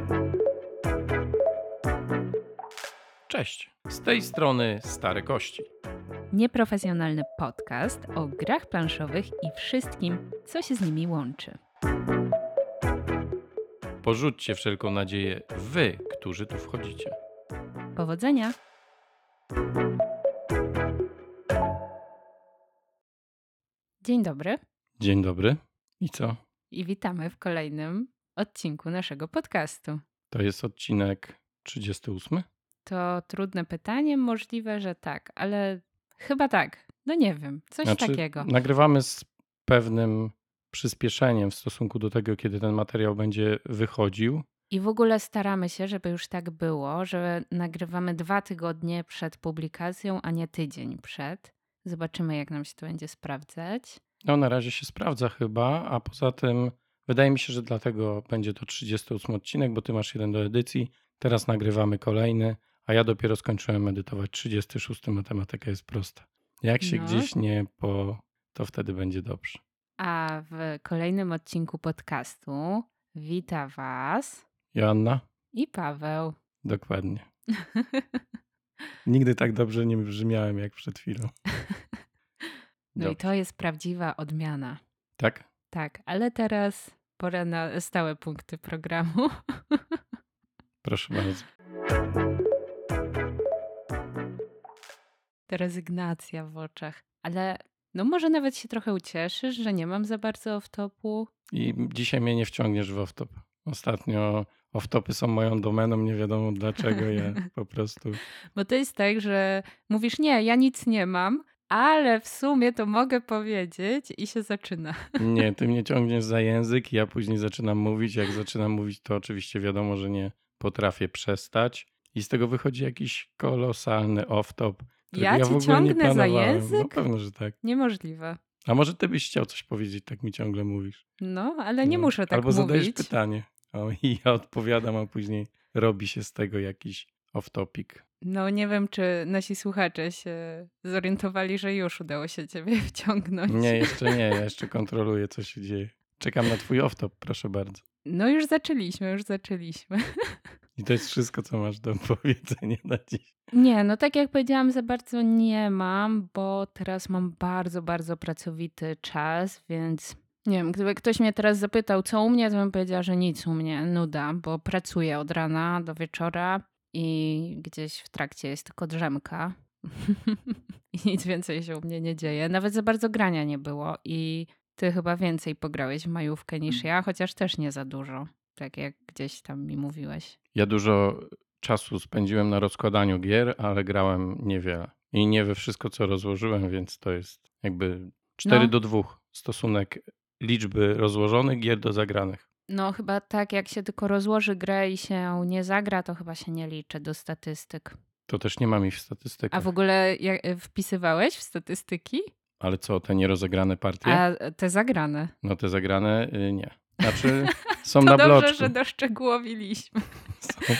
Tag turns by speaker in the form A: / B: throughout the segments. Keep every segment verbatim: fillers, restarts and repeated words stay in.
A: Cześć, z tej strony Stare Kości.
B: Nieprofesjonalny podcast o grach planszowych i wszystkim, co się z nimi łączy.
A: Porzućcie wszelką nadzieję wy, którzy tu wchodzicie.
B: Powodzenia! Dzień dobry
A: Dzień dobry. I co?
B: i witamy w kolejnym odcinku naszego podcastu.
A: To jest odcinek trzydziesty ósmy?
B: To trudne pytanie, możliwe, że tak, ale chyba tak. No nie wiem, coś
A: Znaczy,
B: takiego.
A: nagrywamy z pewnym przyspieszeniem w stosunku do tego, kiedy ten materiał będzie wychodził.
B: I w ogóle staramy się, żeby już tak było, że nagrywamy dwa tygodnie przed publikacją, a nie tydzień przed. Zobaczymy, jak nam się to będzie sprawdzać.
A: No na razie się sprawdza chyba, a poza tym wydaje mi się, że dlatego będzie to trzydziesty ósmy odcinek, bo ty masz jeden do edycji, teraz nagrywamy kolejny, a ja dopiero skończyłem edytować trzydziesty szósty, matematyka jest prosta. Jak się
B: No.
A: gdzieś nie po... to wtedy będzie dobrze.
B: A w kolejnym odcinku podcastu wita Was
A: Joanna?
B: i Paweł.
A: Dokładnie. Nigdy tak dobrze nie brzmiałem jak przed chwilą.
B: No
A: Dobrze.
B: i to jest prawdziwa odmiana.
A: Tak?
B: Tak, ale teraz pora na stałe punkty programu.
A: Proszę bardzo.
B: Ta rezygnacja w oczach. Ale no może nawet się trochę ucieszysz, że nie mam za bardzo off-topu.
A: I dzisiaj mnie nie wciągniesz w off-top. Ostatnio off-topy są moją domeną, nie wiadomo dlaczego ja po prostu...
B: Bo to jest tak, że mówisz, nie, ja nic nie mam, ale w sumie to mogę powiedzieć i się zaczyna.
A: Nie, ty mnie ciągniesz za język i ja później zaczynam mówić. Jak zaczynam mówić, to oczywiście wiadomo, że nie potrafię przestać. I z tego wychodzi jakiś kolosalny off-top, którego
B: Ja
A: ja
B: cię
A: w ogóle nie
B: ciągnę za
A: planowałem.
B: język?
A: No pewno, że tak.
B: Niemożliwe.
A: A może ty byś chciał coś powiedzieć, tak mi ciągle mówisz.
B: No, ale nie
A: No.
B: muszę tak
A: Albo
B: mówić.
A: zadajesz pytanie. O, i ja odpowiadam, a później robi się z tego jakiś off-topic.
B: No nie wiem, czy nasi słuchacze się zorientowali, że już udało się ciebie wciągnąć.
A: Nie, jeszcze nie. Ja jeszcze kontroluję, co się dzieje. Czekam na twój off-top, proszę bardzo.
B: No już zaczęliśmy, już zaczęliśmy.
A: I to jest wszystko, co masz do powiedzenia na dziś.
B: Nie, no tak jak powiedziałam, za bardzo nie mam, bo teraz mam bardzo, bardzo pracowity czas, więc nie wiem, gdyby ktoś mnie teraz zapytał, co u mnie, to bym powiedziała, że nic u mnie, nuda, bo pracuję od rana do wieczora i gdzieś w trakcie jest tylko drzemka i nic więcej się u mnie nie dzieje. Nawet za bardzo grania nie było i ty chyba więcej pograłeś w majówkę niż ja, chociaż też nie za dużo, tak jak gdzieś tam mi mówiłeś.
A: Ja dużo czasu spędziłem na rozkładaniu gier, ale grałem niewiele. I nie we wszystko, co rozłożyłem, więc to jest jakby cztery
B: No.
A: do dwóch stosunek liczby rozłożonych gier do zagranych.
B: No chyba tak, jak się tylko rozłoży grę i się nie zagra, to chyba się nie liczy do statystyk.
A: To też nie mam ich w statystykach.
B: A w ogóle jak, wpisywałeś w statystyki?
A: Ale co, te nierozegrane partie?
B: A te zagrane?
A: No te zagrane y, nie. Znaczy są
B: To
A: na
B: dobrze,
A: bloczku.
B: że doszczegółowiliśmy.
A: Są,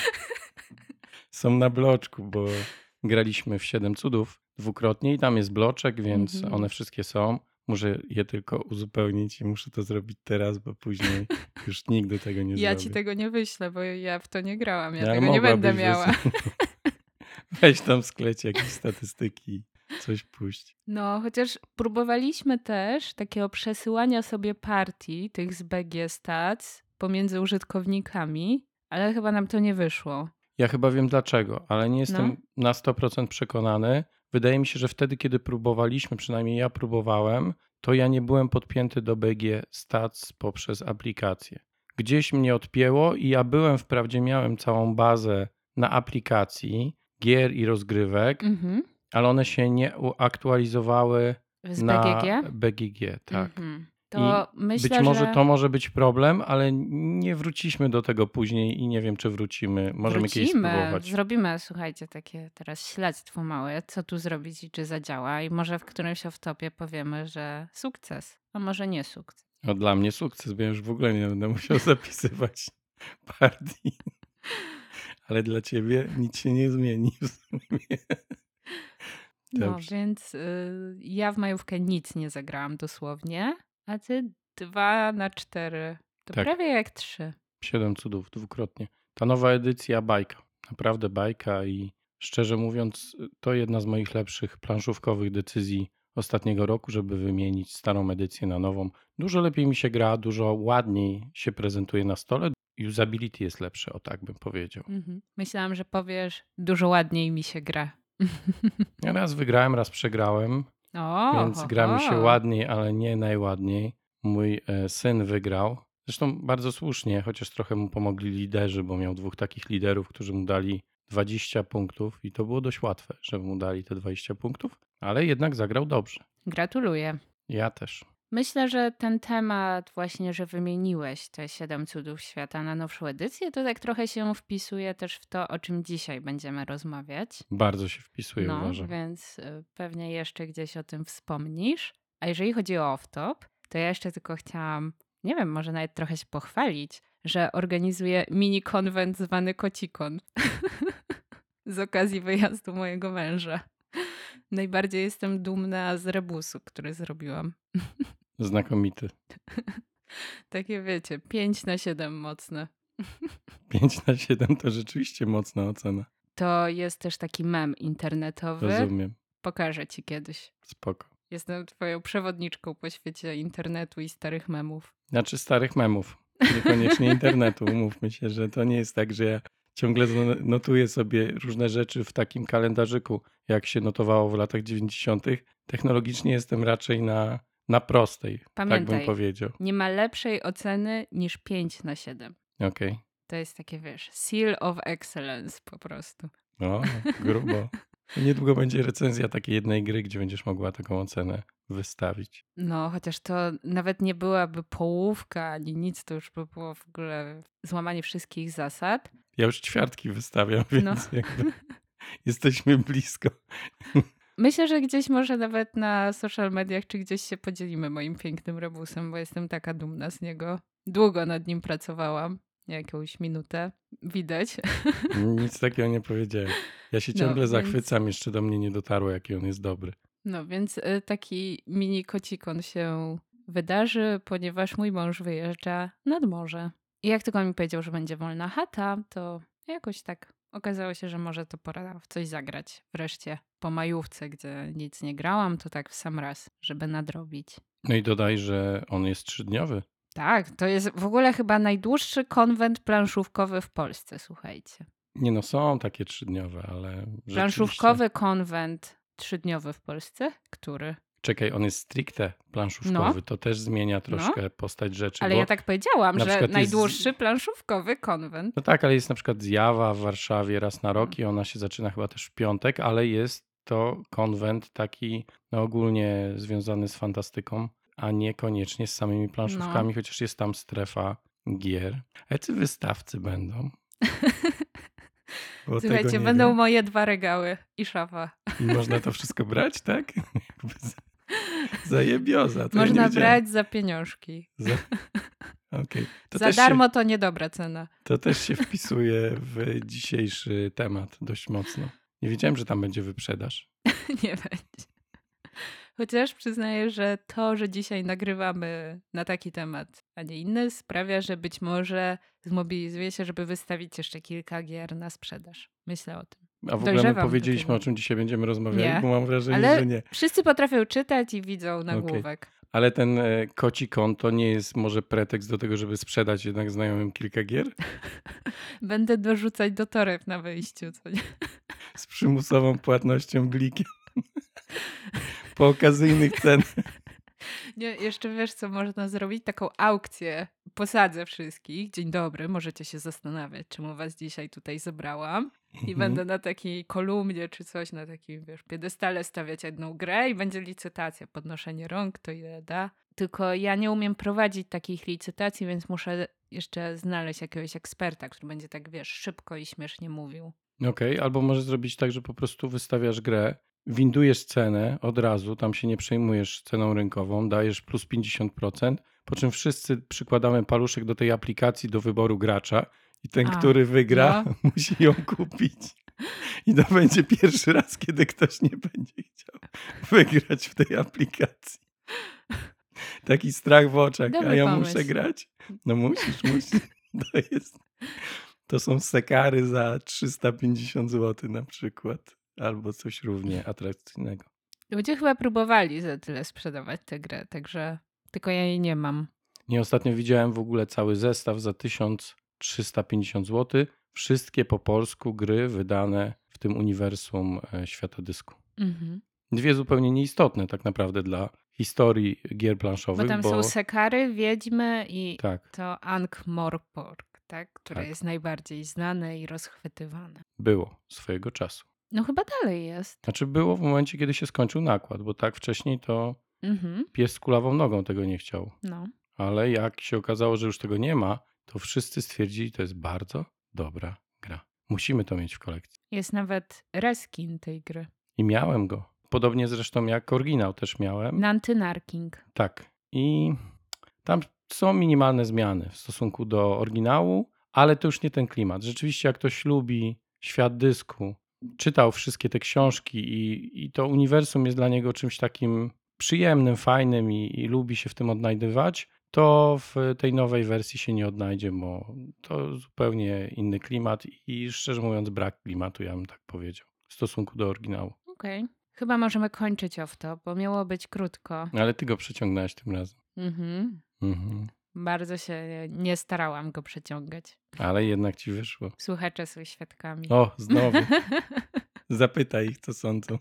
A: są na bloczku, bo graliśmy w Siedem Cudów dwukrotnie i tam jest bloczek, więc
B: Mhm.
A: one wszystkie są. Muszę je tylko uzupełnić i muszę to zrobić teraz, bo później już nigdy tego nie
B: Ja
A: zrobię.
B: ci tego nie wyślę, bo ja w to nie grałam. Ja
A: Ale
B: tego nie będę
A: mogłabyś
B: miała.
A: wysłać. Weź tam w sklecie jakieś statystyki, coś puść.
B: No, chociaż próbowaliśmy też takiego przesyłania sobie partii tych z B G Stats pomiędzy użytkownikami, ale chyba nam to nie wyszło.
A: Ja chyba wiem dlaczego, ale nie jestem
B: No.
A: na sto procent przekonany. Wydaje mi się, że wtedy, kiedy próbowaliśmy, przynajmniej ja próbowałem, to ja nie byłem podpięty do B G Stats poprzez aplikację. Gdzieś mnie odpięło i ja byłem, wprawdzie miałem całą bazę na aplikacji gier i rozgrywek,
B: Mhm.
A: ale one się nie aktualizowały
B: Z
A: na
B: B G G?
A: B G G, tak.
B: Mhm. To myślę,
A: Być może
B: że...
A: to może być problem, ale nie wróciliśmy do tego później i nie wiem, czy wrócimy. Możemy kiedyś
B: Wrócimy,
A: spróbować.
B: zrobimy, słuchajcie, takie teraz śledztwo małe, co tu zrobić i czy zadziała i może w którymś off-topie powiemy, że sukces, a może nie sukces.
A: No, dla mnie sukces, bo ja już w ogóle nie będę musiał zapisywać partii. Ale dla ciebie nic się nie zmieni w sumie.
B: No
A: Dobrze.
B: więc y, ja w majówkę nic nie zagrałam dosłownie, a ty dwa na cztery. To
A: Tak.
B: prawie jak trzy.
A: Siedem cudów dwukrotnie. Ta nowa edycja bajka. Naprawdę bajka i szczerze mówiąc, to jedna z moich lepszych planszówkowych decyzji ostatniego roku, żeby wymienić starą edycję na nową. Dużo lepiej mi się gra, dużo ładniej się prezentuje na stole. Usability jest lepsze, o tak bym powiedział.
B: Mhm. Myślałam, że powiesz, dużo ładniej mi się gra.
A: Ja raz wygrałem, raz przegrałem,
B: O,
A: więc
B: ho,
A: gra mi się
B: ho.
A: ładniej, ale nie najładniej. Mój e, syn wygrał. Zresztą bardzo słusznie, chociaż trochę mu pomogli liderzy, bo miał dwóch takich liderów, którzy mu dali dwadzieścia punktów i to było dość łatwe, żeby mu dali te dwadzieścia punktów, ale jednak zagrał dobrze.
B: Gratuluję.
A: Ja też.
B: Myślę, że ten temat właśnie, że wymieniłeś te siedem cudów świata na nowszą edycję, to tak trochę się wpisuje też w to, o czym dzisiaj będziemy rozmawiać.
A: Bardzo się wpisuje,
B: No,
A: uważam.
B: więc y, pewnie jeszcze gdzieś o tym wspomnisz. A jeżeli chodzi o off-top, to ja jeszcze tylko chciałam, nie wiem, może nawet trochę się pochwalić, że organizuję mini konwent zwany Kocikon z okazji wyjazdu mojego męża. Najbardziej jestem dumna z rebusu, który zrobiłam.
A: Znakomity.
B: Takie wiecie, pięć na siedem mocne.
A: pięć na siedem to rzeczywiście mocna ocena.
B: To jest też taki mem internetowy.
A: Rozumiem.
B: Pokażę ci kiedyś.
A: Spoko.
B: Jestem twoją przewodniczką po świecie internetu i starych memów.
A: Znaczy starych memów. Niekoniecznie internetu. Umówmy się, że to nie jest tak, że ja ciągle notuję sobie różne rzeczy w takim kalendarzyku, jak się notowało w latach dziewięćdziesiątych. Technologicznie jestem raczej na, na prostej,
B: Pamiętaj,
A: tak bym powiedział.
B: Nie ma lepszej oceny niż pięć na siedem.
A: Okej. Okay.
B: To jest takie, wiesz, seal of excellence po prostu.
A: O, grubo. Niedługo będzie recenzja takiej jednej gry, gdzie będziesz mogła taką ocenę wystawić.
B: No, chociaż to nawet nie byłaby połówka ani nic, to już by było w ogóle złamanie wszystkich zasad.
A: Ja już ćwiartki wystawiam, więc
B: No.
A: jakby jesteśmy blisko.
B: Myślę, że gdzieś może nawet na social mediach czy gdzieś się podzielimy moim pięknym rebusem, bo jestem taka dumna z niego. Długo nad nim pracowałam. Jakąś minutę. Widać.
A: Nic takiego nie powiedziałem. Ja się
B: No,
A: ciągle
B: więc-
A: zachwycam, jeszcze do mnie nie dotarło, jaki on jest dobry.
B: No więc y, taki mini kocikon się wydarzy, ponieważ mój mąż wyjeżdża nad morze. I jak tylko mi powiedział, że będzie wolna chata, to jakoś tak okazało się, że może to pora w coś zagrać. Wreszcie po majówce, gdzie nic nie grałam, to tak w sam raz, żeby nadrobić.
A: No i dodaj, że on jest trzydniowy.
B: Tak, to jest w ogóle chyba najdłuższy konwent planszówkowy w Polsce, słuchajcie.
A: Nie no, są takie trzydniowe, ale rzeczywiście...
B: Planszówkowy konwent trzydniowy w Polsce? Który?
A: Czekaj, on jest stricte planszówkowy,
B: No.
A: to też zmienia troszkę postać rzeczy.
B: Ale
A: bo...
B: ja tak powiedziałam,
A: na
B: że
A: przykład jest-
B: najdłuższy planszówkowy konwent.
A: No tak, ale jest na przykład zjawa w Warszawie raz na rok i ona się zaczyna chyba też w piątek, ale jest to konwent taki no ogólnie związany z fantastyką, a niekoniecznie z samymi planszówkami,
B: No.
A: chociaż jest tam strefa gier. A jacy wystawcy będą? Bo tego
B: Słuchajcie,
A: nie
B: będą
A: wiem.
B: moje dwa regały i szafa.
A: I można to wszystko brać, tak? Jakby za- Zajebioza. To ja nie
B: Można
A: wiedziałem.
B: brać za pieniążki.
A: Za... Okej. To
B: Za
A: też
B: darmo
A: Się,
B: to niedobra cena.
A: to też się wpisuje w dzisiejszy temat dość mocno. Nie wiedziałem, że tam będzie wyprzedaż.
B: Nie będzie. Chociaż przyznaję, że to, że dzisiaj nagrywamy na taki temat, a nie inny, sprawia, że być może zmobilizuje się, żeby wystawić jeszcze kilka gier na sprzedaż. Myślę o tym.
A: A w ogóle my
B: Dojrzewam do
A: powiedzieliśmy,
B: tego.
A: o czym dzisiaj będziemy rozmawiali,
B: Nie.
A: bo mam wrażenie,
B: Ale
A: że nie.
B: wszyscy potrafią czytać i widzą
A: Okej.
B: nagłówek.
A: Ale ten e, koci kon to nie jest może pretekst do tego, żeby sprzedać jednak znajomym kilka gier?
B: Będę dorzucać do toreb na wyjściu. Co nie?
A: Z przymusową płatnością blikiem. Po okazyjnych cenach.
B: Nie, jeszcze wiesz, co można zrobić? Taką aukcję. Posadzę wszystkich. Dzień dobry, możecie się zastanawiać, czemu was dzisiaj tutaj zebrałam. I
A: Mhm.
B: będę na takiej kolumnie czy coś, na takim, wiesz, piedestale stawiać jedną grę i będzie licytacja, podnoszenie rąk, to ile da. Tylko ja nie umiem prowadzić takich licytacji, więc muszę jeszcze znaleźć jakiegoś eksperta, który będzie tak, wiesz, szybko i śmiesznie mówił.
A: Okej, albo możesz zrobić tak, że po prostu wystawiasz grę, windujesz cenę od razu, tam się nie przejmujesz ceną rynkową, dajesz plus pięćdziesiąt procent, po czym wszyscy przykładamy paluszek do tej aplikacji do wyboru gracza i ten,
B: A,
A: który wygra,
B: no.
A: musi ją kupić. I to będzie pierwszy raz, kiedy ktoś nie będzie chciał wygrać w tej aplikacji. Taki strach w oczach,
B: Dobry
A: a ja
B: pomysł.
A: muszę grać? No musisz, musisz. To jest... to są sekary za trzysta pięćdziesiąt złotych na przykład. Albo coś równie atrakcyjnego.
B: Ludzie chyba próbowali za tyle sprzedawać tę grę, także tylko ja jej nie mam.
A: Nie, ostatnio widziałem w ogóle cały zestaw za tysiąc trzysta pięćdziesiąt złotych. Wszystkie po polsku gry wydane w tym uniwersum e, świata dysku.
B: Mhm.
A: Dwie zupełnie nieistotne tak naprawdę dla historii gier
B: Bo
A: planszowych.
B: tam są sekary, wiedźmy i
A: Tak,
B: to Ankh-Morpork, tak? które
A: Tak.
B: jest najbardziej znane i rozchwytywane.
A: było swojego czasu.
B: No chyba dalej jest.
A: Znaczy było w momencie, kiedy się skończył nakład, bo tak wcześniej to
B: Mhm.
A: pies z kulawą nogą tego nie chciał.
B: No.
A: Ale jak się okazało, że już tego nie ma, to wszyscy stwierdzili, to jest bardzo dobra gra. Musimy to mieć w kolekcji.
B: Jest nawet reskin tej gry.
A: I miałem go. Podobnie zresztą jak oryginał też miałem.
B: Nanty Narking.
A: Tak. I tam są minimalne zmiany w stosunku do oryginału, ale to już nie ten klimat. Rzeczywiście jak ktoś lubi świat dysku, czytał wszystkie te książki i, i to uniwersum jest dla niego czymś takim przyjemnym, fajnym i, i lubi się w tym odnajdywać, to w tej nowej wersji się nie odnajdzie, bo to zupełnie inny klimat i szczerze mówiąc brak klimatu, ja bym tak powiedział, w stosunku do oryginału.
B: Okej. Chyba możemy kończyć off to, bo miało być krótko.
A: Ale ty go przeciągnąłeś tym razem.
B: Mhm.
A: Mhm.
B: Bardzo się nie starałam go przeciągać.
A: Ale jednak ci wyszło.
B: Słuchacze są świadkami.
A: O, znowu. Zapytaj ich, co sądzą.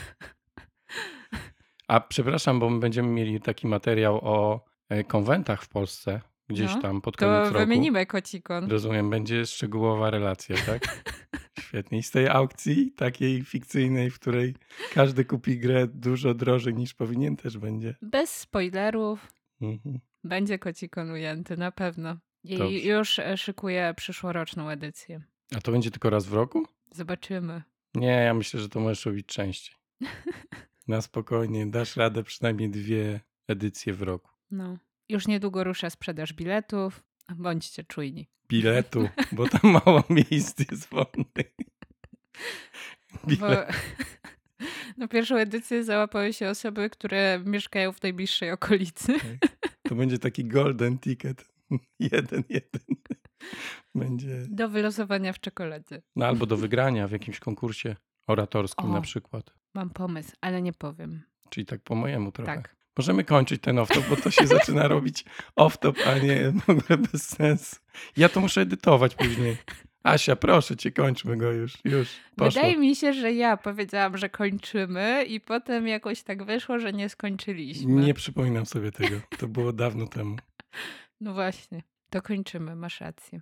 A: A przepraszam, bo my będziemy mieli taki materiał o e, konwentach w Polsce, gdzieś
B: No,
A: tam pod koniec
B: To
A: roku.
B: wymienimy kocikon.
A: Rozumiem, będzie szczegółowa relacja, tak? Świetnie. I z tej aukcji takiej fikcyjnej, w której każdy kupi grę dużo drożej niż powinien, też będzie.
B: Bez spoilerów.
A: Mhm.
B: Będzie kocikon ujęty, na pewno. I
A: Dobrze.
B: już e, szykuję przyszłoroczną edycję.
A: A to będzie tylko raz w roku?
B: Zobaczymy.
A: Nie, ja myślę, że to możesz robić częściej. Na spokojnie, dasz radę przynajmniej dwie edycje w roku.
B: No. Już niedługo rusza sprzedaż biletów. Bądźcie czujni.
A: Biletu, bo tam mało miejsc jest wolnych.
B: Bo
A: Bilet.
B: na pierwszą edycję załapały się osoby, które mieszkają w najbliższej okolicy.
A: To będzie taki golden ticket. Jeden, jeden. Będzie.
B: Do wylosowania w czekoladzie.
A: No albo do wygrania w jakimś konkursie oratorskim
B: O.
A: na przykład.
B: Mam pomysł, ale nie powiem.
A: Czyli tak po mojemu trochę.
B: Tak.
A: Możemy kończyć ten off-top, bo to się zaczyna robić off-top, a nie w ogóle bez sensu. Ja to muszę edytować później. Asia, proszę cię, kończmy go już. Już, poszło.
B: Wydaje mi się, że ja powiedziałam, że kończymy i potem jakoś tak wyszło, że nie skończyliśmy.
A: Nie przypominam sobie tego. To było dawno temu.
B: No właśnie. To kończymy, masz rację.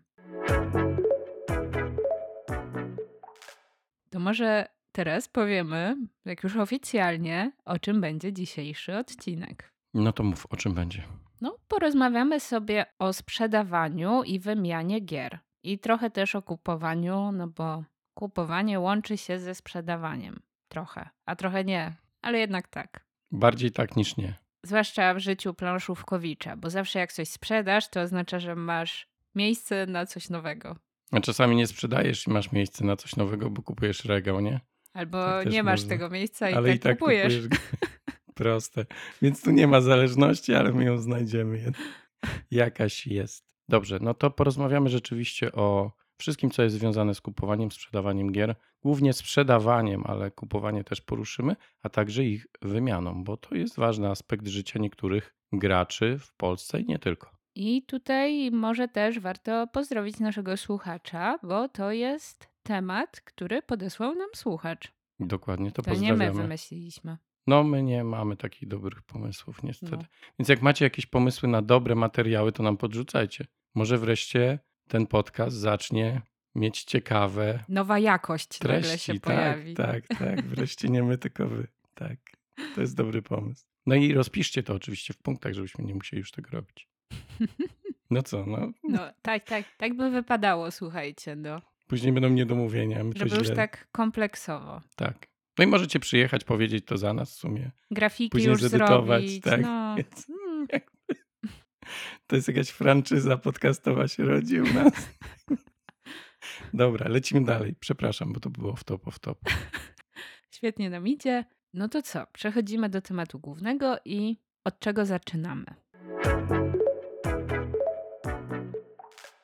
B: To może teraz powiemy, jak już oficjalnie, o czym będzie dzisiejszy odcinek.
A: No to mów, o czym będzie.
B: No, porozmawiamy sobie o sprzedawaniu i wymianie gier. I trochę też o kupowaniu, no bo kupowanie łączy się ze sprzedawaniem. Trochę, a trochę nie, ale jednak tak.
A: Bardziej tak niż nie.
B: Zwłaszcza w życiu planszówkowicza, bo zawsze jak coś sprzedasz, to oznacza, że masz miejsce na coś nowego.
A: A czasami nie sprzedajesz i masz miejsce na coś nowego, bo kupujesz regał, nie?
B: Albo
A: Tak też
B: nie masz
A: można.
B: tego miejsca i
A: Ale
B: tak,
A: i tak
B: kupujesz.
A: kupujesz. Proste. Więc tu nie ma zależności, ale my ją znajdziemy. Jakaś jest. Dobrze, no to porozmawiamy rzeczywiście o wszystkim, co jest związane z kupowaniem, sprzedawaniem gier. Głównie sprzedawaniem, ale kupowanie też poruszymy, a także ich wymianą, bo to jest ważny aspekt życia niektórych graczy w Polsce i nie tylko.
B: I tutaj może też warto pozdrowić naszego słuchacza, bo to jest temat, który podesłał nam słuchacz.
A: Dokładnie, to,
B: To nie my
A: pozdrawiamy.
B: wymyśliliśmy.
A: No my nie mamy takich dobrych pomysłów niestety.
B: No.
A: Więc jak macie jakieś pomysły na dobre materiały, to nam podrzucajcie. Może wreszcie ten podcast zacznie mieć ciekawe
B: Nowa jakość nagle się
A: treści.
B: pojawi.
A: Tak, tak, tak. Wreszcie nie my, tylko wy. Tak, to jest dobry pomysł. No i rozpiszcie to oczywiście w punktach, żebyśmy nie musieli już tego robić. No co, no.
B: No tak, tak, tak by wypadało, słuchajcie, no.
A: Później będą niedomówienia. My to
B: Żeby już
A: źle.
B: tak kompleksowo.
A: Tak. No i możecie przyjechać, powiedzieć to za nas w sumie.
B: Grafiki
A: Później
B: już
A: zedytować,
B: zrobić.
A: tak.
B: No.
A: Więc
B: Mm.
A: to jest jakaś franczyza podcastowa się rodzi u nas. Dobra, lecimy dalej. Przepraszam, bo to było off-top, off-top.
B: Świetnie nam idzie. No to co? Przechodzimy do tematu głównego i od czego zaczynamy?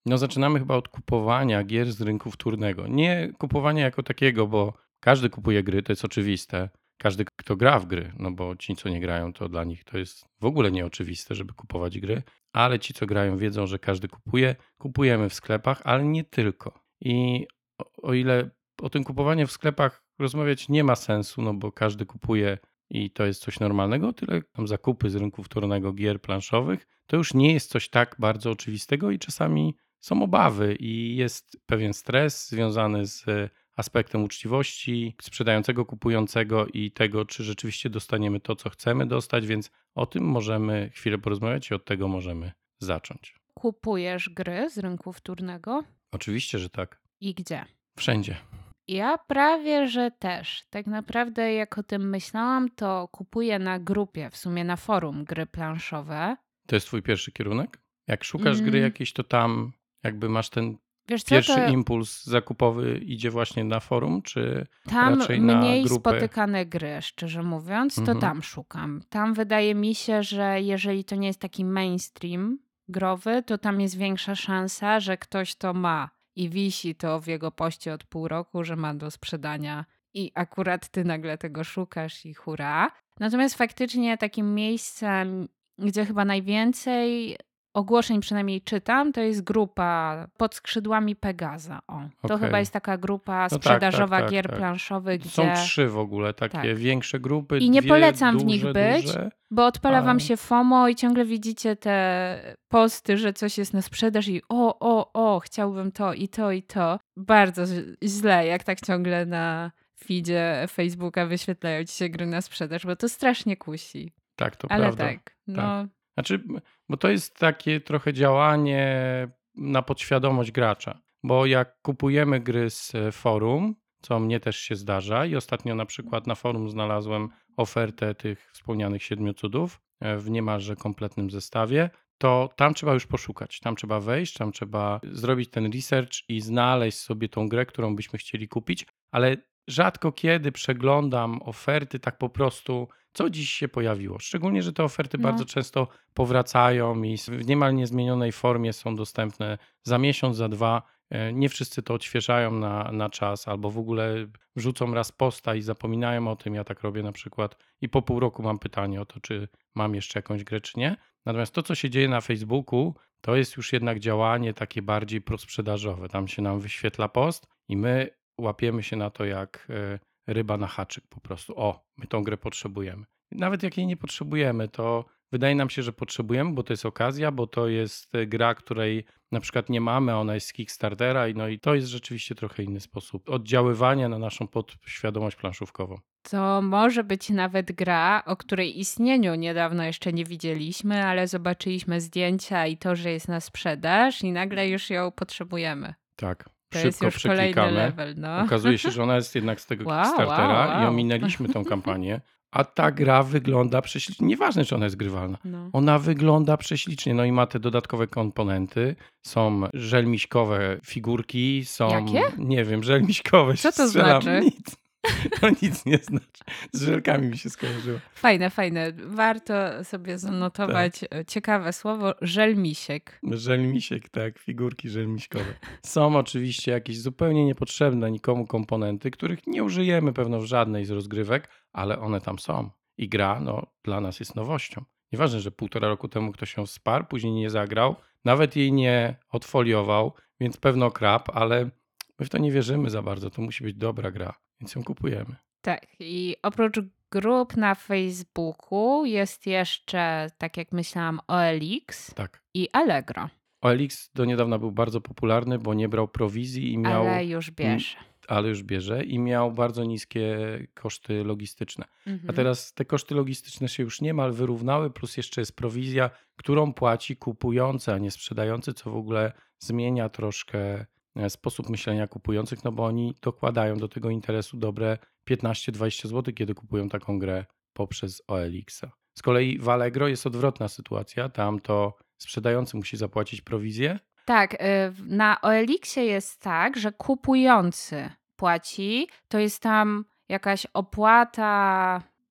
A: No zaczynamy chyba od kupowania gier z rynku wtórnego. Nie kupowania jako takiego, bo każdy kupuje gry, to jest oczywiste. Każdy, kto gra w gry, no bo ci, co nie grają, to dla nich to jest w ogóle nieoczywiste, żeby kupować gry, ale ci, co grają, wiedzą, że każdy kupuje. Kupujemy w sklepach, ale nie tylko. I o, o ile o tym kupowaniu w sklepach rozmawiać nie ma sensu, no bo każdy kupuje i to jest coś normalnego, o tyle tam zakupy z rynku wtórnego gier planszowych to już nie jest coś tak bardzo oczywistego i czasami są obawy i jest pewien stres związany z aspektem uczciwości sprzedającego, kupującego i tego, czy rzeczywiście dostaniemy to, co chcemy dostać, więc o tym możemy chwilę porozmawiać i od tego możemy zacząć.
B: Kupujesz gry z rynku wtórnego?
A: Oczywiście, że tak.
B: I gdzie?
A: Wszędzie.
B: Ja prawie, że też. Tak naprawdę jak o tym myślałam, to kupuję na grupie, w sumie na forum gry planszowe.
A: To jest twój pierwszy kierunek? Jak szukasz gry
B: Mm,
A: jakieś, to tam jakby masz ten
B: Wiesz co,
A: pierwszy
B: to
A: impuls zakupowy idzie właśnie na forum, czy
B: tam
A: raczej na
B: mniej
A: grupę?
B: spotykane gry, szczerze mówiąc, to
A: Mhm.
B: tam szukam. Tam wydaje mi się, że jeżeli to nie jest taki mainstream growy, to tam jest większa szansa, że ktoś to ma i wisi to w jego poście od pół roku, że ma do sprzedania i akurat ty nagle tego szukasz i hurra. Natomiast faktycznie takim miejscem, gdzie chyba najwięcej ogłoszeń przynajmniej czytam, to jest grupa pod skrzydłami Pegaza. O, to chyba
A: Okej.
B: jest taka grupa
A: No tak, tak,
B: sprzedażowa
A: tak,
B: gier
A: tak.
B: planszowych,
A: Są
B: gdzie
A: trzy w ogóle takie
B: tak.
A: większe grupy,
B: I nie
A: dwie
B: polecam w nich
A: duże,
B: być,
A: duże.
B: bo odpala
A: A
B: wam się FOMO i ciągle widzicie te posty, że coś jest na sprzedaż i o, o, o, chciałbym to i to i to. Bardzo ź- źle, jak tak ciągle na feedzie Facebooka wyświetlają ci się gry na sprzedaż, bo to strasznie kusi.
A: tak, to
B: Ale
A: prawda.
B: tak,
A: Tak.
B: no
A: Znaczy, bo to jest takie trochę działanie na podświadomość gracza. Bo jak kupujemy gry z e, forum, co mnie też się zdarza i ostatnio na przykład na forum znalazłem ofertę tych wspomnianych siedmiu cudów e, w niemalże kompletnym zestawie, to tam trzeba już poszukać. Tam trzeba wejść, tam trzeba zrobić ten research i znaleźć sobie tą grę, którą byśmy chcieli kupić, ale rzadko kiedy przeglądam oferty tak po prostu, co dziś się pojawiło. Szczególnie, że te oferty
B: no.
A: bardzo często powracają i w niemal niezmienionej formie są dostępne za miesiąc, za dwa. E, Nie wszyscy to odświeżają na, na czas albo w ogóle wrzucą raz posta i zapominają o tym. Ja tak robię na przykład i po pół roku mam pytanie o to, czy mam jeszcze jakąś grę, czy nie. Natomiast to, co się dzieje na Facebooku, to jest już jednak działanie takie bardziej prosprzedażowe. Tam się nam wyświetla post i my łapiemy się na to jak e, ryba na haczyk po prostu. O, my tą grę potrzebujemy. Nawet jak jej nie potrzebujemy, to wydaje nam się, że potrzebujemy, bo to jest okazja, bo to jest e, gra, której na przykład nie mamy, a ona jest z Kickstartera i no i to jest rzeczywiście trochę inny sposób oddziaływania na naszą podświadomość planszówkową.
B: To może być nawet gra, o której istnieniu niedawno jeszcze nie widzieliśmy, ale zobaczyliśmy zdjęcia i to, że jest na sprzedaż i nagle już ją potrzebujemy.
A: Tak,
B: To jest
A: szybko
B: już kolejny
A: przeklikamy.
B: level, no.
A: Okazuje się, że ona jest jednak z tego
B: Wow,
A: Kickstartera
B: wow,
A: i
B: wow.
A: ominęliśmy tą kampanię, a ta gra wygląda prześlicznie. Nieważne, czy ona jest grywalna.
B: No.
A: Ona wygląda prześlicznie. No i ma te dodatkowe komponenty. Są żelmiśkowe figurki, są...
B: Jakie?
A: Nie wiem, żelmiśkowe.
B: Co to
A: Strzelam.
B: znaczy?
A: Nic. To nic nie znaczy. Z żelkami mi się skojarzyło.
B: Fajne, fajne. Warto sobie zanotować tak. Ciekawe słowo, żelmisiek.
A: Żelmisiek, tak, figurki żelmiśkowe. Są oczywiście jakieś zupełnie niepotrzebne nikomu komponenty, których nie użyjemy pewno w żadnej z rozgrywek, ale one tam są. I gra, no, dla nas jest nowością. Nieważne, że półtora roku temu ktoś ją wsparł, później nie zagrał, nawet jej nie odfoliował, więc pewno krap, ale my w to nie wierzymy za bardzo. To musi być dobra gra, więc ją kupujemy.
B: Tak, i oprócz grup na Facebooku jest jeszcze, tak jak myślałam, O L X
A: Tak.
B: i Allegro.
A: O L X do niedawna był bardzo popularny, bo nie brał prowizji i miał...
B: Ale już bierze.
A: ale już bierze i miał bardzo niskie koszty logistyczne.
B: Mhm.
A: A teraz te koszty logistyczne się już niemal wyrównały, plus jeszcze jest prowizja, którą płaci kupujący, a nie sprzedający, co w ogóle zmienia troszkę sposób myślenia kupujących, no bo oni dokładają do tego interesu dobre piętnaście dwadzieścia złotych, kiedy kupują taką grę poprzez O L X-a. Z kolei w Allegro jest odwrotna sytuacja, tam to sprzedający musi zapłacić prowizję.
B: Tak, na O L X-ie jest tak, że kupujący płaci, to jest tam jakaś opłata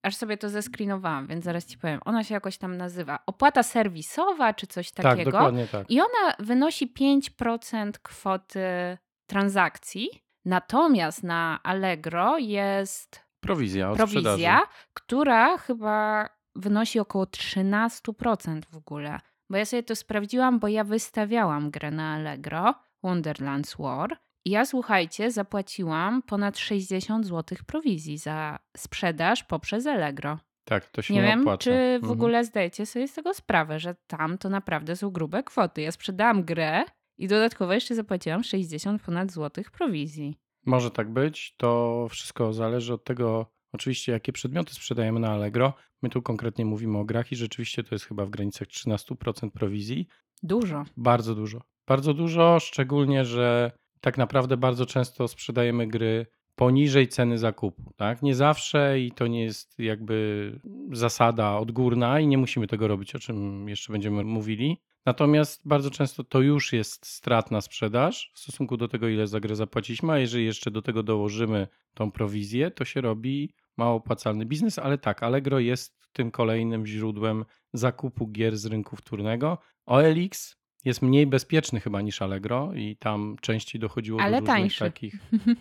B: aż sobie to zescreenowałam, więc zaraz ci powiem. Ona się jakoś tam nazywa opłata serwisowa czy coś
A: Tak,
B: takiego
A: dokładnie tak.
B: i ona wynosi pięć procent kwoty transakcji, natomiast na Allegro jest
A: Prowizja od sprzedaży.
B: prowizja, która chyba wynosi około trzynaście procent w ogóle. Bo ja sobie to sprawdziłam, bo ja wystawiałam grę na Allegro, Wonderlands War. I ja, słuchajcie, zapłaciłam ponad sześćdziesiąt złotych prowizji za sprzedaż poprzez Allegro.
A: Tak, to się
B: Nie
A: nie
B: wiem,
A: opłaca.
B: czy w
A: Mhm.
B: ogóle zdajecie sobie z tego sprawę, że tam to naprawdę są grube kwoty. Ja sprzedałam grę i dodatkowo jeszcze zapłaciłam sześćdziesiąt ponad złotych prowizji.
A: Może tak być. To wszystko zależy od tego, oczywiście, jakie przedmioty sprzedajemy na Allegro. My tu konkretnie mówimy o grach i rzeczywiście to jest chyba w granicach trzynaście procent prowizji.
B: Dużo.
A: Bardzo dużo. Bardzo dużo, szczególnie, że tak naprawdę bardzo często sprzedajemy gry poniżej ceny zakupu. Tak? Nie zawsze i to nie jest jakby zasada odgórna i nie musimy tego robić, o czym jeszcze będziemy mówili. Natomiast bardzo często to już jest stratna sprzedaż w stosunku do tego, ile za grę zapłaciliśmy, a jeżeli jeszcze do tego dołożymy tą prowizję, to się robi mało opłacalny biznes, ale tak, Allegro jest tym kolejnym źródłem zakupu gier z rynku wtórnego. O L X jest mniej bezpieczny chyba niż Allegro i tam częściej dochodziło
B: Ale
A: do różnych
B: tańszy.
A: takich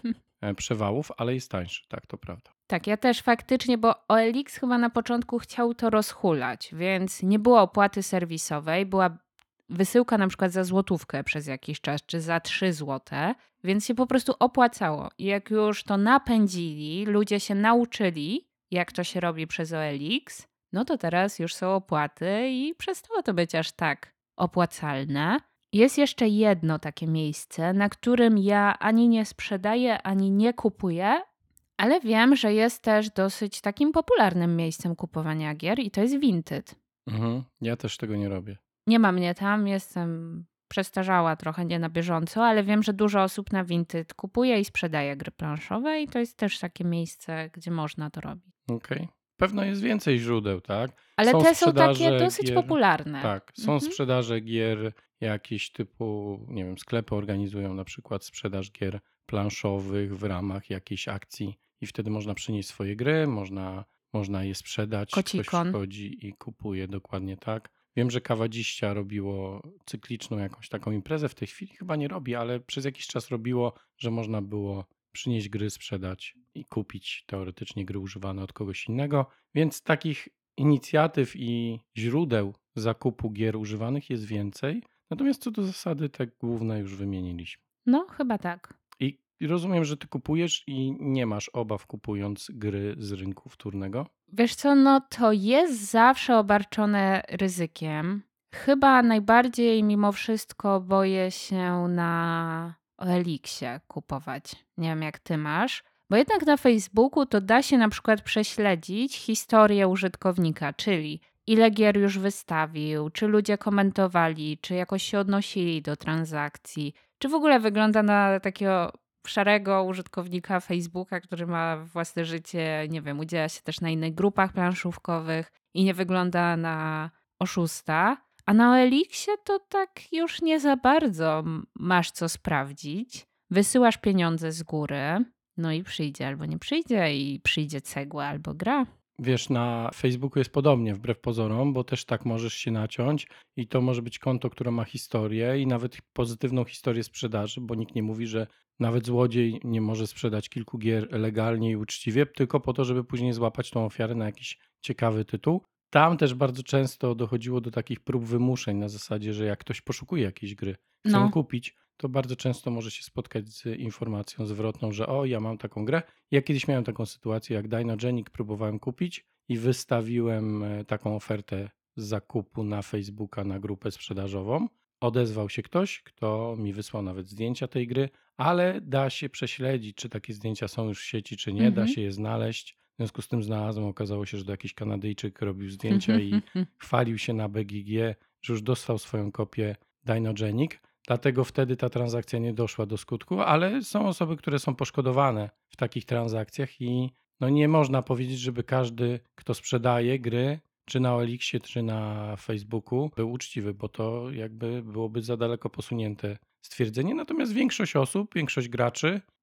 A: e, przewałów, ale jest tańszy, tak, to prawda.
B: Tak, ja też faktycznie, bo O L X chyba na początku chciał to rozhulać, więc nie było opłaty serwisowej, była wysyłka na przykład za złotówkę przez jakiś czas, czy za trzy złote, więc się po prostu opłacało. I jak już to napędzili, ludzie się nauczyli, jak to się robi przez O L X, no to teraz już są opłaty i przestało to być aż tak opłacalne. Jest jeszcze jedno takie miejsce, na którym ja ani nie sprzedaję, ani nie kupuję, ale wiem, że jest też dosyć takim popularnym miejscem kupowania gier i to jest Vinted.
A: Mhm. Ja też tego nie robię.
B: Nie ma mnie tam, jestem przestarzała trochę, nie na bieżąco, ale wiem, że dużo osób na Vinted kupuje i sprzedaje gry planszowe i to jest też takie miejsce, gdzie można to robić.
A: Okej. Pewno jest więcej źródeł, tak?
B: Ale
A: Są
B: te są takie
A: sprzedaże
B: dosyć
A: gier-
B: popularne.
A: Tak, są
B: Mhm.
A: sprzedaże gier jakieś typu, nie wiem, sklepy organizują na przykład sprzedaż gier planszowych w ramach jakiejś akcji i wtedy można przynieść swoje gry, można, można je sprzedać. Ktoś
B: Kocikon.
A: przychodzi i kupuje, dokładnie tak. Wiem, że Kawadziścia robiło cykliczną jakąś taką imprezę, w tej chwili chyba nie robi, ale przez jakiś czas robiło, że można było przynieść gry, sprzedać i kupić teoretycznie gry używane od kogoś innego. Więc takich inicjatyw i źródeł zakupu gier używanych jest więcej. Natomiast co do zasady, te główne już wymieniliśmy.
B: No, chyba tak.
A: I rozumiem, że ty kupujesz i nie masz obaw kupując gry z rynku wtórnego.
B: Wiesz co, no to jest zawsze obarczone ryzykiem. Chyba najbardziej mimo wszystko boję się na O L X-ie kupować. Nie wiem jak ty masz. Bo jednak na Facebooku to da się na przykład prześledzić historię użytkownika, czyli ile gier już wystawił, czy ludzie komentowali, czy jakoś się odnosili do transakcji, czy w ogóle wygląda na takiego szarego użytkownika Facebooka, który ma własne życie, nie wiem, udziela się też na innych grupach planszówkowych i nie wygląda na oszusta. A na O L X-ie to tak już nie za bardzo m- masz co sprawdzić. Wysyłasz pieniądze z góry, no i przyjdzie albo nie przyjdzie, i przyjdzie cegła albo gra.
A: Wiesz, na Facebooku jest podobnie, wbrew pozorom, bo też tak możesz się naciąć i to może być konto, które ma historię i nawet pozytywną historię sprzedaży, bo nikt nie mówi, że nawet złodziej nie może sprzedać kilku gier legalnie i uczciwie, tylko po to, żeby później złapać tą ofiarę na jakiś ciekawy tytuł. Tam też bardzo często dochodziło do takich prób wymuszeń na zasadzie, że jak ktoś poszukuje jakiejś gry, chce ją
B: No.
A: kupić, to bardzo często może się spotkać z informacją zwrotną, że o, ja mam taką grę. Ja kiedyś miałem taką sytuację, jak Dynogenic próbowałem kupić i wystawiłem e, taką ofertę zakupu na Facebooka na grupę sprzedażową. Odezwał się ktoś, kto mi wysłał nawet zdjęcia tej gry, ale da się prześledzić, czy takie zdjęcia są już w sieci, czy nie, da
B: Mhm.
A: się je znaleźć. W związku z tym znalazłem, okazało się, że to jakiś Kanadyjczyk robił zdjęcia i chwalił się na B G G, że już dostał swoją kopię Dynogenic. Dlatego wtedy ta transakcja nie doszła do skutku, ale są osoby, które są poszkodowane w takich transakcjach i no nie można powiedzieć, żeby każdy, kto sprzedaje gry, czy na O L X-ie, czy na Facebooku, był uczciwy, bo to jakby byłoby za daleko posunięte stwierdzenie. Natomiast większość osób, większość graczy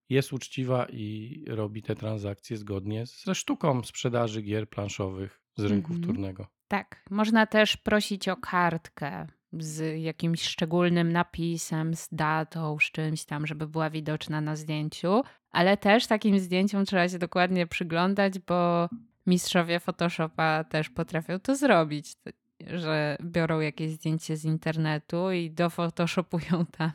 A: jest uczciwa i robi te transakcje zgodnie ze sztuką sprzedaży gier planszowych z rynku
B: Mhm.
A: wtórnego.
B: Tak, można też prosić o kartkę z jakimś szczególnym napisem, z datą, z czymś tam, żeby była widoczna na zdjęciu, ale też takim zdjęciom trzeba się dokładnie przyglądać, bo mistrzowie Photoshopa też potrafią to zrobić, t- że biorą jakieś zdjęcie z internetu i dophotoshopują tam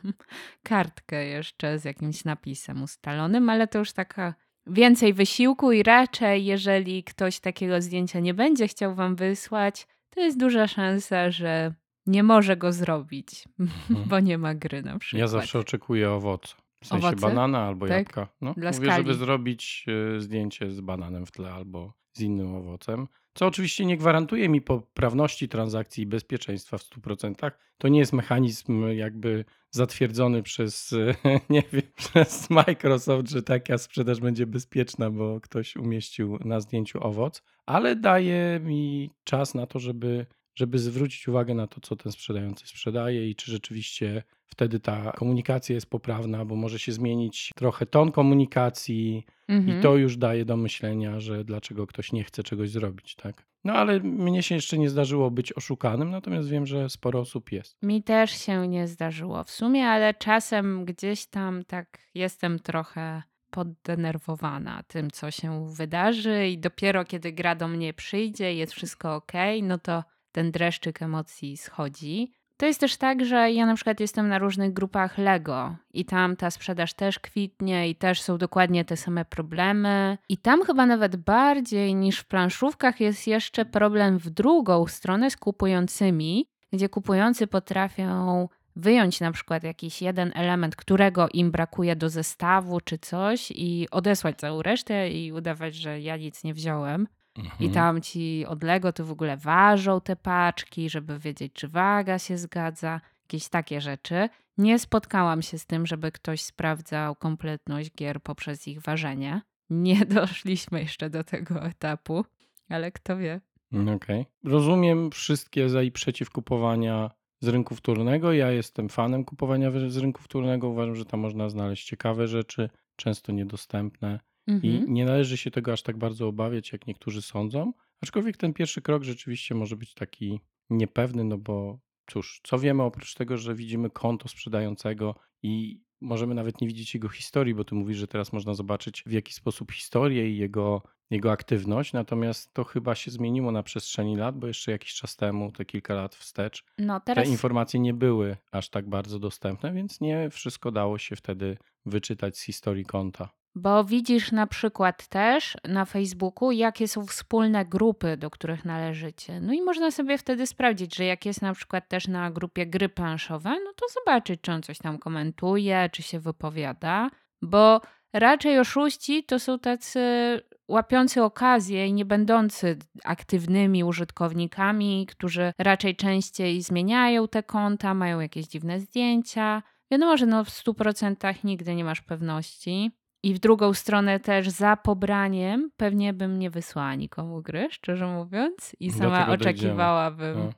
B: kartkę jeszcze z jakimś napisem ustalonym, ale to już taka więcej wysiłku i raczej jeżeli ktoś takiego zdjęcia nie będzie chciał wam wysłać, to jest duża szansa, że nie może go zrobić,
A: Mhm.
B: bo nie ma gry na
A: Ja
B: przykład.
A: zawsze oczekuję owocu. W sensie
B: Owoce?
A: banana albo
B: Tak?
A: jabłka. No,
B: Dla
A: mówię, żeby
B: skali.
A: zrobić e, zdjęcie z bananem w tle albo z innym owocem. Co oczywiście nie gwarantuje mi poprawności transakcji i bezpieczeństwa w stu procentach. To nie jest mechanizm jakby zatwierdzony przez, e, nie wiem, przez Microsoft, że taka sprzedaż będzie bezpieczna, bo ktoś umieścił na zdjęciu owoc, ale daje mi czas na to, żeby żeby zwrócić uwagę na to, co ten sprzedający sprzedaje i czy rzeczywiście wtedy ta komunikacja jest poprawna, bo może się zmienić trochę ton komunikacji i
B: Mhm.
A: to już daje do myślenia, że dlaczego ktoś nie chce czegoś zrobić, tak? No ale mnie się jeszcze nie zdarzyło być oszukanym, natomiast wiem, że sporo osób jest.
B: Mi też się nie zdarzyło w sumie, ale czasem gdzieś tam tak jestem trochę poddenerwowana tym, co się wydarzy i dopiero kiedy gra do mnie przyjdzie, jest wszystko okej, no to ten dreszczyk emocji schodzi. To jest też tak, że ja na przykład jestem na różnych grupach Lego i tam ta sprzedaż też kwitnie i też są dokładnie te same problemy. I tam chyba nawet bardziej niż w planszówkach jest jeszcze problem w drugą stronę z kupującymi, gdzie kupujący potrafią wyjąć na przykład jakiś jeden element, którego im brakuje do zestawu czy coś i odesłać całą resztę i udawać, że ja nic nie wziąłem. I
A: Mhm.
B: tam ci od Lego to w ogóle ważą te paczki, żeby wiedzieć, czy waga się zgadza. Jakieś takie rzeczy. Nie spotkałam się z tym, żeby ktoś sprawdzał kompletność gier poprzez ich ważenie. Nie doszliśmy jeszcze do tego etapu, ale kto wie.
A: Mm, Okej. Rozumiem wszystkie za i przeciw kupowania z rynku wtórnego. Ja jestem fanem kupowania wy- z rynku wtórnego. Uważam, że tam można znaleźć ciekawe rzeczy, często niedostępne i
B: Mhm.
A: nie należy się tego aż tak bardzo obawiać, jak niektórzy sądzą. Aczkolwiek ten pierwszy krok rzeczywiście może być taki niepewny, no bo cóż, co wiemy oprócz tego, że widzimy konto sprzedającego i możemy nawet nie widzieć jego historii, bo ty mówisz, że teraz można zobaczyć w jaki sposób historię i jego jego aktywność, natomiast to chyba się zmieniło na przestrzeni lat, bo jeszcze jakiś czas temu, te kilka lat wstecz,
B: No
A: te
B: teraz
A: informacje nie były aż tak bardzo dostępne, więc nie wszystko dało się wtedy wyczytać z historii konta.
B: Bo widzisz na przykład też na Facebooku, jakie są wspólne grupy, do których należycie. No i można sobie wtedy sprawdzić, że jak jest na przykład też na grupie gry planszowe, no to zobaczyć, czy on coś tam komentuje, czy się wypowiada, bo raczej oszuści to są tacy łapiący okazję i nie będący aktywnymi użytkownikami, którzy raczej częściej zmieniają te konta, mają jakieś dziwne zdjęcia. Wiadomo, że no w stu procentach nigdy nie masz pewności. I w drugą stronę też za pobraniem pewnie bym nie wysłała nikomu gry, szczerze mówiąc. I
A: Do
B: sama
A: tego dojdziemy.
B: oczekiwałabym.
A: No,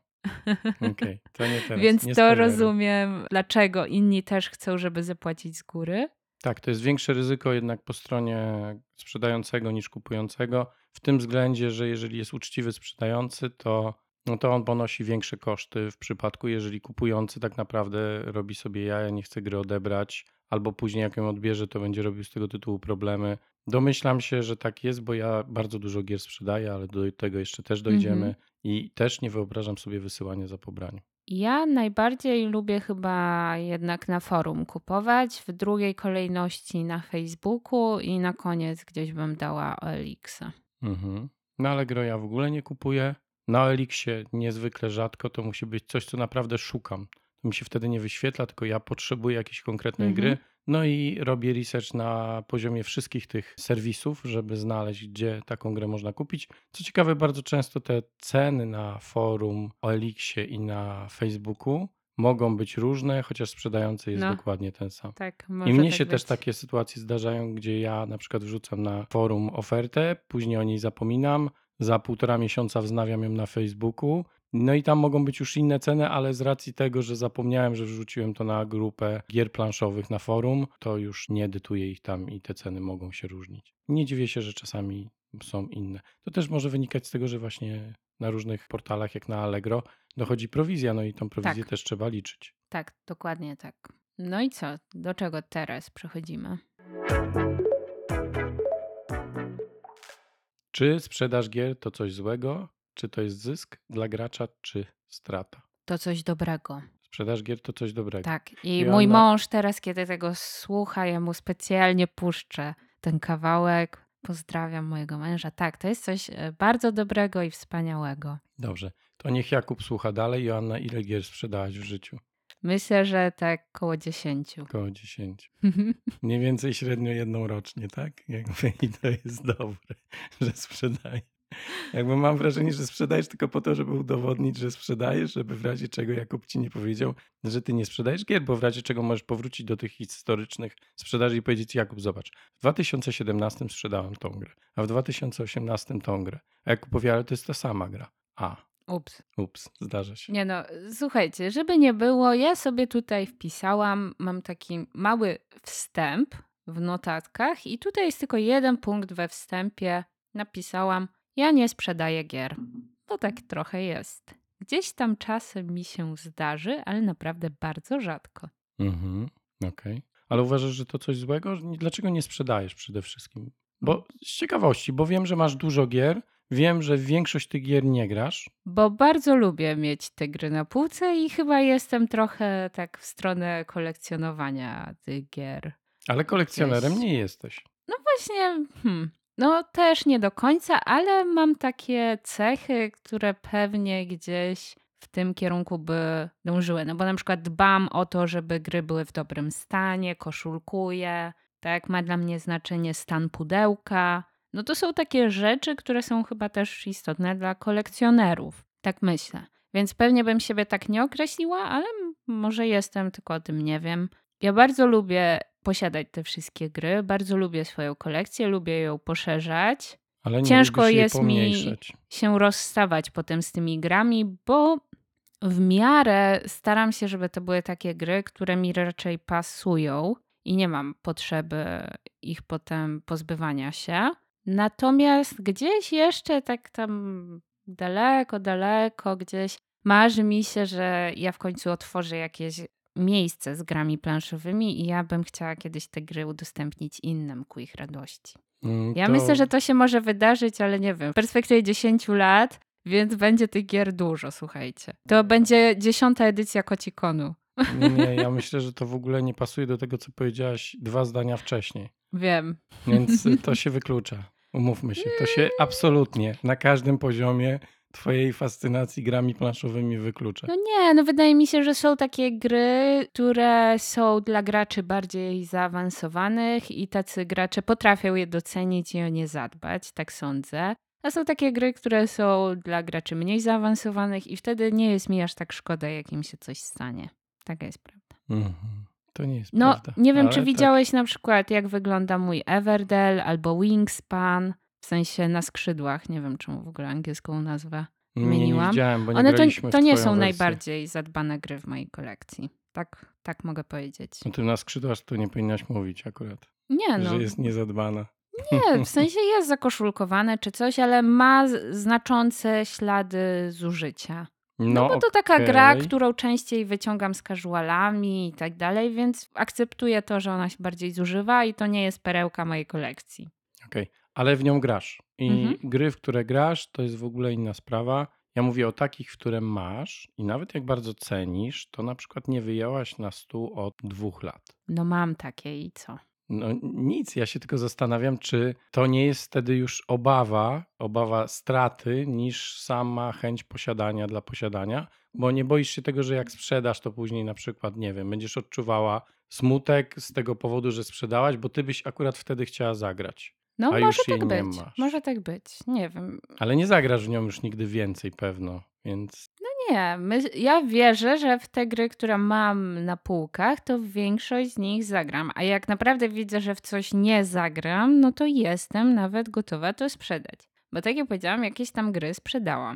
A: okej, to nie teraz,
B: Więc
A: nie
B: to
A: spoileruj.
B: rozumiem, dlaczego inni też chcą, żeby zapłacić z góry.
A: Tak, to jest większe ryzyko jednak po stronie sprzedającego niż kupującego, w tym względzie, że jeżeli jest uczciwy sprzedający, to, no to on ponosi większe koszty w przypadku, jeżeli kupujący tak naprawdę robi sobie jaja, nie chce gry odebrać, albo później jak ją odbierze, to będzie robił z tego tytułu problemy. Domyślam się, że tak jest, bo ja bardzo dużo gier sprzedaję, ale do tego jeszcze też dojdziemy
B: Mhm.
A: i też nie wyobrażam sobie wysyłania za pobranie.
B: Ja najbardziej lubię chyba jednak na forum kupować, w drugiej kolejności na Facebooku i na koniec gdzieś bym dała O L X-a.
A: Mhm. Na Allegro ja w ogóle nie kupuję. Na O L X-ie niezwykle rzadko to musi być coś, co naprawdę szukam. To mi się wtedy nie wyświetla, tylko ja potrzebuję jakiejś konkretnej
B: Mhm.
A: gry. No i robię research na poziomie wszystkich tych serwisów, żeby znaleźć, gdzie taką grę można kupić. Co ciekawe, bardzo często te ceny na forum, O L X-ie i na Facebooku mogą być różne, chociaż sprzedający jest
B: No,
A: dokładnie ten sam.
B: tak,
A: I
B: może
A: mnie
B: tak
A: się też
B: być.
A: takie sytuacje zdarzają, gdzie ja na przykład wrzucam na forum ofertę, później o niej zapominam, za półtora miesiąca wznawiam ją na Facebooku No i tam mogą być już inne ceny, ale z racji tego, że zapomniałem, że wrzuciłem to na grupę gier planszowych na forum, to już nie edytuję ich tam i te ceny mogą się różnić. Nie dziwię się, że czasami są inne. To też może wynikać z tego, że właśnie na różnych portalach jak na Allegro dochodzi prowizja, no i tą prowizję
B: Tak.
A: też trzeba liczyć.
B: Tak, dokładnie tak. No i co? Do czego teraz przechodzimy?
A: Czy sprzedaż gier to coś złego? Czy to jest zysk dla gracza, czy strata?
B: To coś dobrego.
A: Sprzedaż gier to coś dobrego.
B: Tak. I
A: Joanna-
B: mój mąż teraz, kiedy tego słucha, ja mu specjalnie puszczę ten kawałek. Pozdrawiam mojego męża. Tak, to jest coś e, bardzo dobrego i wspaniałego.
A: Dobrze, to niech Jakub słucha dalej. Joanna, ile gier sprzedałaś w życiu?
B: Myślę, że tak koło dziesięciu.
A: Około dziesięć. Mniej więcej średnio jedną rocznie, tak? Jakby i to jest dobre, że sprzedaję. Jakby mam wrażenie, że sprzedajesz tylko po to, żeby udowodnić, że sprzedajesz, żeby w razie czego Jakub ci nie powiedział, że ty nie sprzedajesz gier, bo w razie czego możesz powrócić do tych historycznych sprzedaży i powiedzieć: Jakub, zobacz, w dwa tysiące siedemnastym sprzedałem tą grę, a w dwa tysiące osiemnastym tą grę. A Jakub powie: ale to jest ta sama gra. A,
B: Ups.
A: ups, zdarza się.
B: Nie no, słuchajcie, żeby nie było, ja sobie tutaj wpisałam, mam taki mały wstęp w notatkach i tutaj jest tylko jeden punkt we wstępie. Napisałam: ja nie sprzedaję gier. To tak trochę jest. Gdzieś tam czasem mi się zdarzy, ale naprawdę bardzo rzadko.
A: Mhm, okej. Ale uważasz, że to coś złego? Dlaczego nie sprzedajesz przede wszystkim? Bo z ciekawości, bo wiem, że masz dużo gier, wiem, że w większość tych gier nie grasz.
B: Bo bardzo lubię mieć te gry na półce i chyba jestem trochę tak w stronę kolekcjonowania tych gier.
A: Ale kolekcjonerem
B: Gdzieś.
A: nie jesteś.
B: No właśnie, hmm, no też nie do końca, ale mam takie cechy, które pewnie gdzieś w tym kierunku by dążyły. No bo na przykład dbam o to, żeby gry były w dobrym stanie, koszulkuję, tak, ma dla mnie znaczenie stan pudełka. No to są takie rzeczy, które są chyba też istotne dla kolekcjonerów. Tak myślę. Więc pewnie bym siebie tak nie określiła, ale m- może jestem, tylko o tym nie wiem. Ja bardzo lubię posiadać te wszystkie gry, bardzo lubię swoją kolekcję, lubię ją poszerzać.
A: Ale nie
B: Ciężko
A: lubisz jej
B: jest mi
A: pomniejszać.
B: się rozstawać potem z tymi grami, bo w miarę staram się, żeby to były takie gry, które mi raczej pasują i nie mam potrzeby ich potem pozbywania się. Natomiast gdzieś jeszcze tak tam daleko, daleko gdzieś marzy mi się, że ja w końcu otworzę jakieś miejsce z grami planszowymi i ja bym chciała kiedyś te gry udostępnić innym ku ich radości.
A: Mm,
B: Ja
A: to-
B: myślę, że to się może wydarzyć, ale nie wiem, w perspektywie dziesięciu lat, więc będzie tych gier dużo, słuchajcie. To będzie dziesiąta edycja Kocikonu.
A: Nie, nie, ja myślę, że to w ogóle nie pasuje do tego, co powiedziałaś dwa zdania wcześniej.
B: Wiem.
A: Więc y, to się wyklucza. Umówmy się. To się absolutnie na każdym poziomie twojej fascynacji grami planszowymi wyklucza.
B: No nie, no wydaje mi się, że są takie gry, które są dla graczy bardziej zaawansowanych i tacy gracze potrafią je docenić i o nie zadbać, tak sądzę. A są takie gry, które są dla graczy mniej zaawansowanych i wtedy nie jest mi aż tak szkoda, jak im się coś stanie. Taka jest prawda.
A: Mhm. To nie jest
B: No,
A: prawda.
B: nie wiem,
A: Ale
B: czy
A: tak.
B: widziałeś na przykład, jak wygląda mój Everdell albo Wingspan, w sensie na skrzydłach, nie wiem, czemu w ogóle angielską nazwę
A: Nie, nie
B: zmieniłam.
A: widziałem, bo nie
B: One to,
A: graliśmy w
B: to nie
A: twoją
B: są
A: wersję.
B: najbardziej zadbane gry w mojej kolekcji. Tak, tak mogę powiedzieć.
A: O tym na skrzydłach to nie powinnaś mówić akurat,
B: Nie no,
A: że jest niezadbana.
B: nie, w sensie jest zakoszulkowane czy coś, ale ma z- znaczące ślady zużycia.
A: No,
B: No bo to taka gra,
A: okej.
B: którą częściej wyciągam z casualami i tak dalej, więc akceptuję to, że ona się bardziej zużywa i to nie jest perełka mojej kolekcji.
A: Okej, ale w nią grasz. I
B: Mhm.
A: gry, w które grasz, to jest w ogóle inna sprawa. Ja mówię o takich, w które masz i nawet jak bardzo cenisz, to na przykład nie wyjęłaś na stół od dwóch lat.
B: No mam takie i co?
A: No nic, ja się tylko zastanawiam, czy to nie jest wtedy już obawa, obawa straty, niż sama chęć posiadania dla posiadania, bo nie boisz się tego, że jak sprzedasz, to później na przykład, nie wiem, będziesz odczuwała smutek z tego powodu, że sprzedałaś, bo ty byś akurat wtedy chciała zagrać,
B: No
A: a
B: może
A: już jej
B: tak
A: nie
B: być,
A: masz.
B: może tak być, nie wiem.
A: Ale nie zagrasz w nią już nigdy więcej pewno, więc
B: Nie, my, ja wierzę, że w te gry, które mam na półkach, to większość z nich zagram. A jak naprawdę widzę, że w coś nie zagram, no to jestem nawet gotowa to sprzedać. Bo tak jak powiedziałam, jakieś tam gry sprzedałam.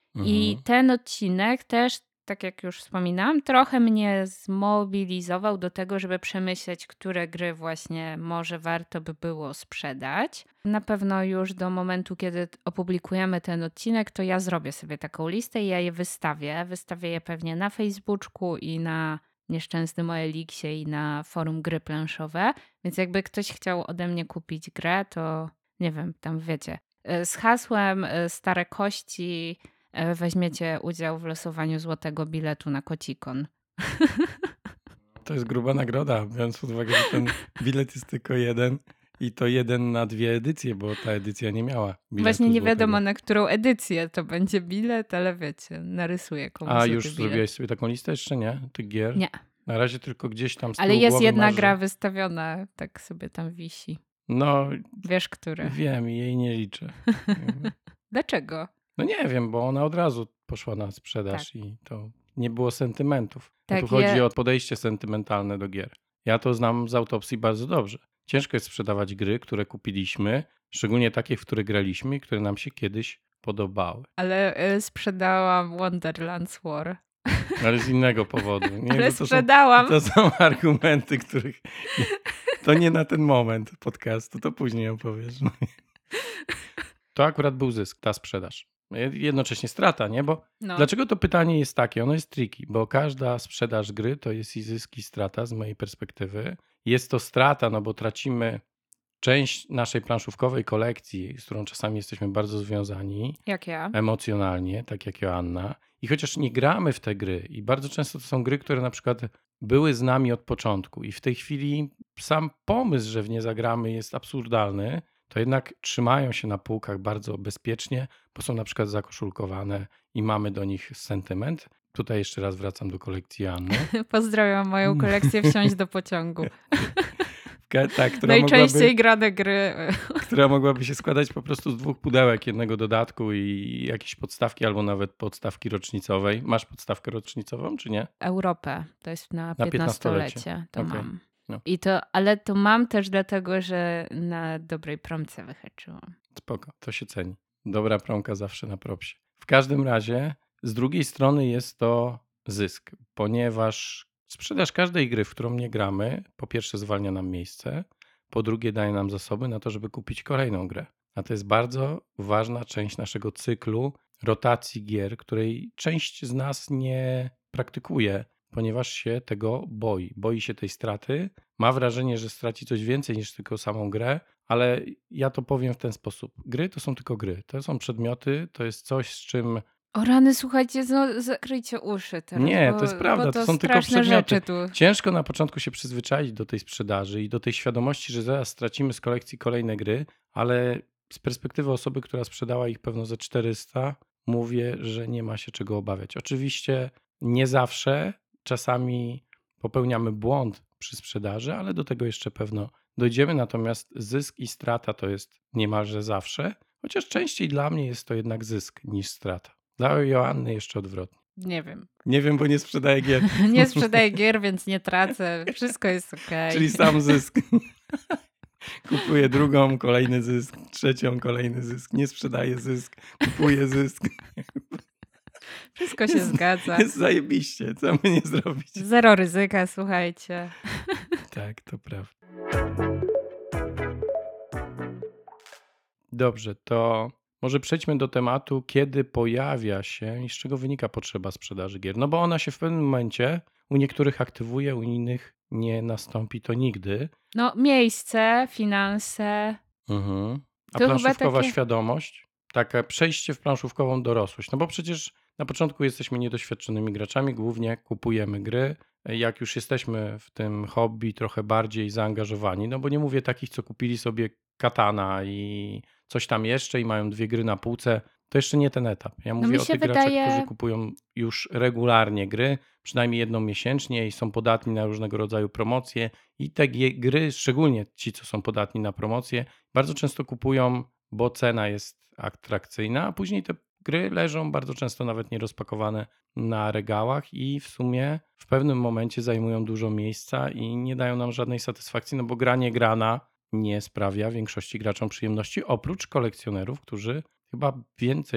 B: I
A: Mhm.
B: ten odcinek też, tak jak już wspominałam, trochę mnie zmobilizował do tego, żeby przemyśleć, które gry właśnie może warto by było sprzedać. Na pewno już do momentu, kiedy t- opublikujemy ten odcinek, to ja zrobię sobie taką listę i ja je wystawię. Wystawię je pewnie na Facebooku i na Nieszczęsnym Eliksie i na forum Gry Planszowe. Więc jakby ktoś chciał ode mnie kupić grę, to nie wiem, tam wiecie, y, z hasłem y, Stare Kości e, weźmiecie udział w losowaniu złotego biletu na Kocikon.
A: To jest gruba nagroda, biorąc pod uwagę, że ten bilet jest tylko jeden i to jeden na dwie edycje, bo ta edycja nie miała biletu
B: Właśnie nie wiadomo
A: złotego.
B: na którą edycję to będzie bilet, ale wiecie, narysuję komuś
A: A
B: złoty
A: już
B: bilet.
A: zrobiłeś sobie taką listę jeszcze, nie? Tych gier?
B: Nie,
A: Na razie tylko gdzieś tam z
B: ale
A: tyłu
B: jest
A: głowy
B: jedna
A: masz,
B: gra
A: że...
B: wystawiona, tak sobie tam wisi.
A: No,
B: Wiesz, które.
A: wiem i jej nie liczę. Jakby.
B: Dlaczego?
A: No nie wiem, bo ona od razu poszła na sprzedaż
B: Tak.
A: i to nie było sentymentów. A
B: Tak,
A: tu chodzi
B: je-
A: o podejście sentymentalne do gier. Ja to znam z autopsji bardzo dobrze. Ciężko jest sprzedawać gry, które kupiliśmy, szczególnie takie, w które graliśmy i które nam się kiedyś podobały.
B: Ale y, sprzedałam Wonderlands War.
A: Ale z innego powodu. Nie,
B: Ale
A: bo to, są,
B: sprzedałam.
A: to są argumenty, których... To nie na ten moment podcastu, to później opowiesz. No. To akurat był zysk, ta sprzedaż. Jednocześnie strata, nie? Bo
B: No.
A: dlaczego to pytanie jest takie? Ono jest tricky, bo każda sprzedaż gry to jest i zysk, i strata z mojej perspektywy. Jest to strata, no bo tracimy część naszej planszówkowej kolekcji, z którą czasami jesteśmy bardzo związani
B: Jak ja.
A: emocjonalnie, tak jak Joanna. I chociaż nie gramy w te gry i bardzo często to są gry, które na przykład były z nami od początku i w tej chwili sam pomysł, że w nie zagramy jest absurdalny, to jednak trzymają się na półkach bardzo bezpiecznie, bo są na przykład zakoszulkowane i mamy do nich sentyment. Tutaj jeszcze raz wracam do kolekcji Joanny.
B: Pozdrawiam moją kolekcję Wsiąść do pociągu.
A: Ka- Tak, która
B: Najczęściej
A: mogłaby,
B: grane gry.
A: która mogłaby się składać po prostu z dwóch pudełek, jednego dodatku i jakieś podstawki, albo nawet podstawki rocznicowej. Masz podstawkę rocznicową, czy nie?
B: Europę, to jest na
A: Na piętnastolecie.
B: piętnastolecie, to
A: Okej,
B: mam.
A: no.
B: I to, ale to mam też dlatego, że na dobrej promce wyhaczyłam.
A: Spoko, to się ceni. Dobra promka zawsze na propsie. W każdym razie z drugiej strony jest to zysk, ponieważ sprzedaż każdej gry, w którą nie gramy, po pierwsze zwalnia nam miejsce, po drugie daje nam zasoby na to, żeby kupić kolejną grę. A to jest bardzo ważna część naszego cyklu rotacji gier, której część z nas nie praktykuje, ponieważ się tego boi. Boi się tej straty, ma wrażenie, że straci coś więcej niż tylko samą grę, ale ja to powiem w ten sposób. Gry to są tylko gry. To są przedmioty, to jest coś, z czym...
B: O rany, słuchajcie, no, zakryjcie uszy teraz.
A: Nie,
B: bo,
A: to jest prawda,
B: bo
A: to
B: to
A: są tylko
B: straszne
A: przedmioty.
B: rzeczy tu.
A: Ciężko na początku się przyzwyczaić do tej sprzedaży i do tej świadomości, że zaraz stracimy z kolekcji kolejne gry, ale z perspektywy osoby, która sprzedała ich pewno ze czterysta, mówię, że nie ma się czego obawiać. Oczywiście nie zawsze, czasami popełniamy błąd przy sprzedaży, ale do tego jeszcze pewno dojdziemy, natomiast zysk i strata to jest niemalże zawsze, chociaż częściej dla mnie jest to jednak zysk niż strata. Dla Joanny jeszcze odwrotnie.
B: Nie wiem.
A: Nie wiem, bo nie sprzedaję gier.
B: Nie sprzedaję gier, więc nie tracę. Wszystko jest okej.
A: Czyli sam zysk. Kupuję drugą, kolejny zysk, trzecią, kolejny zysk. Nie sprzedaję zysk, kupuję zysk.
B: Wszystko się
A: Jest-
B: zgadza.
A: Jest zajebiście, co my nie zrobić?
B: Zero ryzyka, słuchajcie.
A: Tak, to prawda. Dobrze, to może przejdźmy do tematu, kiedy pojawia się i z czego wynika potrzeba sprzedaży gier. No bo ona się w pewnym momencie u niektórych aktywuje, u innych nie nastąpi to nigdy.
B: No, miejsce, finanse.
A: Mhm. A
B: To chyba
A: planszówkowa
B: takie-
A: świadomość, takie przejście w planszówkową dorosłość. No bo przecież na początku jesteśmy niedoświadczonymi graczami, głównie kupujemy gry. Jak już jesteśmy w tym hobby trochę bardziej zaangażowani, no bo nie mówię takich, co kupili sobie Katana i coś tam jeszcze i mają dwie gry na półce, to jeszcze nie ten etap. Ja mówię
B: mi
A: o
B: się
A: tych graczach,
B: wydaje-
A: którzy kupują już regularnie gry, przynajmniej jedną miesięcznie i są podatni na różnego rodzaju promocje i te gie- gry, szczególnie ci, co są podatni na promocje, bardzo często kupują, bo cena jest atrakcyjna, a później te gry leżą bardzo często nawet nierozpakowane na regałach i w sumie w pewnym momencie zajmują dużo miejsca i nie dają nam żadnej satysfakcji, no bo gra nie grana nie sprawia większości graczom przyjemności, oprócz kolekcjonerów, którzy chyba więcej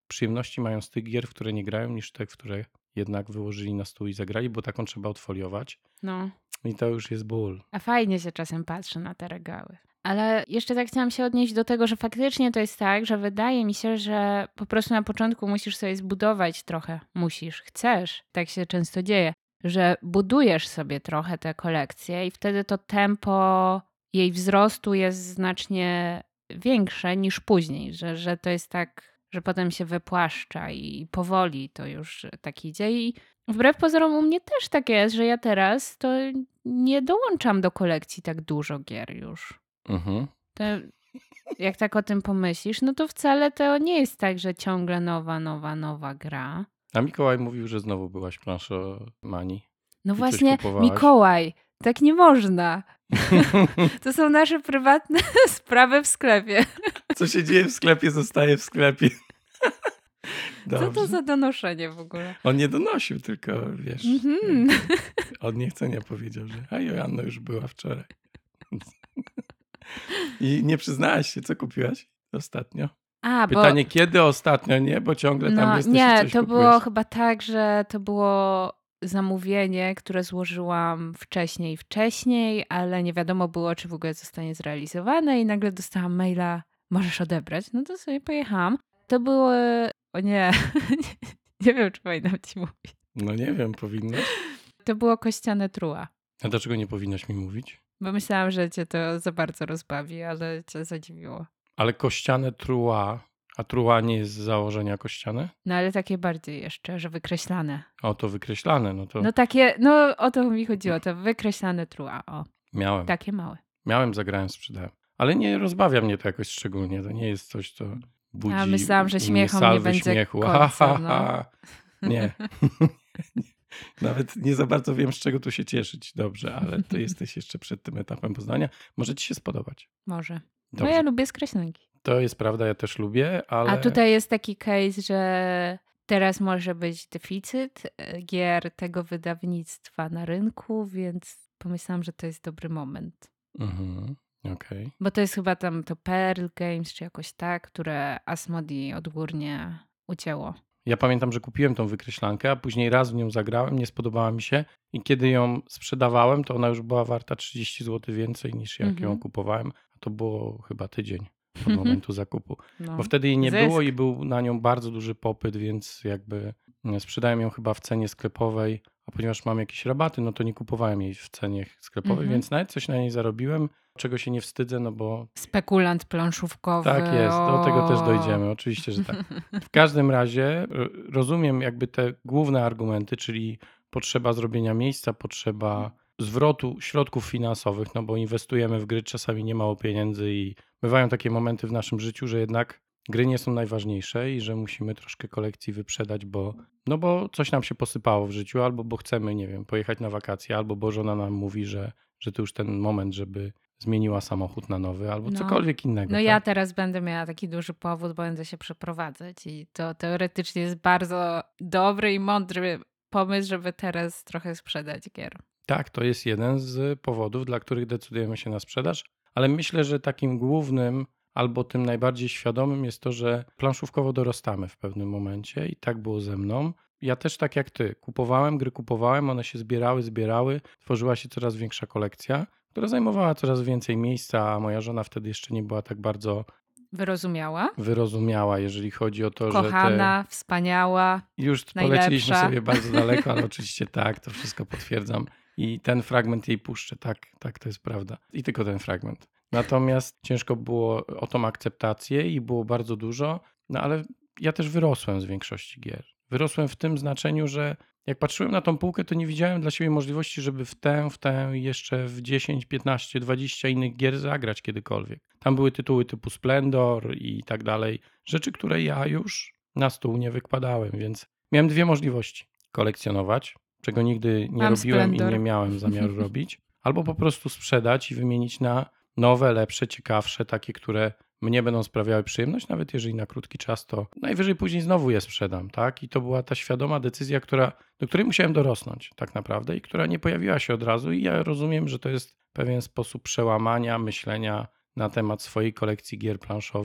A: przyjemności mają z tych gier, w które nie grają, niż te, które jednak wyłożyli na stół i zagrali, bo taką trzeba odfoliować.
B: No,
A: I to już jest ból.
B: a fajnie się czasem patrzy na te regały. Ale jeszcze tak chciałam się odnieść do tego, że faktycznie to jest tak, że wydaje mi się, że po prostu na początku musisz sobie zbudować trochę. Musisz, chcesz. Tak się często dzieje, że budujesz sobie trochę te kolekcje i wtedy to tempo jej wzrostu jest znacznie większe niż później, że, że to jest tak, że potem się wypłaszcza i powoli to już tak idzie. I wbrew pozorom u mnie też tak jest, że ja teraz to nie dołączam do kolekcji tak dużo gier już.
A: Mhm.
B: To jak tak o tym pomyślisz, no to wcale to nie jest tak, że ciągle nowa, nowa, nowa gra.
A: A Mikołaj mówił, że znowu byłaś planszomanii.
B: No
A: I coś
B: właśnie,
A: kupowałaś.
B: Mikołaj, tak nie można. To są nasze prywatne sprawy w sklepie.
A: Co się dzieje w sklepie, zostaje w sklepie.
B: Co to
A: Dobrze.
B: za donoszenie w ogóle?
A: On nie donosił, tylko wiesz,
B: Mhm.
A: jakby od niechcenia powiedział, że a Joanna już była wczoraj. I nie przyznałaś się, co kupiłaś ostatnio?
B: A, bo
A: Pytanie, kiedy ostatnio, nie? Bo ciągle tam
B: no
A: jesteś i
B: nie,
A: coś
B: to
A: kupujesz.
B: było chyba tak, że to było zamówienie, które złożyłam wcześniej, wcześniej, ale nie wiadomo było, czy w ogóle zostanie zrealizowane i nagle dostałam maila, możesz odebrać. No to sobie pojechałam. To były, o nie, nie wiem, czy powinnam ci mówić.
A: No nie wiem, powinnaś.
B: To było kościane trua,
A: A dlaczego nie powinnaś mi mówić?
B: bo myślałam, że cię to za bardzo rozbawi, ale cię zadziwiło.
A: Ale kościane trua, a trua nie jest z założenia kościane?
B: No ale takie bardziej jeszcze, że wykreślane.
A: O, to wykreślane, no to
B: No takie, no o to mi chodziło, to wykreślane trua, o,
A: miałem.
B: takie małe.
A: Miałem, zagrałem, sprzedałem. Ale nie rozbawia mnie to jakoś szczególnie. To nie jest coś, co budzi
B: Ja myślałam, że
A: u mnie
B: śmiechom nie
A: salwy
B: będzie
A: śmiechu.
B: końca,
A: Ha, ha,
B: no.
A: ha. Nie. Nawet nie za bardzo wiem, z czego tu się cieszyć. Dobrze, ale to jesteś jeszcze przed tym etapem poznania. Może ci się spodobać.
B: Może. No
A: Dobrze.
B: ja lubię skreślanki.
A: To jest prawda, ja też lubię, ale...
B: A tutaj jest taki case, że teraz może być deficyt e, gier tego wydawnictwa na rynku, więc pomyślałam, że to jest dobry moment.
A: Mhm, okej.
B: Bo to jest chyba tam to Pearl Games, czy jakoś tak, które Asmodee odgórnie ucięło.
A: Ja pamiętam, że kupiłem tą wykreślankę, a później raz w nią zagrałem, nie spodobała mi się i kiedy ją sprzedawałem, to ona już była warta trzydzieści złotych więcej niż jak
B: Mhm.
A: ją kupowałem, a to było chyba tydzień od momentu zakupu.
B: No.
A: Bo wtedy jej nie
B: Zysk.
A: było i był na nią bardzo duży popyt, więc jakby nie, sprzedałem ją chyba w cenie sklepowej, a ponieważ mam jakieś rabaty, no to nie kupowałem jej w cenie sklepowej,
B: Mhm.
A: więc nawet coś na niej zarobiłem, czego się nie wstydzę, no bo
B: Spekulant planszówkowy.
A: tak jest, do tego też
B: o.
A: dojdziemy, oczywiście, że tak. W każdym razie r- rozumiem jakby te główne argumenty, czyli potrzeba zrobienia miejsca, potrzeba zwrotu środków finansowych, no bo inwestujemy w gry czasami nie mało pieniędzy i bywają takie momenty w naszym życiu, że jednak gry nie są najważniejsze i że musimy troszkę kolekcji wyprzedać, bo no bo coś nam się posypało w życiu, albo bo chcemy, nie wiem, pojechać na wakacje, albo bo żona nam mówi, że, że to już ten moment, żeby zmieniła samochód na nowy, albo
B: No.
A: cokolwiek innego.
B: No
A: tak?
B: ja teraz będę miała taki duży powód, bo będę się przeprowadzać i to teoretycznie jest bardzo dobry i mądry pomysł, żeby teraz trochę sprzedać gier.
A: Tak, to jest jeden z powodów, dla których decydujemy się na sprzedaż, ale myślę, że takim głównym albo tym najbardziej świadomym jest to, że planszówkowo dorastamy w pewnym momencie i tak było ze mną. Ja też tak jak ty, kupowałem, gry kupowałem, one się zbierały, zbierały, tworzyła się coraz większa kolekcja, która zajmowała coraz więcej miejsca, a moja żona wtedy jeszcze nie była tak bardzo
B: Wyrozumiała?
A: wyrozumiała, jeżeli chodzi o to, że te...
B: Kochana, wspaniała.
A: Już
B: najlepsza.
A: poleciliśmy sobie bardzo daleko, ale oczywiście tak, to wszystko potwierdzam. I ten fragment jej puszczę, tak, tak, to jest prawda. I tylko ten fragment. Natomiast ciężko było o tą akceptację i było bardzo dużo, no ale ja też wyrosłem z większości gier. Wyrosłem w tym znaczeniu, że jak patrzyłem na tą półkę, to nie widziałem dla siebie możliwości, żeby w tę, w tę i jeszcze w dziesięć, piętnaście, dwadzieścia innych gier zagrać kiedykolwiek. Tam były tytuły typu Splendor i tak dalej. Rzeczy, które ja już na stół nie wykładałem, więc miałem dwie możliwości. Kolekcjonować, czego nigdy nie
B: Mam
A: robiłem
B: Splendor.
A: i nie miałem zamiaru robić. Albo po prostu sprzedać i wymienić na nowe, lepsze, ciekawsze, takie, które mnie będą sprawiały przyjemność, nawet jeżeli na krótki czas, to najwyżej później znowu je sprzedam, tak? I to była ta świadoma decyzja, która, do której musiałem dorosnąć tak naprawdę i która nie pojawiła się od razu i ja rozumiem, że to jest pewien sposób przełamania myślenia na temat swojej kolekcji gier planszowych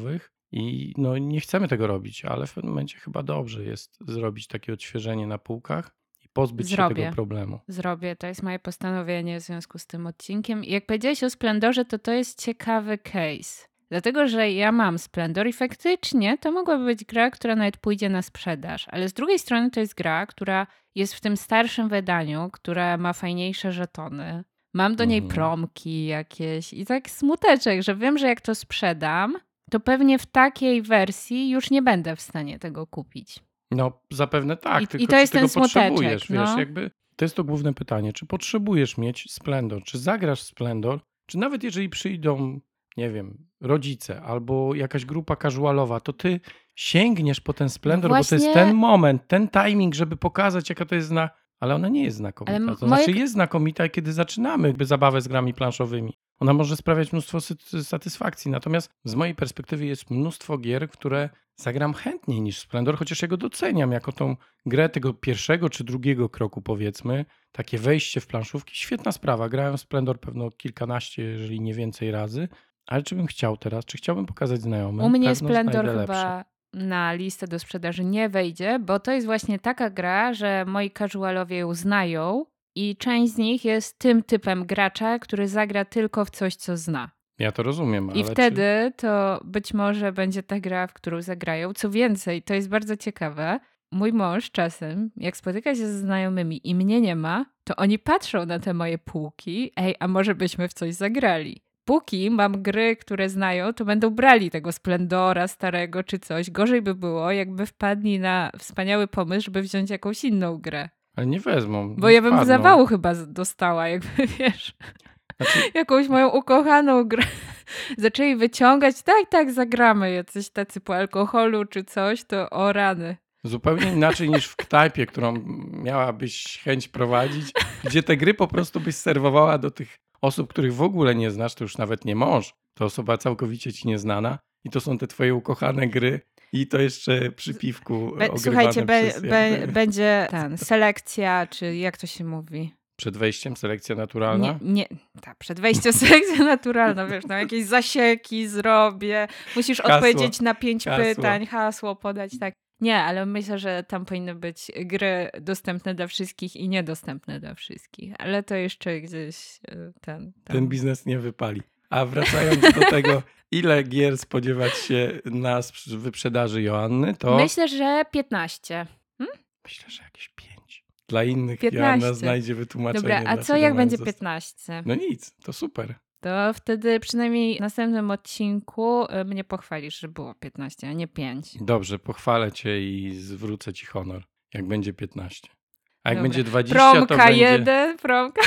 A: I no, nie chcemy tego robić, ale w pewnym momencie chyba dobrze jest zrobić takie odświeżenie na półkach i pozbyć się tego
B: Zrobię.
A: problemu.
B: Zrobię, to jest moje postanowienie w związku z tym odcinkiem. I jak powiedziałeś o Splendorze, to to jest ciekawy case. Dlatego, że ja mam Splendor i faktycznie to mogłaby być gra, która nawet pójdzie na sprzedaż. Ale z drugiej strony to jest gra, która jest w tym starszym wydaniu, która ma fajniejsze żetony. Mam do niej
A: Mhm.
B: promki jakieś i tak smuteczek, że wiem, że jak to sprzedam, to pewnie w takiej wersji już nie będę w stanie tego kupić.
A: No zapewne tak,
B: I- i
A: tylko
B: to
A: czy
B: jest
A: tego
B: ten smuteczek,
A: potrzebujesz, wiesz,
B: no.
A: jakby to jest to główne pytanie, czy potrzebujesz mieć Splendor, czy zagrasz Splendor, czy nawet jeżeli przyjdą, nie wiem, rodzice albo jakaś grupa casualowa, to ty sięgniesz po ten Splendor, bo to jest
B: właśnie-
A: ten moment, ten timing, żeby pokazać, jaka to jest zna... Ale ona nie jest znakomita.
B: Ale
A: To
B: m-
A: znaczy
B: moje-
A: jest znakomita, kiedy zaczynamy jakby zabawę z grami planszowymi. Ona może sprawiać mnóstwo sy- satysfakcji, natomiast z mojej perspektywy jest mnóstwo gier, które zagram chętniej niż Splendor, chociaż ja go doceniam jako tą grę tego pierwszego czy drugiego kroku, powiedzmy. Takie wejście w planszówki, świetna sprawa. Grałem w Splendor pewno kilkanaście, jeżeli nie więcej razy. Ale czy bym chciał teraz? Czy chciałbym pokazać znajomym?
B: U mnie
A: Pewno
B: Splendor
A: znajdę
B: chyba
A: lepsze.
B: na listę do sprzedaży nie wejdzie, bo to jest właśnie taka gra, że moi casualowie ją znają i część z nich jest tym typem gracza, który zagra tylko w coś, co zna.
A: Ja to rozumiem, ale
B: I wtedy to być może będzie ta gra, w którą zagrają. Co więcej, to jest bardzo ciekawe. Mój mąż czasem, jak spotyka się ze znajomymi i mnie nie ma, to oni patrzą na te moje półki. Ej, a może byśmy w coś zagrali? Póki mam gry, które znają, to będą brali tego Splendora starego czy coś. Gorzej by było, jakby wpadli na wspaniały pomysł, żeby wziąć jakąś inną grę.
A: czy... ale nie wezmą.
B: Bo
A: nie
B: ja bym
A: wpadną.
B: zawału chyba z- dostała, jakby wiesz,
A: Znaczy,
B: jakąś moją ukochaną grę. Zaczęli wyciągać, tak, tak, zagramy, jacyś tacy po alkoholu czy coś, to o rany.
A: zupełnie inaczej niż w knajpie, którą miałabyś chęć prowadzić, gdzie te gry po prostu byś serwowała do tych osób, których w ogóle nie znasz, to już nawet nie mąż. To osoba całkowicie ci nieznana i to są te twoje ukochane gry i to jeszcze przy piwku
B: Be-
A: ogrywane
B: słuchajcie, be-
A: przez
B: be-
A: jakby...
B: będzie ten, selekcja, czy jak to się mówi?
A: Przed wejściem selekcja naturalna.
B: Nie, nie, tak, przed wejściem selekcja naturalna, wiesz, tam jakieś zasieki zrobię, musisz
A: Hasło,
B: odpowiedzieć na pięć
A: hasło.
B: pytań, hasło podać, tak. Nie, ale myślę, że tam powinny być gry dostępne dla wszystkich i niedostępne dla wszystkich, ale to jeszcze gdzieś e, ten... Tam.
A: Ten biznes nie wypali. A wracając do tego, ile gier spodziewać się na sprz- wyprzedaży Joanny, to
B: Myślę, że piętnaście.
A: myślę, że jakieś pięć. Dla innych
B: piętnaście.
A: Joanna znajdzie wytłumaczenie.
B: Dobra, a co
A: dlaczego
B: jak
A: mają
B: będzie
A: zostać.
B: piętnaście?
A: No nic, to super.
B: To wtedy przynajmniej w następnym odcinku e, mnie pochwalisz, że było piętnaście, a nie pięć.
A: Dobrze, pochwalę cię i zwrócę ci honor, jak będzie piętnaście. A jak
B: Dobra.
A: będzie dwadzieścia,
B: Promka
A: to będzie...
B: jeden, promka...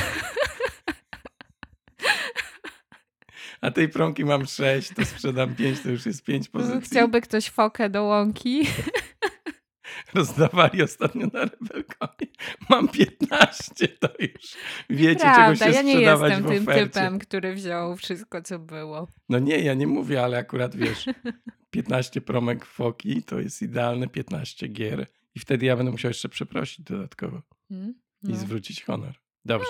A: A tej promki mam sześć, to sprzedam pięć, to już jest pięć pozycji.
B: Chciałby ktoś fokę do łąki?
A: Rozdawali ostatnio na Rebelkonie. Mam piętnaście, to już wiecie,
B: Prawda,
A: czego się
B: ja nie
A: sprzedawać
B: jestem
A: w
B: tym
A: ofercie.
B: typem, który wziął wszystko, co było.
A: No nie, ja nie mówię, ale akurat wiesz, piętnaście promek foki to jest idealne piętnaście gier i wtedy ja będę musiał jeszcze przeprosić dodatkowo
B: Hmm?
A: i
B: No.
A: zwrócić honor. Dobrze.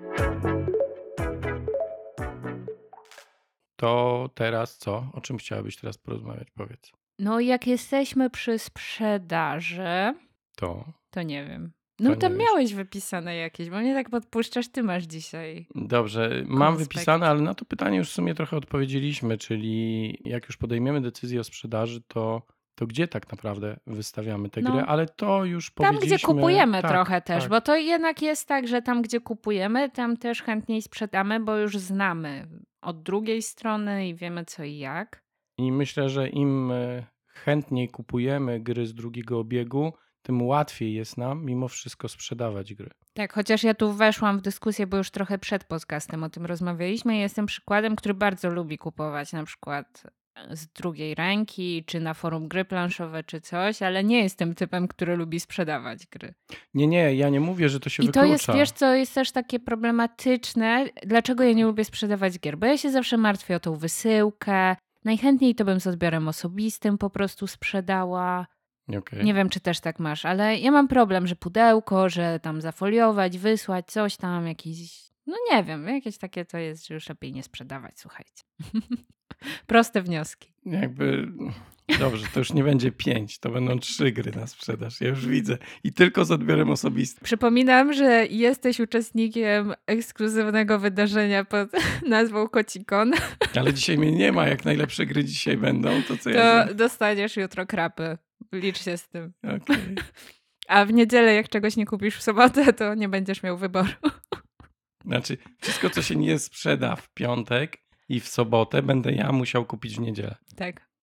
A: To teraz co? O czym chciałabyś teraz porozmawiać? Powiedz.
B: No jak jesteśmy przy sprzedaży,
A: To.
B: to nie wiem. No
A: To
B: tam
A: nie wiesz.
B: miałeś wypisane jakieś, bo mnie tak podpuszczasz, ty masz dzisiaj.
A: Dobrze, mam
B: Konspekt.
A: wypisane, ale na to pytanie już w sumie trochę odpowiedzieliśmy, czyli jak już podejmiemy decyzję o sprzedaży, to, to gdzie tak naprawdę wystawiamy te
B: No.
A: gry, ale to już
B: Tam,
A: powiedzieliśmy.
B: gdzie kupujemy
A: tak,
B: trochę też,
A: tak.
B: bo to jednak jest tak, że tam, gdzie kupujemy, tam też chętniej sprzedamy, bo już znamy od drugiej strony i wiemy co i jak.
A: I myślę, że im e, chętniej kupujemy gry z drugiego obiegu, tym łatwiej jest nam mimo wszystko sprzedawać gry.
B: Tak, chociaż ja tu weszłam w dyskusję, bo już trochę przed podcastem o tym rozmawialiśmy i jestem przykładem, który bardzo lubi kupować na przykład z drugiej ręki, czy na forum gry planszowe, czy coś, ale nie jestem typem, który lubi sprzedawać gry.
A: Nie, nie, ja nie mówię, że to się
B: I
A: wyklucza.
B: to jest, wiesz co, jest też takie problematyczne, dlaczego ja nie lubię sprzedawać gier, bo ja się zawsze martwię o tą wysyłkę, najchętniej to bym z odbiorem osobistym po prostu sprzedała.
A: Okay.
B: Nie wiem, czy też tak masz, ale ja mam problem, że pudełko, że tam zafoliować, wysłać, coś tam, jakiś, no nie wiem, jakieś takie to jest, że już lepiej nie sprzedawać, słuchajcie. Proste wnioski.
A: jakby... Dobrze, to już nie będzie pięć, to będą trzy gry na sprzedaż. Ja już widzę. I tylko z odbiorem osobistym.
B: Przypominam, że jesteś uczestnikiem ekskluzywnego wydarzenia pod nazwą Kocikon.
A: Ale dzisiaj mnie nie ma. Jak najlepsze gry dzisiaj będą, to co ja...
B: To dostaniesz jutro krapy. Licz się z tym.
A: Okej.
B: A w niedzielę, jak czegoś nie kupisz w sobotę, to nie będziesz miał wyboru.
A: Znaczy, wszystko, co się nie sprzeda w piątek i w sobotę, będę ja musiał kupić w niedzielę.
B: Tak.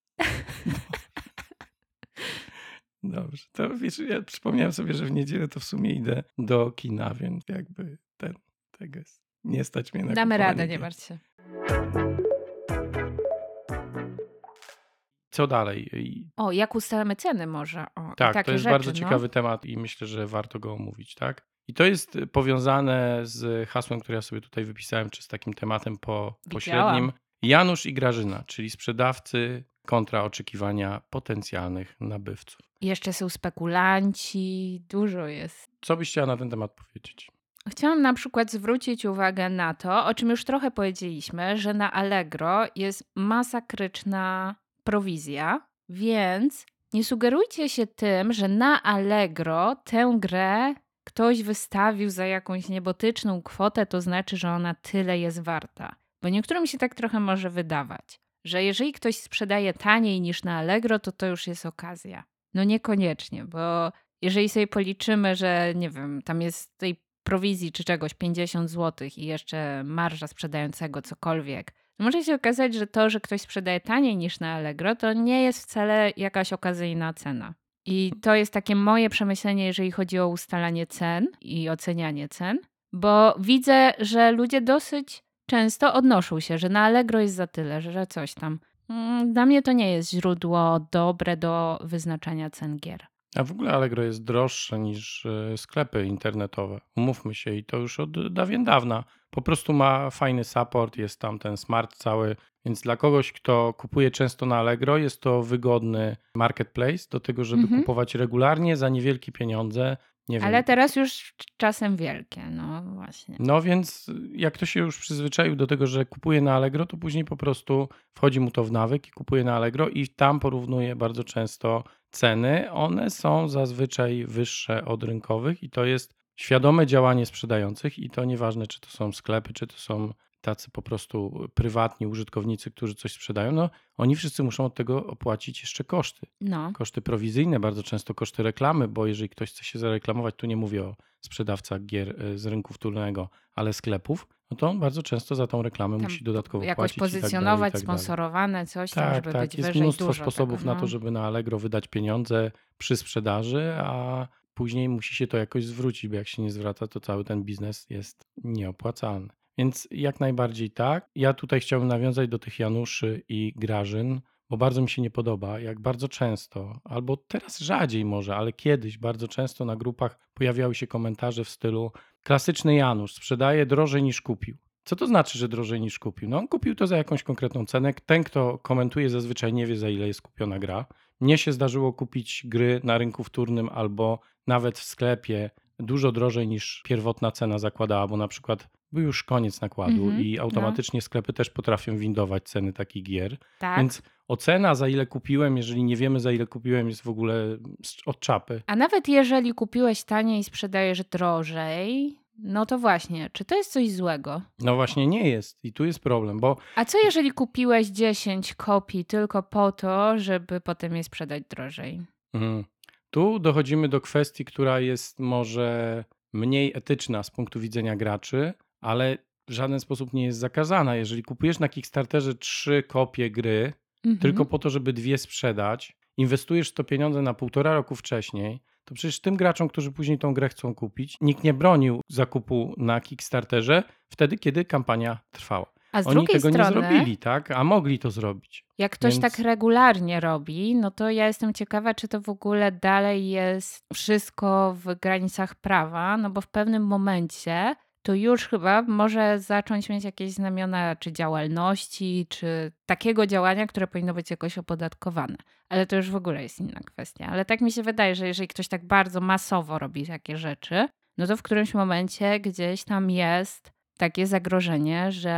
A: Dobrze, to wiesz, ja przypomniałem sobie, że w niedzielę to w sumie idę do kina, więc jakby ten, tego jest, nie stać mnie na
B: Damy
A: kupowanie
B: radę, nie
A: gier.
B: martw się.
A: Co dalej? I
B: O, jak ustalamy ceny może? O, i
A: tak,
B: takie
A: to jest
B: rzeczy,
A: bardzo
B: no.
A: ciekawy temat i myślę, że warto go omówić, tak? I to jest powiązane z hasłem, które ja sobie tutaj wypisałem, czy z takim tematem po, pośrednim. Janusz i Grażyna, czyli sprzedawcy kontra oczekiwania potencjalnych nabywców.
B: Jeszcze są spekulanci, dużo jest.
A: Co byś chciała na ten temat powiedzieć?
B: Chciałam na przykład zwrócić uwagę na to, o czym już trochę powiedzieliśmy, że na Allegro jest masakryczna prowizja, więc nie sugerujcie się tym, że na Allegro tę grę ktoś wystawił za jakąś niebotyczną kwotę, to znaczy, że ona tyle jest warta. Bo niektórym się tak trochę może wydawać, że jeżeli ktoś sprzedaje taniej niż na Allegro, to to już jest okazja. No niekoniecznie, bo jeżeli sobie policzymy, że nie wiem, tam jest tej prowizji czy czegoś pięćdziesiąt złotych i jeszcze marża sprzedającego cokolwiek, to może się okazać, że to, że ktoś sprzedaje taniej niż na Allegro, to nie jest wcale jakaś okazyjna cena. I to jest takie moje przemyślenie, jeżeli chodzi o ustalanie cen i ocenianie cen, bo widzę, że ludzie dosyć często odnoszą się, że na Allegro jest za tyle, że coś tam. Dla mnie to nie jest źródło dobre do wyznaczania cen gier.
A: A w ogóle Allegro jest droższe niż sklepy internetowe. Umówmy się i to już od dawien dawna. Po prostu ma fajny support, jest tam ten smart cały, więc dla kogoś, kto kupuje często na Allegro, jest to wygodny marketplace do tego, żeby
B: Mhm.
A: kupować regularnie za niewielkie pieniądze. Nie
B: Ale
A: wiem.
B: teraz już czasem wielkie, no właśnie.
A: No więc jak ktoś się już przyzwyczaił do tego, że kupuje na Allegro, to później po prostu wchodzi mu to w nawyk i kupuje na Allegro i tam porównuje bardzo często ceny. One są zazwyczaj wyższe od rynkowych i to jest świadome działanie sprzedających i to nieważne, czy to są sklepy, czy to są tacy po prostu prywatni użytkownicy, którzy coś sprzedają, no oni wszyscy muszą od tego opłacić jeszcze koszty.
B: No.
A: Koszty prowizyjne, bardzo często koszty reklamy, bo jeżeli ktoś chce się zareklamować, tu nie mówię o sprzedawcach gier z rynku wtórnego, ale sklepów, no to on bardzo często za tą reklamę
B: Tam
A: musi dodatkowo
B: jakoś
A: płacić
B: pozycjonować,
A: i tak dalej, i tak dalej.
B: sponsorowane coś tam,
A: Tak,
B: żeby
A: tak.
B: być
A: Jest
B: wyżej,
A: mnóstwo
B: dużo
A: sposobów
B: tego,
A: na
B: no.
A: to, żeby na Allegro wydać pieniądze przy sprzedaży, a później musi się to jakoś zwrócić, bo jak się nie zwraca, to cały ten biznes jest nieopłacalny. Więc jak najbardziej tak. Ja tutaj chciałbym nawiązać do tych Januszy i Grażyn, bo bardzo mi się nie podoba, jak bardzo często, albo teraz rzadziej może, ale kiedyś bardzo często na grupach pojawiały się komentarze w stylu klasyczny Janusz sprzedaje drożej niż kupił. Co to znaczy, że drożej niż kupił? No on kupił to za jakąś konkretną cenę. Ten, kto komentuje, zazwyczaj nie wie, za ile jest kupiona gra. Mnie się zdarzyło kupić gry na rynku wtórnym albo nawet w sklepie dużo drożej niż pierwotna cena zakładała, bo na przykład był już koniec nakładu
B: Mhm,
A: i
B: no.
A: automatycznie sklepy też potrafią windować ceny takich gier.
B: Tak.
A: Więc ocena, za ile kupiłem, jeżeli nie wiemy, za ile kupiłem, jest w ogóle od czapy.
B: A nawet jeżeli kupiłeś taniej i sprzedajesz drożej, no to właśnie, czy to jest coś złego?
A: No właśnie nie jest i tu jest problem, bo
B: A co jeżeli kupiłeś dziesięć kopii tylko po to, żeby potem je sprzedać drożej?
A: mm, tu dochodzimy do kwestii, która jest może mniej etyczna z punktu widzenia graczy, ale w żaden sposób nie jest zakazana. Jeżeli kupujesz na Kickstarterze trzy kopie gry,
B: Mhm.
A: tylko po to, żeby dwie sprzedać, inwestujesz w to pieniądze na półtora roku wcześniej, to przecież tym graczom, którzy później tą grę chcą kupić, nikt nie bronił zakupu na Kickstarterze wtedy, kiedy kampania trwała.
B: A z
A: Oni
B: drugiej
A: tego
B: strony,
A: nie zrobili, tak? A mogli to zrobić.
B: jak ktoś
A: Więc-
B: tak regularnie robi, no to ja jestem ciekawa, czy to w ogóle dalej jest wszystko w granicach prawa, no bo w pewnym momencie to już chyba może zacząć mieć jakieś znamiona czy działalności, czy takiego działania, które powinno być jakoś opodatkowane. Ale to już w ogóle jest inna kwestia. Ale tak mi się wydaje, że jeżeli ktoś tak bardzo masowo robi takie rzeczy, no to w którymś momencie gdzieś tam jest takie zagrożenie, że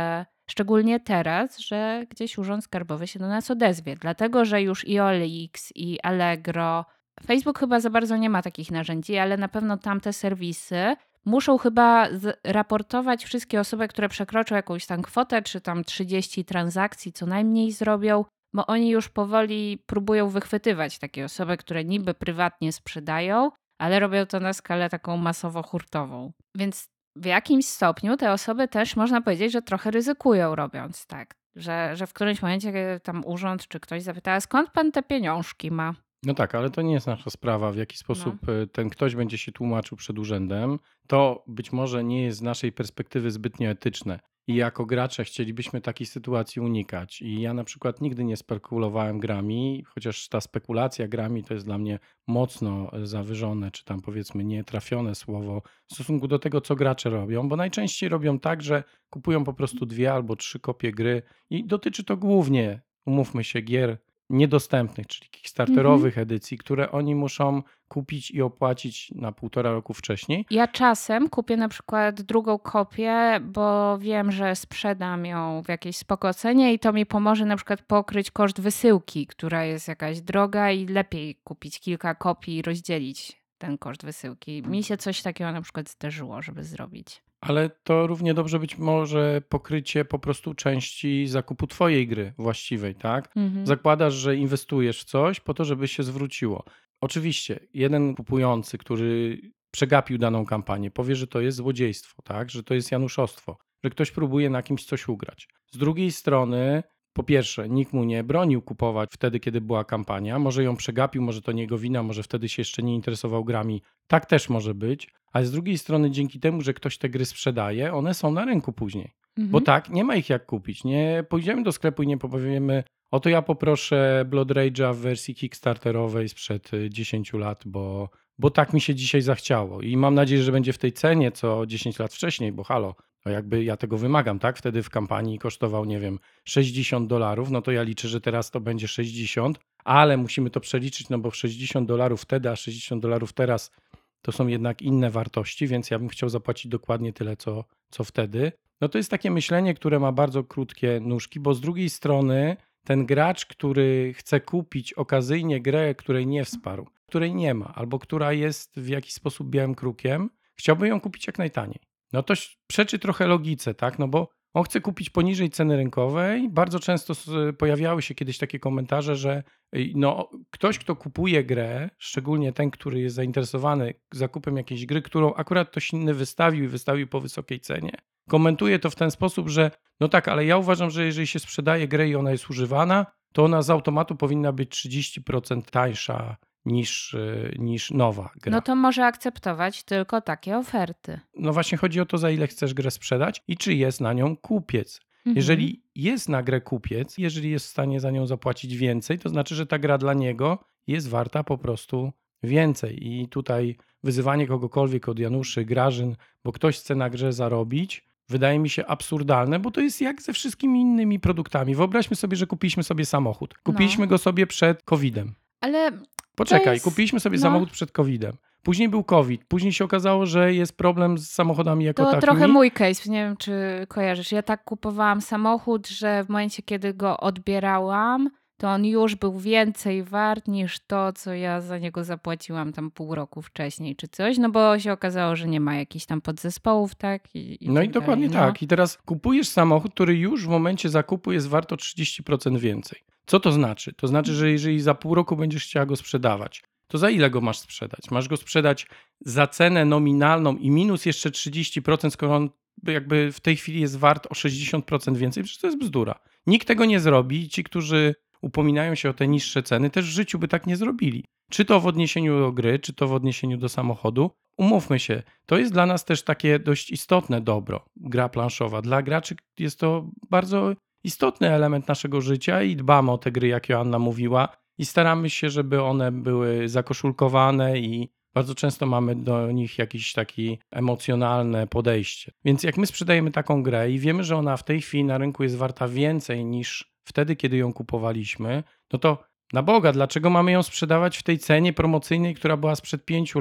B: Szczególnie teraz, że gdzieś Urząd Skarbowy się do nas odezwie, dlatego że już i O L X, i Allegro, Facebook chyba za bardzo nie ma takich narzędzi, ale na pewno tamte serwisy muszą chyba raportować wszystkie osoby, które przekroczą jakąś tam kwotę, czy tam trzydzieści transakcji co najmniej zrobią, bo oni już powoli próbują wychwytywać takie osoby, które niby prywatnie sprzedają, ale robią to na skalę taką masowo-hurtową. Więc w jakimś stopniu te osoby też można powiedzieć, że trochę ryzykują robiąc tak, że, że w którymś momencie tam urząd czy ktoś zapyta, skąd pan te pieniążki ma?
A: No tak, ale to nie jest nasza sprawa, w jaki
B: No.
A: sposób y, ten ktoś będzie się tłumaczył przed urzędem. To być może nie jest z naszej perspektywy zbytnio etyczne i jako gracze chcielibyśmy takiej sytuacji unikać. I ja na przykład nigdy nie spekulowałem grami, chociaż ta spekulacja grami to jest dla mnie mocno zawyżone, czy tam powiedzmy nietrafione słowo w stosunku do tego, co gracze robią, bo najczęściej robią tak, że kupują po prostu dwie albo trzy kopie gry i dotyczy to głównie, umówmy się, gier niedostępnych, czyli
B: Mhm.
A: kickstarterowych edycji, które oni muszą kupić i opłacić na półtora roku wcześniej.
B: Ja czasem kupię na przykład drugą kopię, bo wiem, że sprzedam ją w jakiejś spoko cenie i to mi pomoże na przykład pokryć koszt wysyłki, która jest jakaś droga i lepiej kupić kilka kopii i rozdzielić ten koszt wysyłki. Mi się coś takiego na przykład zdarzyło, żeby zrobić.
A: Ale to równie dobrze być może pokrycie po prostu części zakupu twojej gry właściwej, tak?
B: Mhm.
A: Zakładasz, że inwestujesz w coś po to, żeby się zwróciło. Oczywiście, jeden kupujący, który przegapił daną kampanię, powie, że to jest złodziejstwo, tak? Że to jest januszostwo, że ktoś próbuje na kimś coś ugrać. Z drugiej strony, po pierwsze, nikt mu nie bronił kupować wtedy, kiedy była kampania. Może ją przegapił, może to nie jego wina, może wtedy się jeszcze nie interesował grami. Tak też może być. Ale z drugiej strony, dzięki temu, że ktoś te gry sprzedaje, one są na rynku później.
B: Mhm.
A: Bo tak, nie ma ich jak kupić. Nie pójdziemy do sklepu i nie powiemy, oto ja poproszę Blood Rage'a w wersji kickstarterowej sprzed y, dziesięć lat, bo, bo tak mi się dzisiaj zachciało. I mam nadzieję, że będzie w tej cenie co dziesięć lat wcześniej, bo halo, no jakby ja tego wymagam, tak? Wtedy w kampanii kosztował, nie wiem, sześćdziesiąt dolarów, no to ja liczę, że teraz to będzie sześćdziesiąt, ale musimy to przeliczyć, no bo sześćdziesiąt dolarów wtedy, a sześćdziesiąt dolarów teraz to są jednak inne wartości, więc ja bym chciał zapłacić dokładnie tyle, co, co wtedy. No to jest takie myślenie, które ma bardzo krótkie nóżki, bo z drugiej strony ten gracz, który chce kupić okazyjnie grę, której nie wsparł, której nie ma, albo która jest w jakiś sposób białym krukiem, chciałby ją kupić jak najtaniej. No to przeczy trochę logice, tak? No bo on chce kupić poniżej ceny rynkowej. Bardzo często pojawiały się kiedyś takie komentarze, że no, ktoś, kto kupuje grę, szczególnie ten, który jest zainteresowany zakupem jakiejś gry, którą akurat ktoś inny wystawił i wystawił po wysokiej cenie, komentuje to w ten sposób, że no tak, ale ja uważam, że jeżeli się sprzedaje grę i ona jest używana, to ona z automatu powinna być trzydzieści procent tańsza niż, niż nowa gra.
B: No to może akceptować tylko takie oferty.
A: No właśnie chodzi o to, za ile chcesz grę sprzedać i czy jest na nią kupiec.
B: Mhm.
A: Jeżeli jest na grę kupiec, jeżeli jest w stanie za nią zapłacić więcej, to znaczy, że ta gra dla niego jest warta po prostu więcej. I tutaj wyzywanie kogokolwiek od Januszy, Grażyn, bo ktoś chce na grze zarobić, wydaje mi się absurdalne, bo to jest jak ze wszystkimi innymi produktami. Wyobraźmy sobie, że kupiliśmy sobie samochód. Kupiliśmy
B: No.
A: go sobie przed kowidem.
B: Ale
A: Poczekaj,
B: jest-
A: kupiliśmy sobie
B: no.
A: samochód przed kowidem. Później był COVID, później się okazało, że jest problem z samochodami jako
B: To
A: takimi.
B: trochę mój case, nie wiem czy kojarzysz. Ja tak kupowałam samochód, że w momencie kiedy go odbierałam, to on już był więcej wart niż to, co ja za niego zapłaciłam tam pół roku wcześniej czy coś, no bo się okazało, że nie ma jakichś tam podzespołów, tak? I, i
A: No
B: tak
A: i dokładnie
B: dalej,
A: tak. I teraz kupujesz samochód, który już w momencie zakupu jest wart o trzydzieści procent więcej. Co to znaczy? To znaczy, że jeżeli za pół roku będziesz chciała go sprzedawać, to za ile go masz sprzedać? Masz go sprzedać za cenę nominalną i minus jeszcze trzydzieści procent, skoro on jakby w tej chwili jest wart o sześćdziesiąt procent więcej? Przecież to jest bzdura. Nikt tego nie zrobi. Ci, którzy upominają się o te niższe ceny, też w życiu by tak nie zrobili. Czy to w odniesieniu do gry, czy to w odniesieniu do samochodu. Umówmy się, to jest dla nas też takie dość istotne dobro, gra planszowa. Dla graczy jest to bardzo istotny element naszego życia i dbamy o te gry, jak Joanna mówiła, i staramy się, żeby one były zakoszulkowane i bardzo często mamy do nich jakieś takie emocjonalne podejście. Więc jak my sprzedajemy taką grę i wiemy, że ona w tej chwili na rynku jest warta więcej niż wtedy, kiedy ją kupowaliśmy, no to na Boga, dlaczego mamy ją sprzedawać w tej cenie promocyjnej, która była sprzed pięciu lat?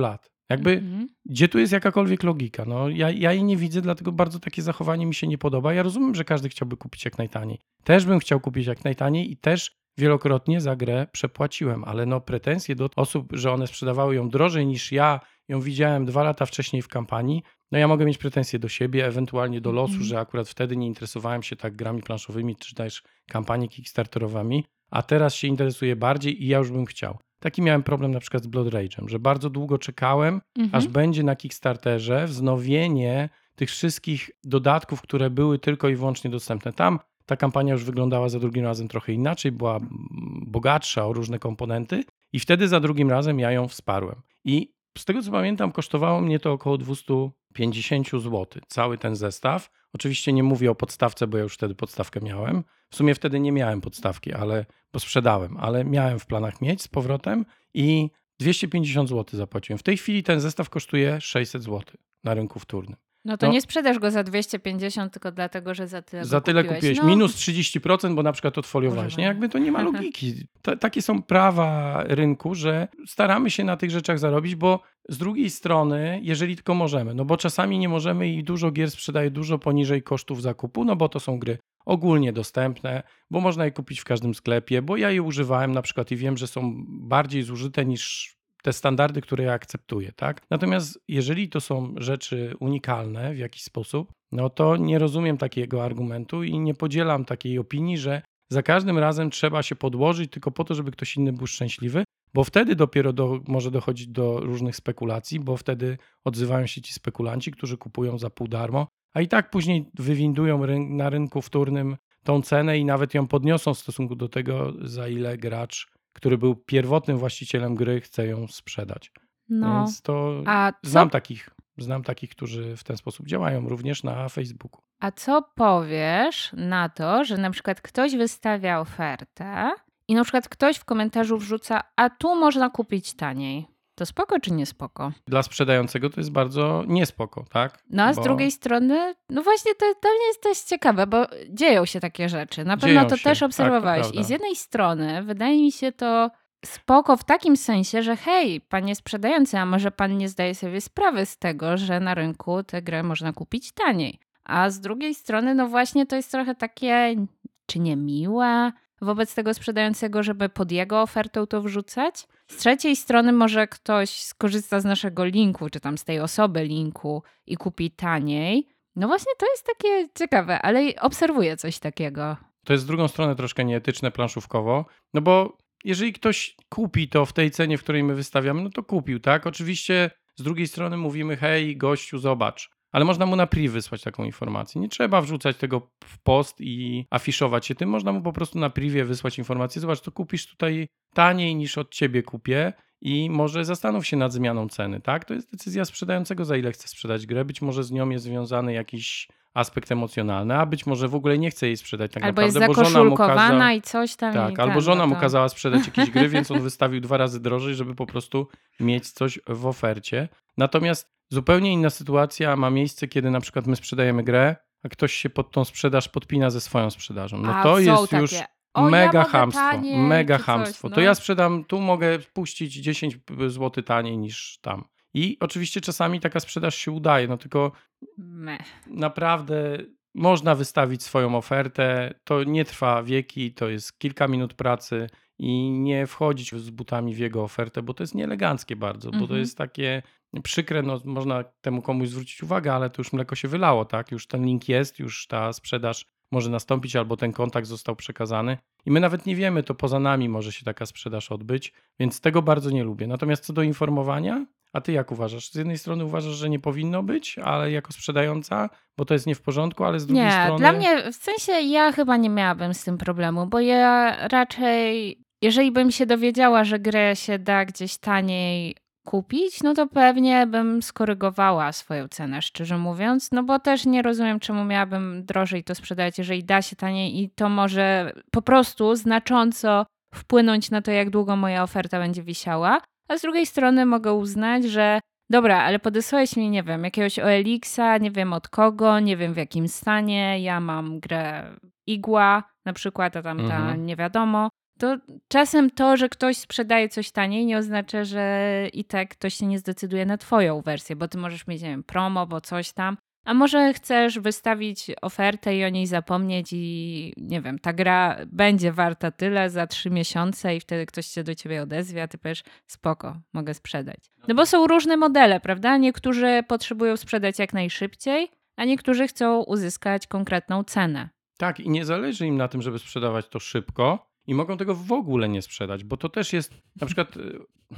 A: Jakby,
B: Mhm.
A: gdzie tu jest jakakolwiek logika? No, ja, ja jej nie widzę, dlatego bardzo takie zachowanie mi się nie podoba. Ja rozumiem, że każdy chciałby kupić jak najtaniej. Też bym chciał kupić jak najtaniej i też wielokrotnie za grę przepłaciłem, ale no pretensje do osób, że one sprzedawały ją drożej niż ja ją widziałem dwa lata wcześniej w kampanii, no ja mogę mieć pretensje do siebie, ewentualnie do losu,
B: Mhm.
A: że akurat wtedy nie interesowałem się tak grami planszowymi, czy też kampanii kickstarterowymi, a teraz się interesuję bardziej i ja już bym chciał. Taki miałem problem na przykład z Blood Rage'em, że bardzo długo czekałem,
B: Mhm.
A: aż będzie na Kickstarterze wznowienie tych wszystkich dodatków, które były tylko i wyłącznie dostępne tam. Ta kampania już wyglądała za drugim razem trochę inaczej, była mm, bogatsza o różne komponenty i wtedy za drugim razem ja ją wsparłem. I z tego co pamiętam, kosztowało mnie to około dwieście pięćdziesiąt złotych, cały ten zestaw. Oczywiście nie mówię o podstawce, bo ja już wtedy podstawkę miałem. W sumie wtedy nie miałem podstawki, ale bo sprzedałem, ale miałem w planach mieć z powrotem i dwieście pięćdziesiąt złotych zapłaciłem. W tej chwili ten zestaw kosztuje sześćset złotych na rynku wtórnym.
B: No to
A: No.
B: nie sprzedasz go za dwieście pięćdziesiąt, tylko dlatego, że za tyle
A: Za
B: go
A: tyle
B: kupiłeś.
A: kupiłeś.
B: No,
A: Minus trzydzieści procent, bo na przykład odfoliowałeś. Nie?
B: Używanie.
A: Jakby to nie ma logiki. To, takie są prawa rynku, że staramy się na tych rzeczach zarobić, bo z drugiej strony, jeżeli tylko możemy, no bo czasami nie możemy i dużo gier sprzedaje dużo poniżej kosztów zakupu, no bo to są gry ogólnie dostępne, bo można je kupić w każdym sklepie, bo ja je używałem na przykład i wiem, że są bardziej zużyte niż te standardy, które ja akceptuję, tak? Natomiast jeżeli to są rzeczy unikalne w jakiś sposób, no to nie rozumiem takiego argumentu i nie podzielam takiej opinii, że za każdym razem trzeba się podłożyć tylko po to, żeby ktoś inny był szczęśliwy, bo wtedy dopiero do, może dochodzić do różnych spekulacji, bo wtedy odzywają się ci spekulanci, którzy kupują za pół darmo, a i tak później wywindują ryn- na rynku wtórnym tą cenę i nawet ją podniosą w stosunku do tego, za ile gracz, który był pierwotnym właścicielem gry, chce ją sprzedać.
B: no.
A: Więc to
B: A co,
A: znam takich, znam takich, którzy w ten sposób działają, również na Facebooku.
B: a co powiesz na to, że na przykład ktoś wystawia ofertę i na przykład ktoś w komentarzu wrzuca, a tu można kupić taniej. To spoko czy nie spoko?
A: Dla sprzedającego to jest bardzo niespoko, tak?
B: No a z
A: Bo
B: drugiej strony, no właśnie to dla mnie jest dość ciekawe, bo dzieją się takie rzeczy. Na pewno
A: Dzieją
B: to
A: się,
B: też
A: tak, to
B: obserwowałeś. I
A: prawda.
B: z jednej strony wydaje mi się to spoko w takim sensie, że hej, panie sprzedający, a może pan nie zdaje sobie sprawy z tego, że na rynku tę grę można kupić taniej. A z drugiej strony, no właśnie to jest trochę takie, czy niemiłe wobec tego sprzedającego, żeby pod jego ofertą to wrzucać. Z trzeciej strony może ktoś skorzysta z naszego linku, czy tam z tej osoby linku i kupi taniej. No właśnie to jest takie ciekawe, ale obserwuję coś takiego.
A: To jest z drugą stronę troszkę nieetyczne planszówkowo, no bo jeżeli ktoś kupi to w tej cenie, w której my wystawiamy, no to kupił, tak? Oczywiście z drugiej strony mówimy, hej gościu, zobacz, ale można mu na priv wysłać taką informację. Nie trzeba wrzucać tego w post i afiszować się tym, można mu po prostu na privie wysłać informację, zobacz, to kupisz tutaj taniej niż od ciebie kupię i może zastanów się nad zmianą ceny, tak? To jest decyzja sprzedającego, za ile chce sprzedać grę, być może z nią jest związany jakiś aspekt emocjonalny, a być może w ogóle nie chce jej sprzedać tak
B: Albo jest
A: naprawdę, bo żona mu
B: zakoszulkowana
A: kazała,
B: i coś tam.
A: tak,
B: i
A: albo
B: ten,
A: żona
B: no
A: mu
B: to...
A: kazała sprzedać jakieś gry, więc on wystawił dwa razy drożej, żeby po prostu mieć coś w ofercie. Natomiast zupełnie inna sytuacja ma miejsce, kiedy na przykład my sprzedajemy grę, a ktoś się pod tą sprzedaż podpina ze swoją sprzedażą. No
B: A
A: to
B: są
A: jest
B: takie,
A: już
B: o, ja
A: mega
B: mogę
A: chamstwo,
B: taniej,
A: mega
B: czy coś,
A: chamstwo.
B: no.
A: To ja sprzedam, tu mogę puścić dziesięć złotych taniej niż tam. I oczywiście czasami taka sprzedaż się udaje, no tylko
B: Meh.
A: naprawdę można wystawić swoją ofertę, to nie trwa wieki, to jest kilka minut pracy i nie wchodzić z butami w jego ofertę, bo to jest nieeleganckie bardzo, bo to
B: Mhm.
A: jest takie przykre, no można temu komuś zwrócić uwagę, ale to już mleko się wylało, tak? Już ten link jest, już ta sprzedaż może nastąpić albo ten kontakt został przekazany i my nawet nie wiemy, to poza nami może się taka sprzedaż odbyć, więc tego bardzo nie lubię. Natomiast co do informowania, a ty jak uważasz? Z jednej strony uważasz, że nie powinno być, ale jako sprzedająca, bo to jest nie w porządku, ale z drugiej
B: Nie,
A: strony...
B: dla mnie, w sensie ja chyba nie miałabym z tym problemu, bo ja raczej, jeżeli bym się dowiedziała, że grę się da gdzieś taniej kupić, no to pewnie bym skorygowała swoją cenę, szczerze mówiąc, no bo też nie rozumiem, czemu miałabym drożej to sprzedać, jeżeli da się taniej i to może po prostu znacząco wpłynąć na to, jak długo moja oferta będzie wisiała, a z drugiej strony mogę uznać, że dobra, ale podesłałeś mi, nie wiem, jakiegoś O L X-a, nie wiem od kogo, nie wiem w jakim stanie, ja mam grę Igła na przykład, a tam ta
A: Mhm.
B: nie wiadomo, to czasem to, że ktoś sprzedaje coś taniej, nie oznacza, że i tak ktoś się nie zdecyduje na twoją wersję, bo ty możesz mieć, nie wiem, promo, bo coś tam, a może chcesz wystawić ofertę i o niej zapomnieć i nie wiem, ta gra będzie warta tyle za trzy miesiące i wtedy ktoś się do ciebie odezwie, a ty powiesz, spoko, mogę sprzedać. No bo są różne modele, prawda? Niektórzy potrzebują sprzedać jak najszybciej, a niektórzy chcą uzyskać konkretną cenę.
A: Tak, i nie zależy im na tym, żeby sprzedawać to szybko i mogą tego w ogóle nie sprzedać, bo to też jest, na przykład y,